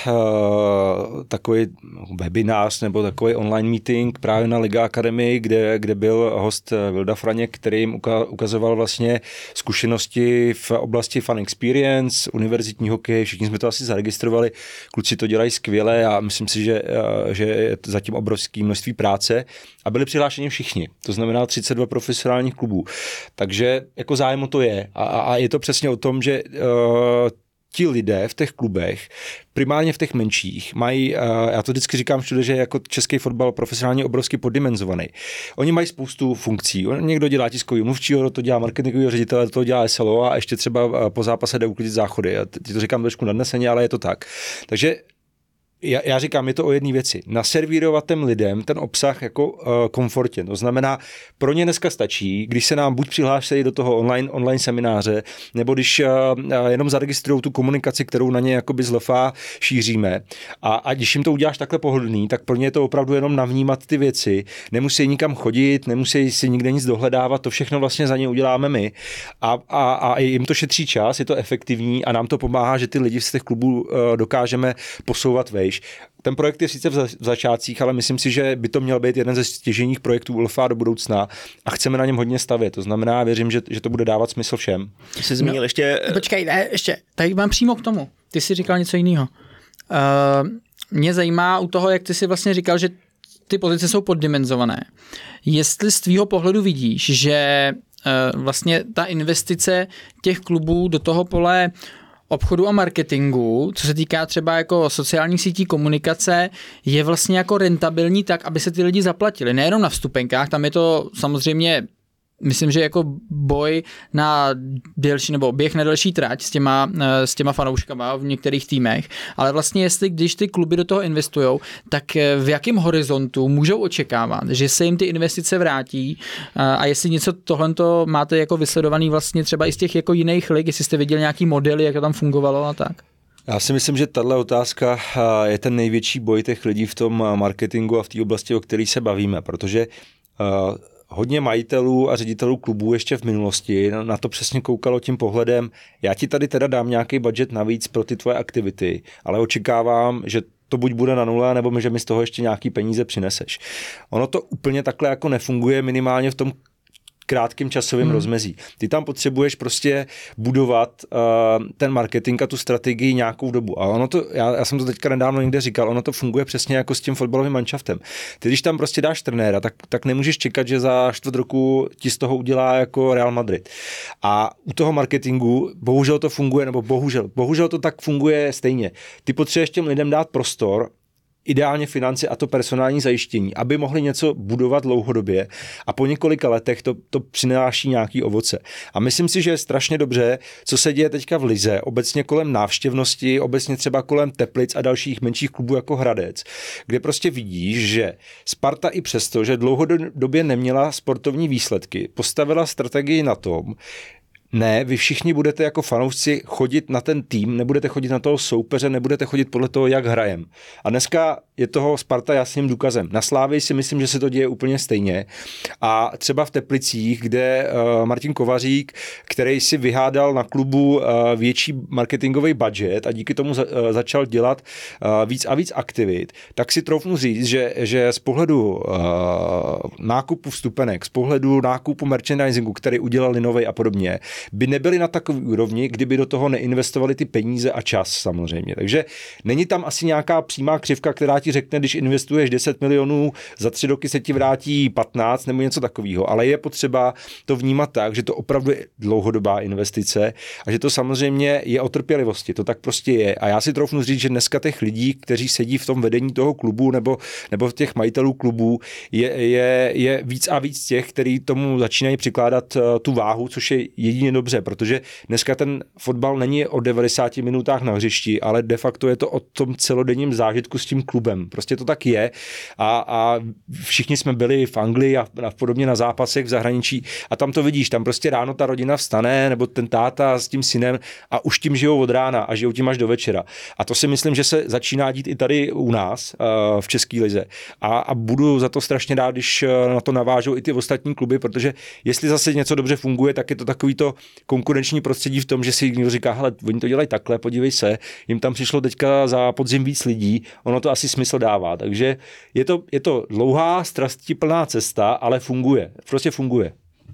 takový webinář nebo takový online meeting právě na Liga Academy, kde byl host Vilda Franěk, který jim ukazoval vlastně zkušenosti v oblasti fan experience, univerzitní hokej, všichni jsme to asi zaregistrovali, kluci to dělají skvěle a myslím si, že je zatím obrovské množství práce a byli přihlášeni všichni, to znamená 32 profesionálních klubů. Takže jako zájem o to je. A je to přesně o tom, že ti lidé v těch klubech, primárně v těch menších, mají, já to vždycky říkám všude, že jako český fotbal profesionálně obrovsky poddimenzovaný. Oni mají spoustu funkcí. Někdo dělá tiskový mluvčího, to dělá marketingový ředitel, to dělá SLO a ještě třeba po zápase jde uklidit záchody. Já to říkám trošku nadneseně, ale je to tak. Takže já říkám, je to o jedné věci. Naservírovat těm lidem ten obsah jako komfortně. To znamená, pro ně dneska stačí, když se nám buď přihlásí do toho online semináře, nebo když jenom zaregistrují tu komunikaci, kterou na ně jakoby z LFA šíříme. A když jim to uděláš takhle pohodlný, tak pro ně je to opravdu jenom navnímat ty věci. Nemusí nikam chodit, nemusí si nikde nic dohledávat, to všechno vlastně za ně uděláme my. A jim to šetří čas, je to efektivní a nám to pomáhá, že ty lidi z těch klubů dokážeme posouvat vejš. Ten projekt je sice v začátcích, ale myslím si, že by to měl být jeden ze stěžejních projektů LFA do budoucna a chceme na něm hodně stavět. To znamená, věřím, že to bude dávat smysl všem. Jsi zmínil ještě... Počkej, ještě, tady mám přímo k tomu. Ty jsi říkal něco jiného. Mě zajímá u toho, jak ty jsi vlastně říkal, že ty pozice jsou poddimenzované. Jestli z tvýho pohledu vidíš, že vlastně ta investice těch klubů do toho pole obchodu a marketingu, co se týká třeba jako sociálních sítí, komunikace, je vlastně jako rentabilní tak, aby se ty lidi zaplatili. Nejenom na vstupenkách, tam je to samozřejmě, myslím, že jako boj na delší nebo běh na delší trať s těma fanouškama v některých týmech, ale vlastně jestli když ty kluby do toho investujou, tak v jakém horizontu můžou očekávat, že se jim ty investice vrátí a jestli něco tohleto máte jako vysledovaný vlastně třeba i z těch jako jiných lig, jestli jste viděli nějaký modely, jak to tam fungovalo a tak. Já si myslím, že tahle otázka je ten největší boj těch lidí v tom marketingu a v té oblasti, o které se bavíme, protože hodně majitelů a ředitelů klubů ještě v minulosti na to přesně koukalo tím pohledem, já ti tady teda dám nějaký budget navíc pro ty tvoje aktivity, ale očekávám, že to buď bude na nule, nebo že mi z toho ještě nějaký peníze přineseš. Ono to úplně takhle jako nefunguje minimálně v tom krátkým časovým rozmezí. Ty tam potřebuješ prostě budovat ten marketing a tu strategii nějakou dobu. A ono to, já jsem to teďka nedávno někde říkal, ono to funguje přesně jako s tím fotbalovým manšaftem. Ty když tam prostě dáš trenéra, tak nemůžeš čekat, že za 4 roku ti z toho udělá jako Real Madrid. A u toho marketingu bohužel to funguje, nebo bohužel to tak funguje stejně. Ty potřebuješ těm lidem dát prostor, ideálně finance a to personální zajištění, aby mohli něco budovat dlouhodobě a po několika letech to přináší nějaký ovoce. A myslím si, že je strašně dobře, co se děje teďka v lize, obecně kolem návštěvnosti, obecně třeba kolem Teplic a dalších menších klubů jako Hradec, kde prostě vidíš, že Sparta i přesto, že dlouhodobě neměla sportovní výsledky, postavila strategii na tom, ne, vy všichni budete jako fanoušci chodit na ten tým, nebudete chodit na toho soupeře, nebudete chodit podle toho, jak hrajem. A dneska je toho Sparta jasným důkazem. Na Slávii si myslím, že se to děje úplně stejně. A třeba v Teplicích, kde Martin Kovařík, který si vyhádal na klubu větší marketingový budget a díky tomu začal dělat víc a víc aktivit, tak si troufnu říct, že z pohledu nákupu vstupenek, z pohledu nákupu merchandisingu, který udělali Novej a podobně, by nebyly na takové úrovni, kdyby do toho neinvestovali ty peníze a čas samozřejmě. Takže není tam asi nějaká přímá křivka, která ti řekne, když investuješ 10 milionů, za 3 roky se ti vrátí 15 nebo něco takového, ale je potřeba to vnímat tak, že to opravdu je dlouhodobá investice a že to samozřejmě je o trpělivosti, to tak prostě je. A já si troufnu říct, že dneska těch lidí, kteří sedí v tom vedení toho klubu nebo těch majitelů klubů, je víc a víc těch, kteří tomu začínají přikládat tu váhu, což je jedině dobře, protože dneska ten fotbal není o 90 minutách na hřišti, ale de facto je to o tom celodenním zážitku s tím klubem. Prostě to tak je a všichni jsme byli v Anglii a podobně na zápasech v zahraničí a tam to vidíš, tam prostě ráno ta rodina vstane nebo ten táta s tím synem a už tím žijou od rána a žijou tím až do večera. A to si myslím, že se začíná dít i tady u nás v České lize. A budu za to strašně rád, když na to navážou i ty ostatní kluby, protože jestli zase něco dobře funguje, tak je to takový to konkurenční prostředí v tom, že si někdo říká, hele, oni to dělají takhle, podívej se, jim tam přišlo teďka za podzim víc lidí, ono to asi smysl dává. Takže je to dlouhá, strastiplná cesta, ale funguje. Prostě funguje.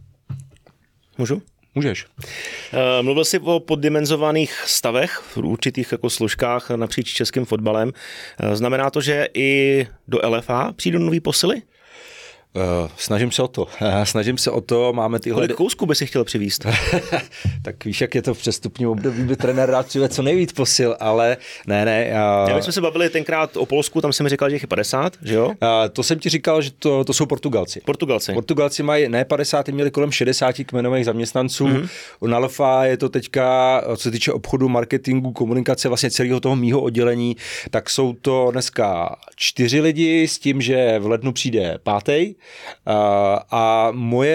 Můžu? Můžeš. Mluvil jsi o poddimenzovaných stavech v určitých jako složkách napříč českým fotbalem. Znamená to, že i do LFA přijdou nový posily? Snažím se o to, máme tyhle... Kolik kousků by si chtěl přivízt? Tak víš, jak je to v přestupním období, by trenér rád přived co nejvíc posil, ale ne. My jsme se bavili tenkrát o Polsku, tam jsem mi říkal, že jich je 50, že jo? To jsem ti říkal, že to jsou Portugalci. Portugalci mají ne 50, měli kolem 60 kmenových zaměstnanců. Na LFA je to teďka, co se týče obchodu, marketingu, komunikace, vlastně celého toho mýho oddělení, tak jsou to dneska 4 lidi s tím, že v lednu přijde 5. A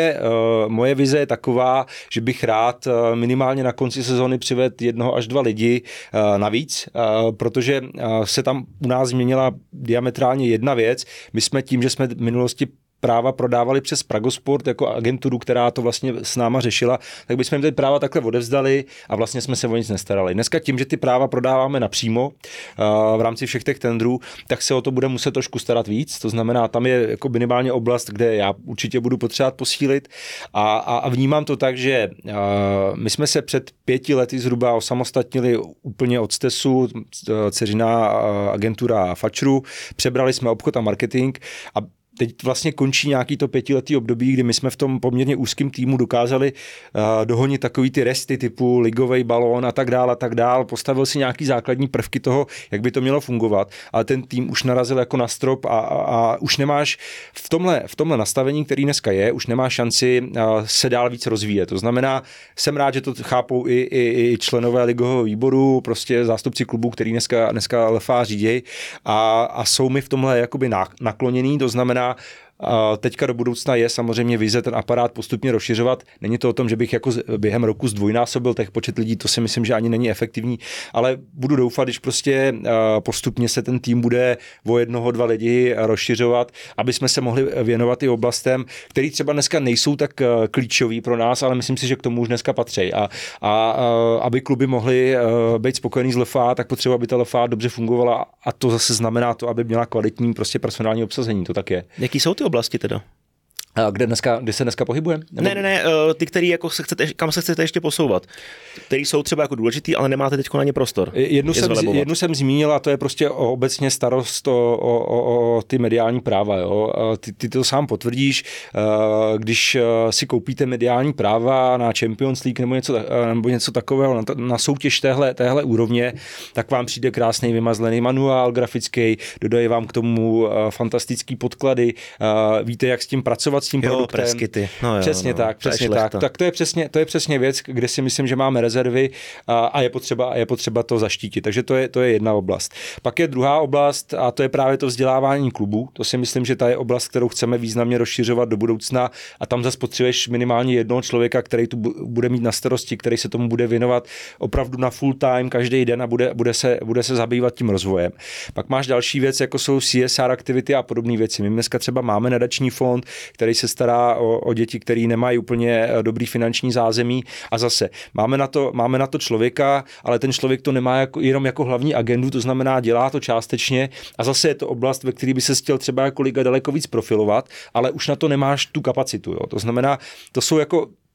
moje vize je taková, že bych rád minimálně na konci sezóny přivedl 1 až 2 lidi navíc, protože se tam u nás změnila diametrálně jedna věc. My jsme tím, že jsme v minulosti práva prodávali přes Pragosport jako agenturu, která to vlastně s náma řešila, tak bychom jim ty práva takhle odevzdali a vlastně jsme se o nic nestarali. Dneska tím, že ty práva prodáváme napřímo v rámci všech těch tendrů, tak se o to bude muset trošku starat víc. To znamená, tam je jako minimálně oblast, kde já určitě budu potřebovat posílit a vnímám to tak, že my jsme se před 5 lety zhruba osamostatnili úplně od STESu, dceřiná agentura Fatschru, přebrali jsme obchod a marketing a teď vlastně končí nějaký to 5letý období, kdy my jsme v tom poměrně úzkém týmu dokázali dohonit takový ty resty typu ligový balón a tak dál. Postavil si nějaký základní prvky toho, jak by to mělo fungovat, ale ten tým už narazil jako na strop a už nemáš v tomhle nastavení, který dneska je, už nemáš šanci se dál víc rozvíjet. To znamená, jsem rád, že to chápou i členové ligového výboru, prostě zástupci klubů, který dneska LFA řídějí a jsou mi v tomhle jakoby nakloněný, to znamená, teďka do budoucna je samozřejmě vize ten aparát postupně rozšiřovat. Není to o tom, že bych jako během roku zdvojnásobil těch počet lidí, to si myslím, že ani není efektivní, ale budu doufat, když prostě postupně se ten tým bude o 1, 2 lidi rozšiřovat, aby jsme se mohli věnovat i oblastem, který třeba dneska nejsou tak klíčový pro nás, ale myslím si, že k tomu už dneska patří. A aby kluby mohly být spokojení s LFA, tak potřeba, aby ta LFA dobře fungovala a to zase znamená to, aby měla kvalitní prostě personální obsazení, to tak je. Jaký jsou ty oblasti teda? Kde se dneska pohybujeme? Ne, ty, který jako kam se chcete ještě posouvat, který jsou třeba jako důležitý, ale nemáte teď na ně prostor. Jednu jsem zmínil a to je prostě obecně starost o ty mediální práva. Jo. Ty to sám potvrdíš, když si koupíte mediální práva na Champions League nebo něco takového, na soutěž téhle úrovně, tak vám přijde krásný vymazlený manuál grafický, dodají vám k tomu fantastický podklady, víte, jak s tím pracovat, s tím produktem. Preskity. Přesně tak. Tak to je přesně věc, kde si myslím, že máme rezervy a je potřeba to zaštítit. Takže to je jedna oblast. Pak je druhá oblast a to je právě to vzdělávání klubů. To si myslím, že ta je oblast, kterou chceme významně rozšiřovat do budoucna a tam zase potřebuješ minimálně jednoho člověka, který tu bude mít na starosti, který se tomu bude věnovat opravdu na full time každý den a bude se zabývat tím rozvojem. Pak máš další věc, jako jsou CSR aktivity a podobné věci. My dneska třeba máme nadační fond, který se stará o děti, který nemají úplně dobrý finanční zázemí a zase máme na to člověka, ale ten člověk to nemá jenom jako hlavní agendu, to znamená dělá to částečně a zase je to oblast, ve které by se chtěl třeba jako liga daleko víc profilovat, ale už na to nemáš tu kapacitu. Jo. To znamená, to jsou jako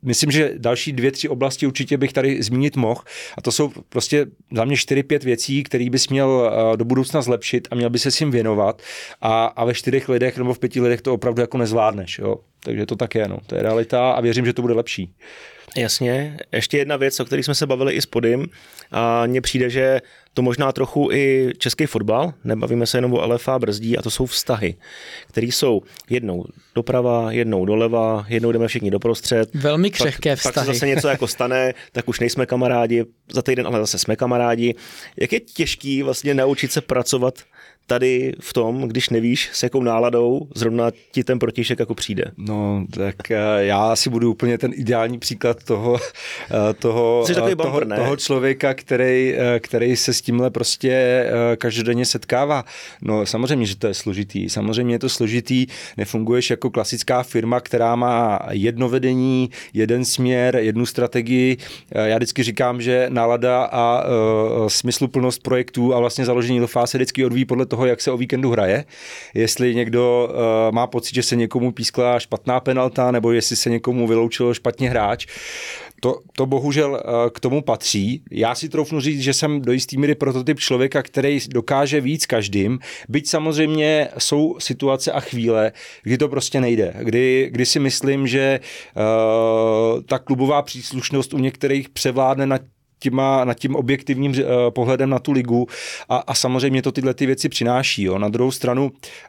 myslím, že další 2-3 oblasti určitě bych tady zmínit mohl a to jsou prostě za mě 4-5 věcí, které bys měl do budoucna zlepšit a měl by se s tím věnovat a ve 4 lidech nebo v 5 lidech to opravdu jako nezvládneš, jo. Takže to tak je, no. To je realita a věřím, že to bude lepší. Jasně. Ještě jedna věc, o které jsme se bavili i s Podym a mně přijde, že to možná trochu i český fotbal, nebavíme se jenom o LFA brzdí a to jsou vztahy, které jsou jednou doprava, jednou doleva, jednou jdeme všichni doprostřed. Velmi křehké vztahy. Pak se zase něco jako stane, tak už nejsme kamarádi, za týden ale zase jsme kamarádi. Jak je těžký vlastně naučit se pracovat tady v tom, když nevíš, s jakou náladou zrovna ti ten protějšek jako přijde? No, tak já asi budu úplně ten ideální příklad toho člověka, který se s tímhle prostě každodenně setkává. No, samozřejmě, že to je složitý. Samozřejmě je to složitý. Nefunguješ jako klasická firma, která má jedno vedení, jeden směr, jednu strategii. Já vždycky říkám, že nálada a smysluplnost projektů a vlastně založení LFA se vždycky odvíjí podle toho, jak se o víkendu hraje. Jestli někdo má pocit, že se někomu pískla špatná penalta, nebo jestli se někomu vyloučil špatně hráč. To bohužel k tomu patří. Já si troufnu říct, že jsem do jistý míry prototyp člověka, který dokáže víc každým, byť samozřejmě jsou situace a chvíle, kdy to prostě nejde. Kdy si myslím, že ta klubová příslušnost u některých převládne nad tím objektivním pohledem na tu ligu a samozřejmě to tyhle ty věci přináší. Jo. Na druhou stranu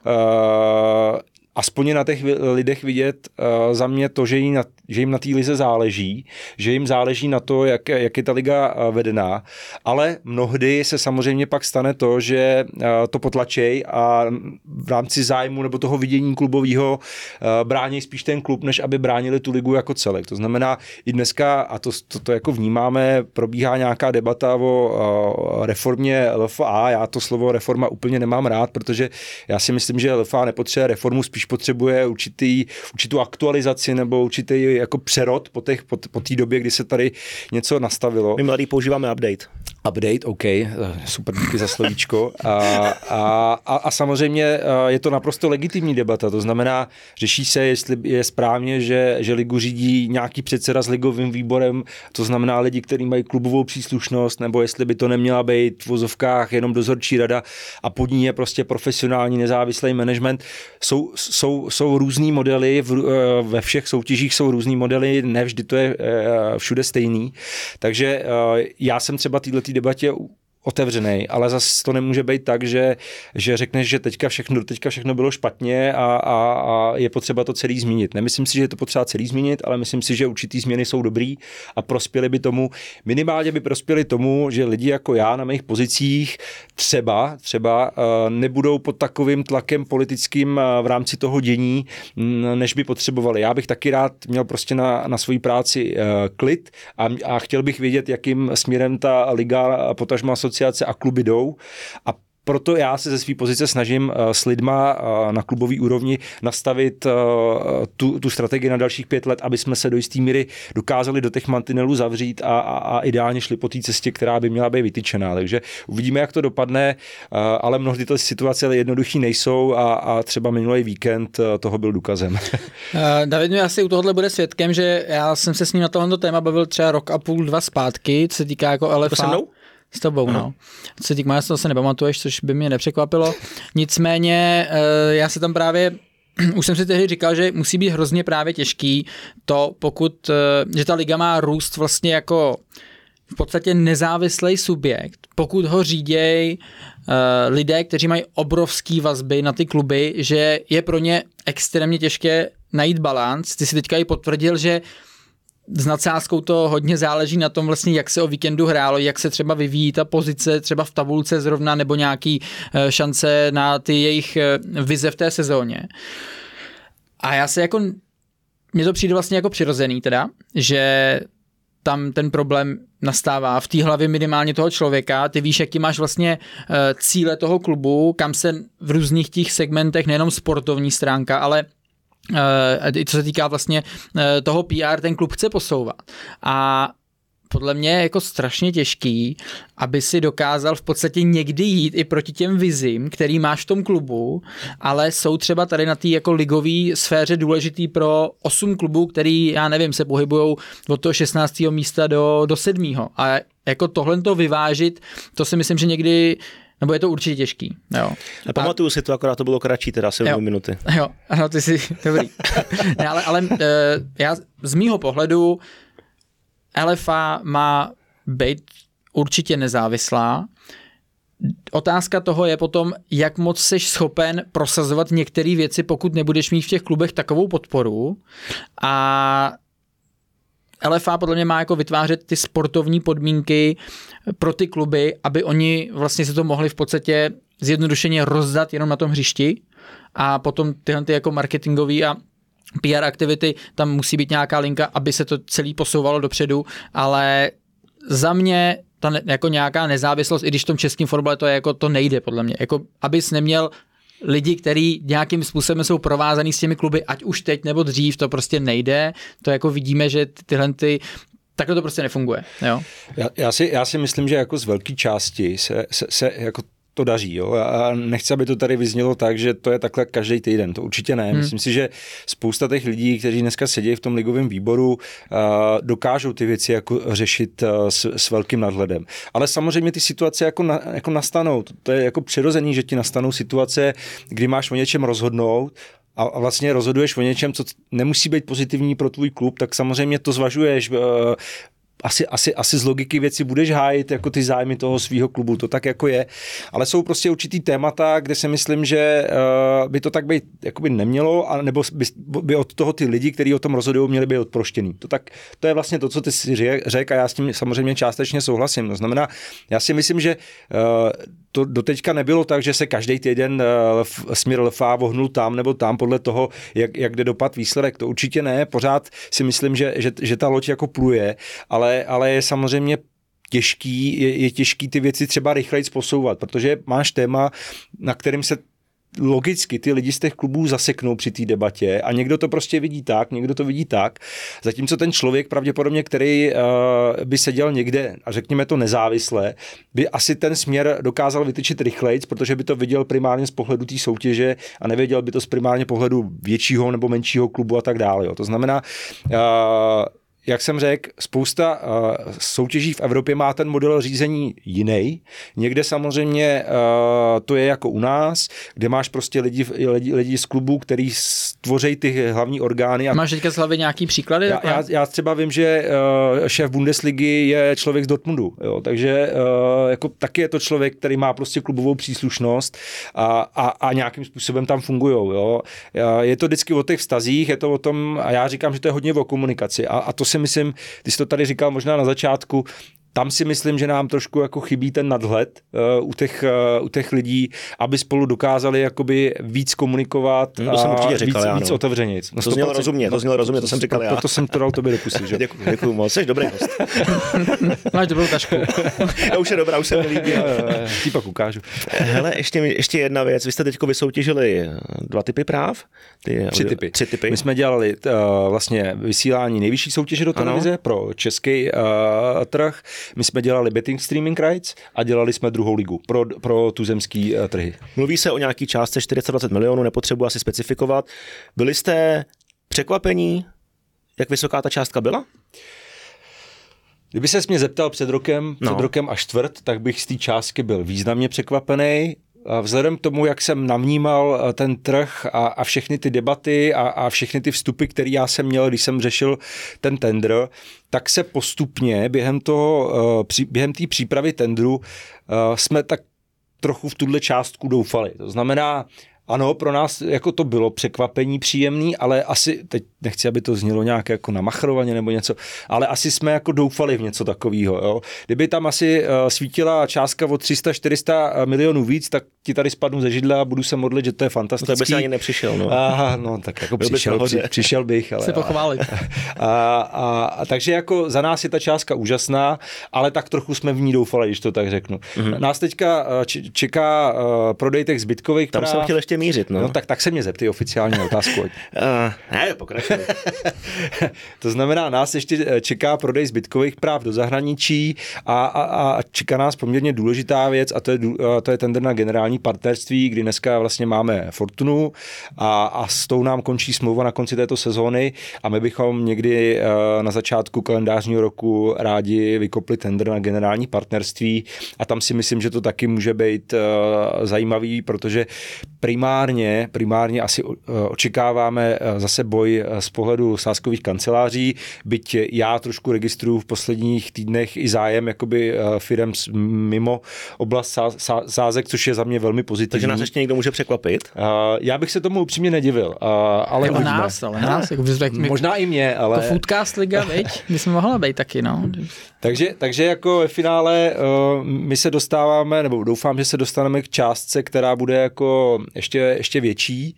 aspoň na těch lidech vidět za mě to, že jim na té lize záleží, že jim záleží na to, jak je ta liga vedená, ale mnohdy se samozřejmě pak stane to, že to potlačej a v rámci zájmu nebo toho vidění klubového brání spíš ten klub, než aby bránili tu ligu jako celek. To znamená i dneska, a to jako vnímáme, probíhá nějaká debata o reformě LFA. Já to slovo reforma úplně nemám rád, protože já si myslím, že LFA nepotřebuje reformu, spíš potřebuje určitou aktualizaci nebo určitý jako přerod po té době, kdy se tady něco nastavilo. My mladí používáme update. Update, OK, super, díky za slovíčko. A samozřejmě je to naprosto legitimní debata, to znamená, řeší se, jestli je správně, že ligu řídí nějaký předseda s ligovým výborem, to znamená lidi, kteří mají klubovou příslušnost, nebo jestli by to neměla být v vozovkách jenom dozorčí rada a pod ní je prostě profesionální nezávislý management. Jsou různý modely, ve všech soutěžích jsou různý modely, ne vždy to je všude stejný, takže já jsem třeba této debatě otevřenej, ale zase to nemůže být tak, že řekneš, že teďka všechno bylo špatně a je potřeba to celý změnit. Nemyslím si, že je to potřeba celý změnit, ale myslím si, že určitý změny jsou dobrý a prospěly by tomu, minimálně by prospěly tomu, že lidi jako já na mých pozicích třeba nebudou pod takovým tlakem politickým v rámci toho dění, než by potřebovali. Já bych taky rád měl prostě na svoji práci klid a chtěl bych vědět, jakým směrem ta liga, potažmo asociace a kluby jdou a proto já se ze své pozice snažím s lidma na klubové úrovni nastavit tu strategii na dalších 5 let, aby jsme se do jisté míry dokázali do těch mantinelů zavřít a ideálně šli po té cestě, která by měla být vytyčená. Takže uvidíme, jak to dopadne, ale mnohdy ty situace jednoduchý nejsou a třeba minulý víkend toho byl důkazem. David mi asi u tohohle bude svědkem, že já jsem se s ním na tohle téma bavil třeba 1,5 roku, 2 zpátky, co se týká jako LFA. To se mnou? S tobou, no. Co se týká, to se nepamatuješ, což by mě nepřekvapilo. Nicméně já se tam právě, už jsem si tehdy říkal, že musí být hrozně právě těžký to, že ta liga má růst vlastně jako v podstatě nezávislý subjekt, pokud ho řídějí lidé, kteří mají obrovský vazby na ty kluby, že je pro ně extrémně těžké najít balanc. Ty si teďka i potvrdil, že s nadsázkou to hodně záleží na tom vlastně, jak se o víkendu hrálo, jak se třeba vyvíjí ta pozice třeba v tabulce zrovna, nebo nějaký šance na ty jejich vize v té sezóně. A já se jako, mně to přijde vlastně jako přirozený teda, že tam ten problém nastává v té hlavě minimálně toho člověka, ty víš, jaký máš vlastně cíle toho klubu, kam se v různých těch segmentech, nejenom sportovní stránka, ale co se týká vlastně toho PR, ten klub chce posouvat. A podle mě je jako strašně těžký, aby si dokázal v podstatě někdy jít i proti těm vizím, který máš v tom klubu, ale jsou třeba tady na té jako ligové sféře důležitý pro 8 klubů, který, já nevím, se pohybujou od toho 16. místa do 7. A jako tohle to vyvážit, to si myslím, že někdy, nebo je to určitě těžký. Jo. Pamatuju si to, akorát to bylo kratší, teda asi 2 minuty. Jo, ano, ty jsi dobrý. Ne, ale já z mýho pohledu LFA má být určitě nezávislá. Otázka toho je potom, jak moc seš schopen prosazovat některé věci, pokud nebudeš mít v těch klubech takovou podporu. A LFA podle mě má jako vytvářet ty sportovní podmínky pro ty kluby, aby oni vlastně se to mohli v podstatě zjednodušeně rozdat jenom na tom hřišti a potom tyhle ty jako marketingový a PR aktivity, tam musí být nějaká linka, aby se to celý posouvalo dopředu, ale za mě ta jako nějaká nezávislost, i když v tom českém fotbale to je jako to nejde podle mě, jako abys neměl lidi, kteří nějakým způsobem jsou provázaný s těmi kluby, ať už teď nebo dřív, to prostě nejde, to jako vidíme, že tyhle takhle to prostě nefunguje. Jo? Já si myslím, že jako z velké části se jako to daří. Jo? A nechci, aby to tady vyznělo tak, že to je takhle každý týden. To určitě ne. Myslím si, že spousta těch lidí, kteří dneska sedí v tom ligovém výboru, dokážou ty věci jako řešit s velkým nadhledem. Ale samozřejmě ty situace jako nastanou. To je jako přirozený, že ti nastanou situace, kdy máš o něčem rozhodnout a vlastně rozhoduješ o něčem, co nemusí být pozitivní pro tvůj klub, tak samozřejmě to zvažuješ. Asi z logiky věci budeš hájit jako ty zájmy toho svého klubu, to tak jako je, ale jsou prostě určitý témata, kde si myslím, že by to tak být jakoby nemělo, nebo by od toho ty lidi, kteří o tom rozhodují, měli být odproštěný. To je vlastně to, co ty si řekl a já s tím samozřejmě částečně souhlasím. To znamená, já si myslím, že to doteďka nebylo tak, že se každý týden směr LFA vohnul tam nebo tam podle toho, jak jde dopad výsledek. To určitě ne, pořád si myslím, že ta loď jako pluje, ale je samozřejmě je těžký ty věci třeba rychleji posouvat, protože máš téma, na kterým se logicky ty lidi z těch klubů zaseknou při té debatě a někdo to prostě vidí tak, někdo to vidí tak, zatímco ten člověk pravděpodobně, který by seděl někde a řekněme to nezávisle, by asi ten směr dokázal vytyčit rychlejc, protože by to viděl primárně z pohledu té soutěže a nevěděl by to z primárně pohledu většího nebo menšího klubu a tak dále. Jo. To znamená, jak jsem řekl, spousta soutěží v Evropě má ten model řízení jiný. Někde samozřejmě to je jako u nás, kde máš prostě lidi z klubů, který tvoří ty hlavní orgány. Máš teďka z hlavy nějaký příklady? Já třeba vím, že šéf Bundesligy je člověk z Dortmundu, jo, takže jako taky je to člověk, který má prostě klubovou příslušnost a nějakým způsobem tam fungujou. Jo. Je to vždycky o těch vztazích, je to o tom, a já říkám, že to je hodně o komunikaci a to si myslím, ty jsi to tady říkal možná na začátku, tam si myslím, že nám trošku jako chybí ten nadhled u těch lidí, aby spolu dokázali jakoby víc komunikovat a víc otevřenit. No, to znělo rozumě, to jsem říkal já. Proto jsem to dal tobě do pusy. Děkuju moc, jsi dobrý host. Máš dobrou tašku. Už je dobrá, už se mi líbí. Ti pak ukážu. Hele, ještě jedna věc. Vy jste teďko vysoutěžili 2 typy práv? 3 typy. My jsme dělali vlastně vysílání nejvyšší soutěže do televize pro český trh. My jsme dělali betting streaming rights a dělali jsme druhou ligu pro tuzemský trhy. Mluví se o nějaký částce 420 milionů, nepotřebuji asi specifikovat. Byli jste překvapení, jak vysoká ta částka byla? Kdyby ses mě zeptal před rokem a čtvrt, tak bych z té částky byl významně překvapený. Vzhledem k tomu, jak jsem navnímal ten trh a všechny ty debaty a všechny ty vstupy, které já jsem měl, když jsem řešil ten tender, tak se postupně během té přípravy tendru jsme tak trochu v tuhle částku doufali. To znamená, ano, pro nás jako to bylo překvapení příjemný, ale asi, teď nechci, aby to znělo nějak jako namachrovaně nebo něco, ale asi jsme jako doufali v něco takového. Jo. Kdyby tam asi svítila částka o 300-400 milionů víc, tak ti tady spadnu ze židle a budu se modlit, že to je fantastický. No, tak by se ani nepřišel. No. Aha, no tak jako přišel bych. Ale, se pochválit. Takže jako za nás je ta částka úžasná, ale tak trochu jsme v ní doufali, když to tak řeknu. Nás teďka čeká prodej těch zbytkových práv. Tam jsem chtěl ještě prostě mířit, no. No tak se mě zeptej oficiálně na otázku. Ne, pokračuj. To znamená, nás ještě čeká prodej zbytkových práv do zahraničí a čeká nás poměrně důležitá věc a to je tender na generální partnerství, kdy dneska vlastně máme Fortunu a s tou nám končí smlouva na konci této sezóny a my bychom někdy na začátku kalendářního roku rádi vykopli tender na generální partnerství a tam si myslím, že to taky může být zajímavý, protože primárně asi očekáváme zase boj z pohledu sázkových kanceláří, byť já trošku registruju v posledních týdnech i zájem jakoby firem mimo oblast sázek, což je za mě velmi pozitivní. Takže nás ještě někdo může překvapit? Já bych se tomu upřímně nedivil, ale jako nás, jako možná i mě, ale... To Foodcast Liga, viď? My jsme mohla být taky, no. Takže jako ve finále my se dostáváme, nebo doufám, že se dostaneme k částce, která bude jako ještě větší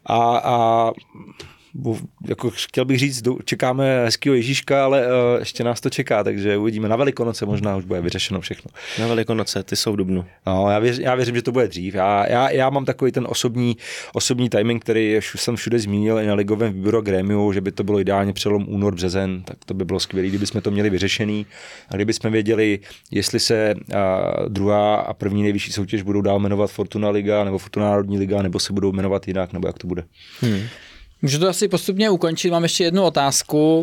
a jako chtěl bych říct, čekáme hezkýho Ježíška, ale ještě nás to čeká, takže uvidíme. Na Velikonoce možná už bude vyřešeno všechno. Na Velikonoce, ty jsou v dubnu. No, já věřím, že to bude dřív. Já mám takový ten osobní timing, který jsem všude zmínil i na ligovém výboru a grémiu, že by to bylo ideálně přelom únor, březen, tak to by bylo skvělé, kdybychom to měli vyřešený a kdybychom věděli, jestli se druhá a první nejvyšší soutěž budou dál jmenovat Fortuna Liga nebo Fortuna Národní liga, nebo se budou jmenovat jinak, nebo jak to bude. Můžu to asi postupně ukončit, mám ještě jednu otázku.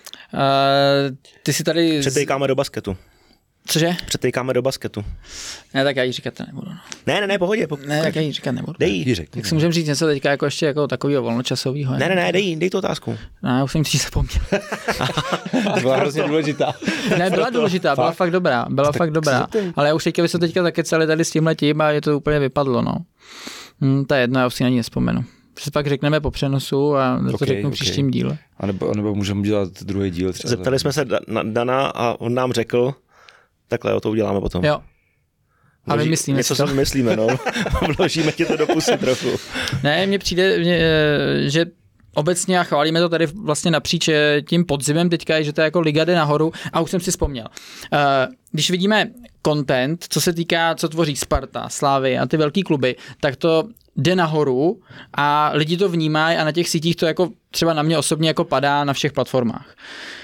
Ty si tady... Přetejkáme do basketu. Cože? Přetejkáme do basketu. Ne, tak já ji říkat nebudu. No. Ne, pohodě. Ne, tak já ji říkat nebudu. Dej ji. Tak si můžeme říct něco teďka jako ještě jako takového volnočasového. Ne, dej tu otázku. Ne, už jsem si zapomněl. Byla hrozně důležitá. Ne, byla důležitá, byla fakt dobrá. Ale já už teďka, vy se teďka zakecali tady s tímhletím a je to úplně vypadlo, no. To je jedno, já už si na ní nespomenu. Že pak řekneme po přenosu a to řeknu příštím díle. A nebo můžeme dělat druhý díl třeba. Zeptali jsme se Dana a on nám řekl, takhle to uděláme potom. Jo. A vymyslíme něco si myslíme, no. Vložíme ti to do pusy trochu. Ne, mně přijde, že obecně a chválíme to tady vlastně napříč tím podzimem teďka, že to je jako liga jde nahoru a už jsem si vzpomněl. Když vidíme content, co se týká, co tvoří Sparta, Slávy a ty velký kluby, tak to jde nahoru a lidi to vnímají a na těch sítích to jako třeba na mě osobně jako padá na všech platformách.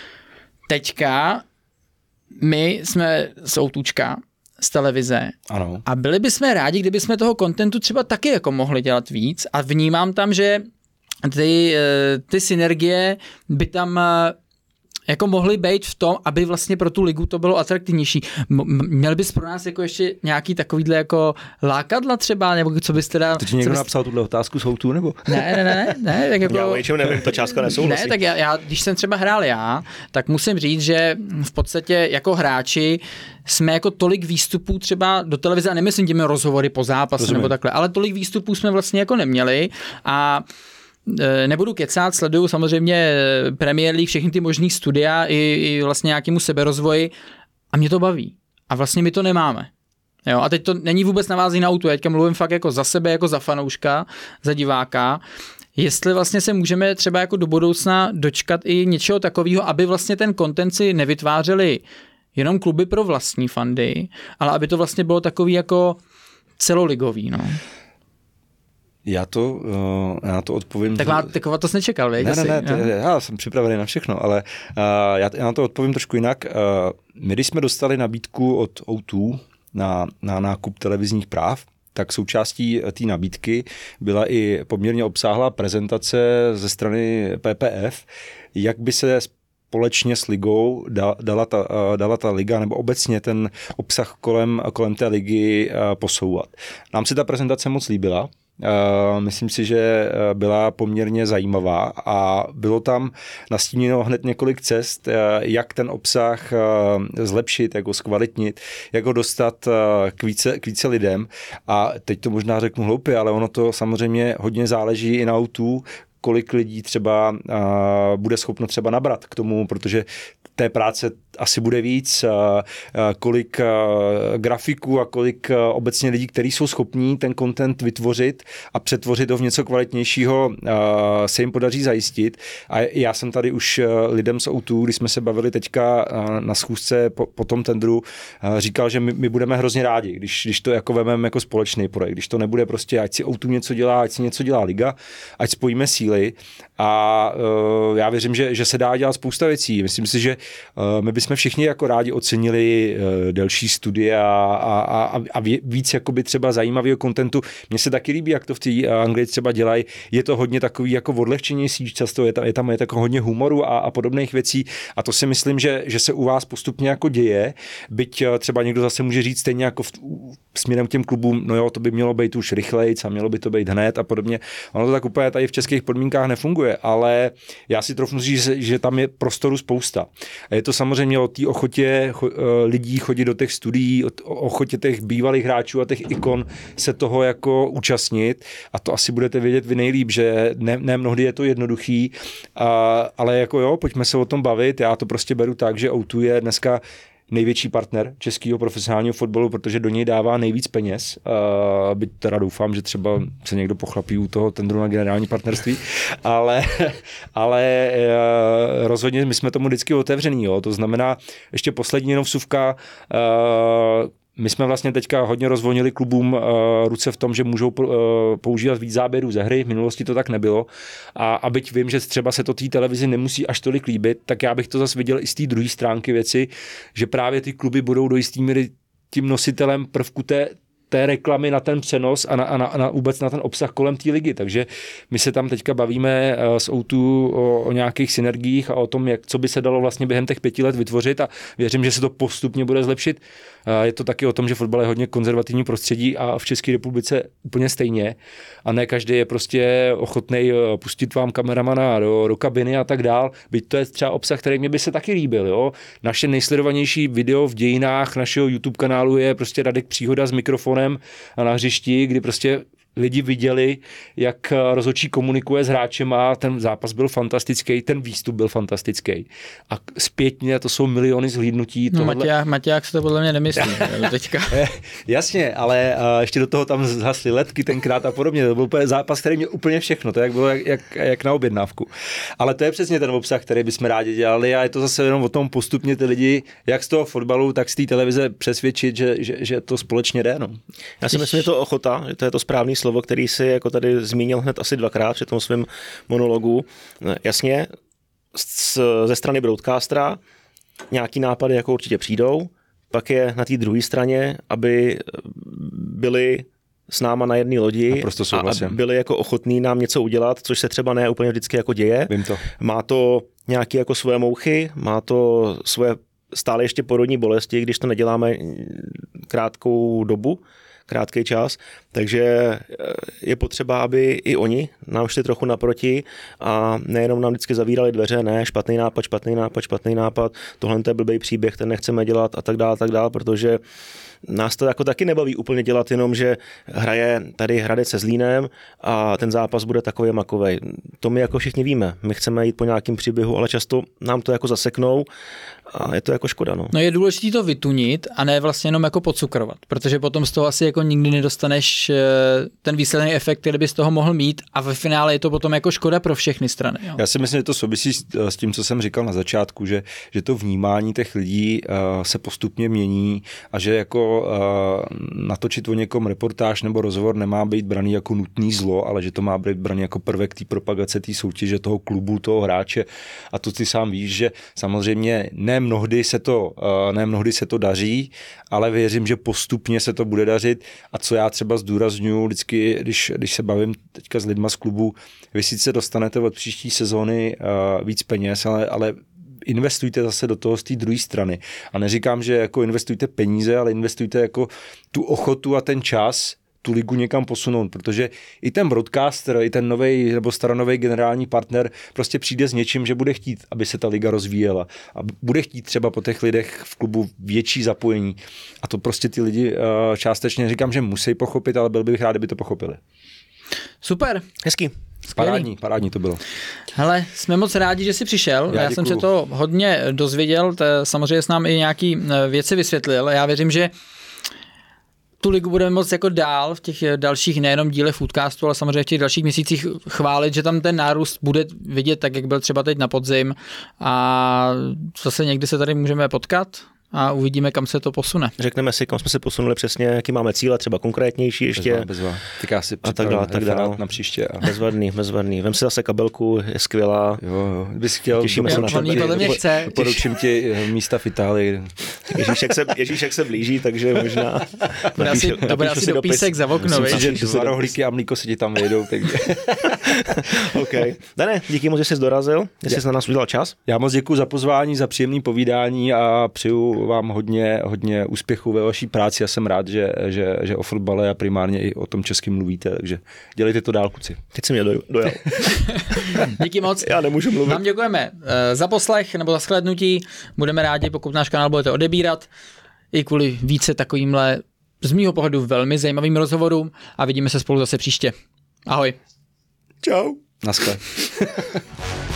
Teďka my jsme z Outučka, z televize. Ano. A byli bychom rádi, kdyby jsme toho kontentu třeba taky jako mohli dělat víc a vnímám tam, že ty synergie by tam jako mohly být v tom, aby vlastně pro tu ligu to bylo atraktivnější. Měl bys pro nás jako ještě nějaký takovýhle jako lákadla třeba, nebo co bys teda... To ti někdo napsal tuhle otázku s Outu, nebo? Ne, tak jako... Já o něčem nevím, to částka nesouhlasí. Ne, tak já, když jsem třeba hrál tak musím říct, že v podstatě jako hráči jsme jako tolik výstupů třeba do televize, a nemyslím těmi rozhovory po zápase nebo takhle, ale tolik výstupů jsme vlastně jako neměli a nebudu kecat, sleduju samozřejmě Premier League, všechny ty možný studia i vlastně nějakému seberozvoji a mě to baví. A vlastně my to nemáme. Jo, a teď to není vůbec navázaný na Outu, teďka mluvím fakt jako za sebe, jako za fanouška, za diváka. Jestli vlastně se můžeme třeba jako do budoucna dočkat i něčeho takového, aby vlastně ten content si nevytvářeli jenom kluby pro vlastní fandy, ale aby to vlastně bylo takový jako celoligový, no. Já to odpovím... Tak to jsi nečekal, veď? Ne, já jsem připravený na všechno, ale já na to odpovím trošku jinak. My, když jsme dostali nabídku od O2 na nákup televizních práv, tak součástí té nabídky byla i poměrně obsáhlá prezentace ze strany PPF, jak by se společně s ligou dala ta liga nebo obecně ten obsah kolem té ligy posouvat. Nám se ta prezentace moc líbila. Myslím si, že byla poměrně zajímavá a bylo tam nastíněno hned několik cest, jak ten obsah zlepšit, jak ho zkvalitnit, jak ho dostat k více lidem. A teď to možná řeknu hloupě, ale ono to samozřejmě hodně záleží i na Outu, kolik lidí třeba bude schopno třeba nabrat k tomu, protože té práce asi bude víc, kolik grafiků a kolik obecně lidí, kteří jsou schopní ten content vytvořit a přetvořit ho v něco kvalitnějšího, se jim podaří zajistit. A já jsem tady už lidem z O2, když jsme se bavili teďka na schůzce po tom tendru, říkal, že my budeme hrozně rádi, když to jako vememe jako společný projekt, když to nebude prostě, ať si O2 něco dělá, ať si něco dělá liga, ať spojíme síly a já věřím, že se dá dělat spousta věcí. Myslím si, že my bychom všichni jako rádi ocenili delší studia a víc jakoby třeba zajímavého kontentu. Mně se taky líbí, jak to v té Anglii třeba dělají. Je to hodně takový jako odlehčenější, často je tam jako hodně humoru a podobných věcí a to si myslím, že se u vás postupně jako děje, byť třeba někdo zase může říct stejně jako směrem k těm klubům, no jo, to by mělo být už rychlejc a mělo by to být hned a podobně. Ono to tak úplně tady v českých podmínkách nefunguje, ale já si trofnu říct, že tam je prostoru spousta. A je to samozřejmě o té ochotě lidí chodit do těch studií, o ochotě těch bývalých hráčů a těch ikon se toho jako účastnit a to asi budete vědět vy nejlíp, že ne mnohdy je to jednoduchý, ale jako jo, pojďme se o tom bavit, já to prostě beru tak, že O2 je dneska největší partner českého profesionálního fotbalu, protože do něj dává nejvíc peněz. Byť teda doufám, že třeba se někdo pochlapí u toho tendru na generální partnerství, ale rozhodně my jsme tomu vždycky otevření. Jo. To znamená, ještě poslední jenom vsuvka, my jsme vlastně teďka hodně rozvolnili klubům ruce v tom, že můžou používat víc záběrů ze hry, v minulosti to tak nebylo a byť vím, že třeba se to té televizi nemusí až tolik líbit, tak já bych to zase viděl i z té druhé stránky věci, že právě ty kluby budou do jistý míry tím nositelem prvku té reklamy na ten přenos a na vůbec na ten obsah kolem té ligy. Takže my se tam teďka bavíme s O2 o nějakých synergiích a o tom, co by se dalo vlastně během těch 5 let vytvořit a věřím, že se to postupně bude zlepšit. Je to taky o tom, že fotbal je hodně konzervativní prostředí a v České republice úplně stejně a ne každý je prostě ochotnej pustit vám kameramana do kabiny a tak dál. Byť to je třeba obsah, který mě by se taky líbil. Jo? Naše nejsledovanější video v dějinách našeho YouTube kanálu je prostě Radek Příhoda s mikrofonem na hřišti, kdy prostě lidi viděli, jak rozhodčí komunikuje s hráčema, ten zápas byl fantastický, ten výstup byl fantastický. A zpětně to jsou miliony zhlídnutí. No Matěják se to podle mě nemyslí teďka. Jasně, ale ještě do toho tam zhasly ledky tenkrát a podobně. To byl zápas, který měl úplně všechno, to bylo jak na objednávku. Ale to je přesně ten obsah, který bychom rádi dělali a je to zase jenom o tom postupně ty lidi, jak z toho fotbalu, tak z té televize přesvědčit, že to společně jde. No. Já si myslím, že to ochota, že to je to správný slovo, který si jako tady zmínil hned asi 2krát při tom svém monologu. Jasně, ze strany broadcastera nějaký nápady jako určitě přijdou, pak je na té druhé straně, aby byli s náma na jedné lodi a byli jako ochotní nám něco udělat, což se třeba ne úplně vždycky jako děje. Vím to. Má to nějaké jako svoje mouchy, má to svoje stále ještě porodní bolesti, když to neděláme krátkou dobu, krátký čas, takže je potřeba, aby i oni nám šli trochu naproti a nejenom nám vždycky zavírali dveře, ne, špatný nápad, tohle je blbej příběh, ten nechceme dělat a tak dále, protože nás to jako taky nebaví úplně dělat jenom, že hraje tady Hradec se Zlínem a ten zápas bude takový makovej. To my jako všichni víme. My chceme jít po nějakým příběhu, ale často nám to jako zaseknou a je to jako škoda. No je důležité to vytunit a ne vlastně jenom jako podcukrovat, protože potom z toho asi jako nikdy nedostaneš ten výsledný efekt, který by z toho mohl mít a ve finále je to potom jako škoda pro všechny strany. Jo. Já si myslím, že to souvisí s tím, co jsem říkal na začátku, že to vnímání těch lidí se postupně mění a že jako natočit o někom reportáž nebo rozhovor nemá být braný jako nutný zlo, ale že to má být braný jako prvek té propagace, té soutěže, toho klubu, toho hráče a to ty sám víš, že samozřejmě ne mnohdy se to daří, ale věřím, že postupně se to bude dařit a co já třeba zdůrazňuji vždycky, když se bavím teďka s lidma z klubu, vy sice dostanete od příští sezóny víc peněz, ale investujte zase do toho z té druhé strany. A neříkám, že jako investujte peníze, ale investujte jako tu ochotu a ten čas tu ligu někam posunout, protože i ten broadcaster, i ten novej nebo staronovej generální partner prostě přijde s něčím, že bude chtít, aby se ta liga rozvíjela a bude chtít třeba po těch lidech v klubu větší zapojení. A to prostě ty lidi částečně říkám, že musí pochopit, ale byl bych rád, kdyby to pochopili. Super. Hezký. Parádní to bylo. Hele, jsme moc rádi, že jsi přišel. Já jsem se to hodně dozvěděl, samozřejmě s nám i nějaký věci vysvětlil. Já věřím, že tu ligu budeme moc jako dál v těch dalších nejenom dílech Foodcastu, ale samozřejmě v těch dalších měsících chválit, že tam ten nárůst bude vidět tak, jak byl třeba teď na podzim a zase někdy se tady můžeme potkat a uvidíme, kam se to posune. Řekneme si, kam jsme se posunuli přesně, jaký máme cíle, třeba konkrétnější ještě. Bezva. Tak já si připravím referát na příště. A... Bezvadný. Vem si zase kabelku, je skvělá. Jo. Kdybys chtěl, těšíme se na to. Poručím ti místa v Itálii. Ježíš, jak se blíží, takže možná... To bude asi dopísek za okno. Myslím, že 2 rohlíky a mlíko se ti tam vejdou. Takže... OK. Dane, díky moc, že jsi dorazil, že jsi na nás udělal čas. Já moc děkuji za pozvání, za příjemné povídání a přeju vám hodně úspěchů ve vaší práci. Já jsem rád, že o fotbale a primárně i o tom českým mluvíte, takže dělejte to dál, kluci. Teď si mě dojel. Díky moc. Já nemůžu mluvit. Vám děkujeme za poslech nebo za shlédnutí. Budeme rádi, pokud náš kanál budete odebírat i kvůli více takovýmhle z mýho pohledu velmi zajímavým rozhovorům a vidíme se spolu zase příště. Ahoj. Čau. Naschle.